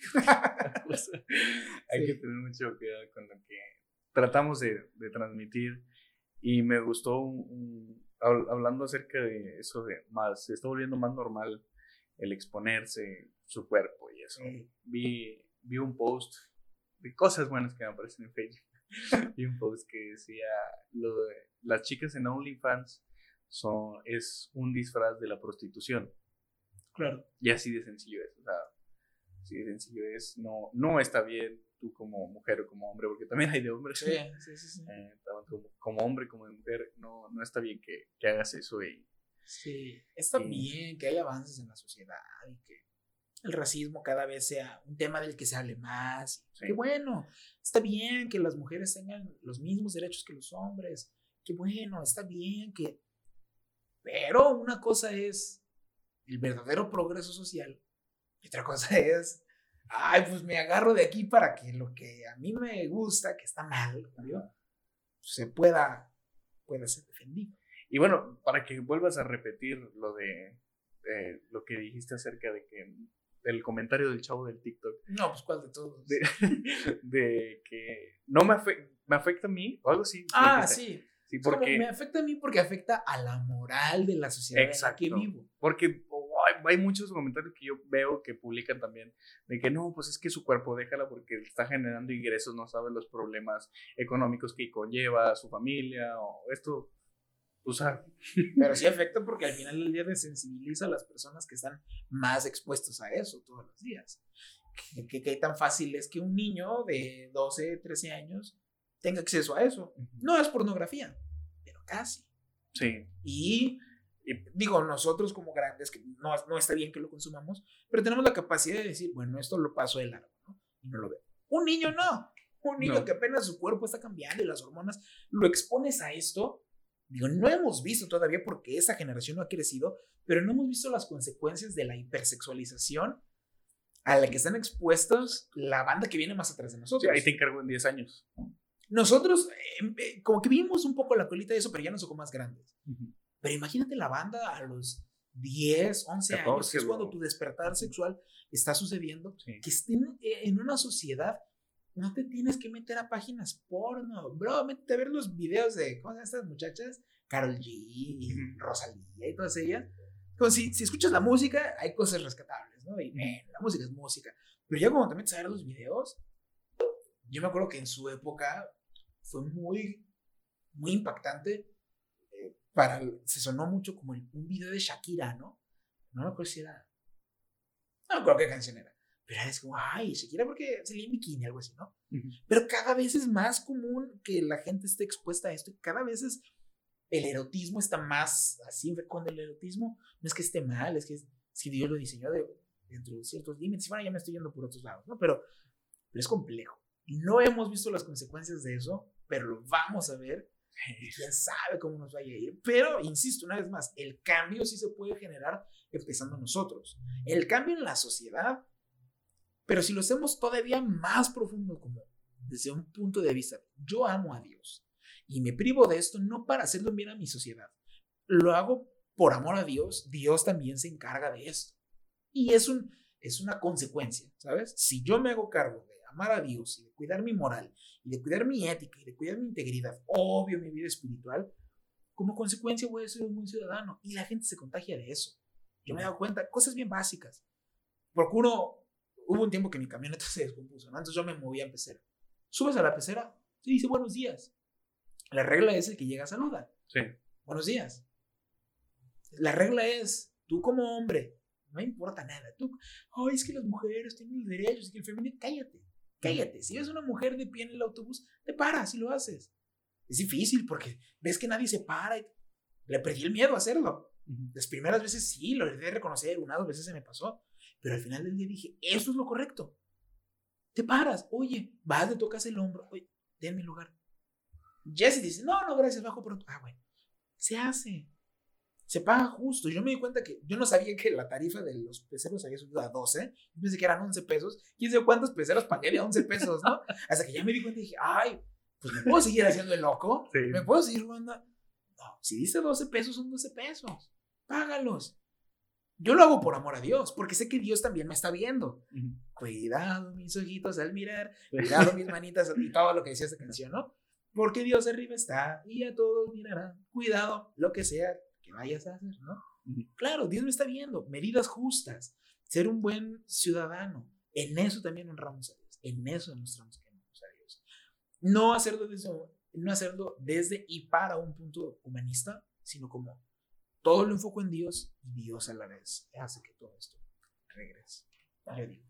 [SPEAKER 1] O sea, hay
[SPEAKER 2] Sí.
[SPEAKER 1] que tener mucho cuidado con lo que tratamos de, de transmitir. Y me gustó un, un- hab- hablando acerca de eso de más, se está volviendo más normal el exponerse su cuerpo y eso.
[SPEAKER 2] Sí.
[SPEAKER 1] Vi, vi un post de cosas buenas que me aparecen en Facebook. Vi un post que decía lo de las chicas en OnlyFans son, es un disfraz de la prostitución.
[SPEAKER 2] Claro.
[SPEAKER 1] Y así de sencillo es. O sea, así de sencillo es. No, no está bien tú como mujer o como hombre, porque también hay de hombres.
[SPEAKER 2] Sí, sí, sí. Sí,
[SPEAKER 1] Eh, tanto como, como hombre como de mujer, no, no está bien que, que hagas eso. Y,
[SPEAKER 2] sí. Está
[SPEAKER 1] Sí.
[SPEAKER 2] bien que haya avances en la sociedad y que el racismo cada vez sea un tema del que se hable más.
[SPEAKER 1] Sí.
[SPEAKER 2] Qué bueno. Está bien que las mujeres tengan los mismos derechos que los hombres. Qué bueno, está bien que... Pero una cosa es el verdadero progreso social y otra cosa es, ay, pues me agarro de aquí para que lo que a mí me gusta, que está mal, ¿no? se pueda, pueda ser defendido.
[SPEAKER 1] y bueno, para que vuelvas a repetir lo de eh, lo que dijiste acerca de que el comentario del chavo del TikTok,
[SPEAKER 2] No, pues ¿cuál de todos?
[SPEAKER 1] de, de que no me, afecta, me afecta a mí o algo así.
[SPEAKER 2] Ah,
[SPEAKER 1] dijiste.
[SPEAKER 2] sí.
[SPEAKER 1] Sí,
[SPEAKER 2] Es como,
[SPEAKER 1] porque,
[SPEAKER 2] me afecta a mí porque afecta a la moral de la sociedad
[SPEAKER 1] Exacto.
[SPEAKER 2] en la que vivo.
[SPEAKER 1] porque oh, hay, hay muchos comentarios que yo veo que publican también de que no, pues es que su cuerpo déjala porque está generando ingresos, no sabe los problemas económicos que conlleva a su familia o esto, o sea,
[SPEAKER 2] Pero sí afecta porque al final del día desensibiliza a las personas que están más expuestas a eso todos los días. Que, que, que tan fácil es que un niño de doce, trece años tenga acceso a eso. No es pornografía, pero casi.
[SPEAKER 1] sí,
[SPEAKER 2] Y, y digo, nosotros como grandes, que no, no está bien que lo consumamos, pero tenemos la capacidad de decir, bueno, esto lo paso de largo, ¿no? Y no lo veo. Un niño no. Un niño
[SPEAKER 1] No.
[SPEAKER 2] que apenas su cuerpo está cambiando y las hormonas, lo expones a esto. Digo, no hemos visto todavía porque esa generación no ha crecido, pero no hemos visto las consecuencias de la hipersexualización a la que están expuestos la banda que viene más atrás de
[SPEAKER 1] sí,
[SPEAKER 2] nosotros.
[SPEAKER 1] ahí te encargo en diez años.
[SPEAKER 2] Nosotros, eh, eh, como que vimos un poco la colita de eso, pero ya nos tocó más grandes. Pero imagínate la banda a los diez, once
[SPEAKER 1] catorce,
[SPEAKER 2] años, que es cuando
[SPEAKER 1] bro.
[SPEAKER 2] tu despertar sexual está sucediendo,
[SPEAKER 1] Sí.
[SPEAKER 2] que estén en una sociedad. No te tienes que meter a páginas porno, bro, métete a ver los videos de, ¿cómo se llaman estas muchachas? Karol G, y
[SPEAKER 1] Ujú.
[SPEAKER 2] Rosalía y todas ellas. Como si, si escuchas la música, hay cosas rescatables, ¿no? Y man, la música es música. Pero ya cuando te metes a ver los videos, yo me acuerdo que en su época fue muy, muy impactante. Eh, para, se sonó mucho como el, un video de Shakira, ¿no? No me acuerdo si era, no me acuerdo qué canción era. Pero es como, ay, Shakira porque salía en bikini, algo así, ¿no?
[SPEAKER 1] Ujú.
[SPEAKER 2] Pero cada vez es más común que la gente esté expuesta a esto y cada vez es, el erotismo está más así. Cuando el erotismo no es que esté mal, es que, es, es que Dios lo diseñó de, dentro de ciertos límites. Bueno, ya me estoy yendo por otros lados, ¿no? Pero, pero es complejo. No hemos visto las consecuencias de eso, pero lo vamos a ver. Y quién sabe cómo nos vaya a ir. Pero, insisto, una vez más, el cambio sí se puede generar empezando nosotros. El cambio en la sociedad. Pero si lo hacemos todavía más profundo, como desde un punto de vista, yo amo a Dios y me privo de esto no para hacerlo bien a mi sociedad, lo hago por amor a Dios. Dios también se encarga de esto y es, un, es una consecuencia, ¿sabes? Si yo me hago cargo de amar a Dios y de cuidar mi moral y de cuidar mi ética y de cuidar mi integridad, obvio mi vida espiritual, como consecuencia voy a ser un buen ciudadano y la gente se contagia de eso. Yo me he dado cuenta, cosas bien básicas. Procuro. Hubo un tiempo que mi camioneta se descompuso, ¿no? Entonces yo me movía en pecera. Subes a la pecera, te dice buenos días. La regla es el que llega saluda.
[SPEAKER 1] Sí.
[SPEAKER 2] Buenos días. La regla es, tú como hombre, no importa nada. Tú, ay, oh, es que las mujeres tienen los derechos, es que el femenino, cállate, cállate. Si ves una mujer de pie en el autobús, te paras y lo haces. Es difícil porque ves que nadie se para y le perdí el miedo a hacerlo. Uh-huh. Las primeras veces sí, lo de reconocer, una o dos veces se me pasó. Pero al final del día dije, eso es lo correcto. Te paras, oye, vas, le tocas el hombro, oye, denme lugar. Jesse dice, no, no, gracias, bajo pronto. Ah, bueno, se hace. Se paga justo. Yo me di cuenta que yo no sabía que la tarifa de los peceros había subido a doce. Yo pensé que eran once pesos. ¿Quién sabe cuántos peceros pagué de once pesos, no? Hasta que ya me di cuenta y dije, ay, pues me puedo seguir haciendo el loco. Sí. Me puedo seguir jugando. No, si dice doce pesos, son doce pesos. Págalos. Yo lo hago por amor a Dios, porque sé que Dios también me está viendo. Uh-huh. Cuidado mis ojitos al mirar, cuidado mis manitas y todo lo que decía esta canción, ¿no? Porque Dios arriba está y a todos mirarán. Cuidado, lo que sea que vayas a hacer, ¿no? Uh-huh. Claro, Dios me está viendo. Medidas justas, ser un buen ciudadano. En eso también honramos a Dios. En eso demostramos que honramos a Dios. No hacerlo desde, no hacerlo desde y para un punto humanista, sino como todo lo enfoco en Dios y Dios a la vez hace que todo esto regrese. Yo digo.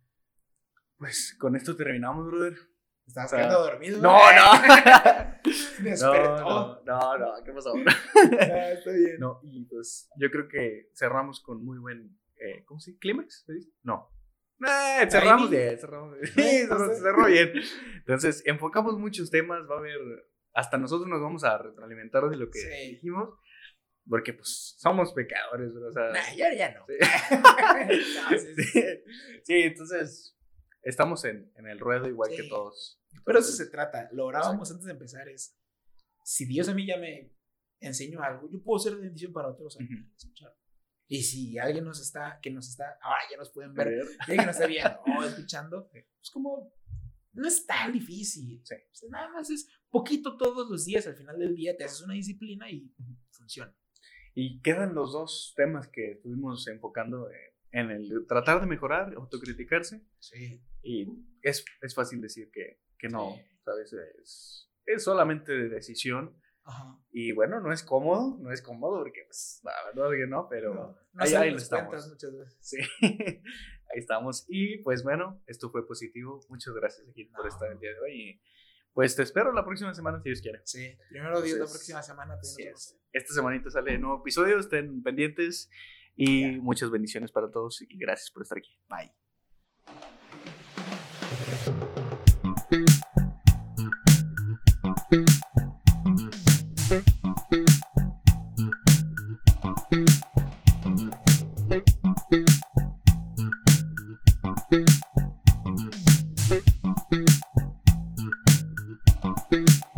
[SPEAKER 1] Pues con esto terminamos, brother.
[SPEAKER 2] ¿Estabas o sea, quedando dormido?
[SPEAKER 1] No, no.
[SPEAKER 2] Despertó.
[SPEAKER 1] No, no, no, ¿qué pasó?
[SPEAKER 2] Ah, está bien.
[SPEAKER 1] No, y pues yo creo que cerramos con muy buen, eh, ¿cómo se dice? ¿Clímax? ¿Se dice? No. Eh, cerramos bien, cerramos bien. Sí, cerró, cerró bien. Entonces, enfocamos muchos temas, va a haber, hasta nosotros nos vamos a retroalimentar de lo que sí. dijimos. Porque, pues, somos pecadores, ¿no? O sea,
[SPEAKER 2] nah, yo ya no.
[SPEAKER 1] Sí, no, sí, sí. Sí, entonces, estamos en, en el ruedo igual sí. que todos. Entonces,
[SPEAKER 2] pero eso se trata. Lo orábamos antes de empezar es, si Dios a mí ya me enseñó algo, yo puedo ser de bendición para otros. Uh-huh. Escuchar. Y si alguien nos está, que nos está, ahora ya nos pueden ver, ver. Y alguien nos está viendo o escuchando, pues como, no es tan difícil. Sí. O sea, nada más es poquito todos los días. Al final del día te haces una disciplina y uh-huh. funciona.
[SPEAKER 1] Y quedan los dos temas que estuvimos enfocando en el tratar de mejorar, autocriticarse.
[SPEAKER 2] Sí.
[SPEAKER 1] Y es, es fácil decir que, que no, sí. ¿sabes? Es, es solamente de decisión.
[SPEAKER 2] Ajá.
[SPEAKER 1] Y bueno, no es cómodo, no es cómodo porque, pues, la verdad que no, pero
[SPEAKER 2] no, no
[SPEAKER 1] ahí, ahí lo estamos.
[SPEAKER 2] Muchas veces.
[SPEAKER 1] Sí, ahí estamos. Y pues bueno, esto fue positivo. Muchas gracias aquí no. por estar el día de hoy. Y pues te espero la próxima semana si Dios quiere.
[SPEAKER 2] Sí, primero Dios, la próxima semana.
[SPEAKER 1] Sí, esta semanita sale nuevo episodio, estén pendientes y yeah. muchas bendiciones para todos y gracias por estar aquí.
[SPEAKER 2] Bye. Thank you.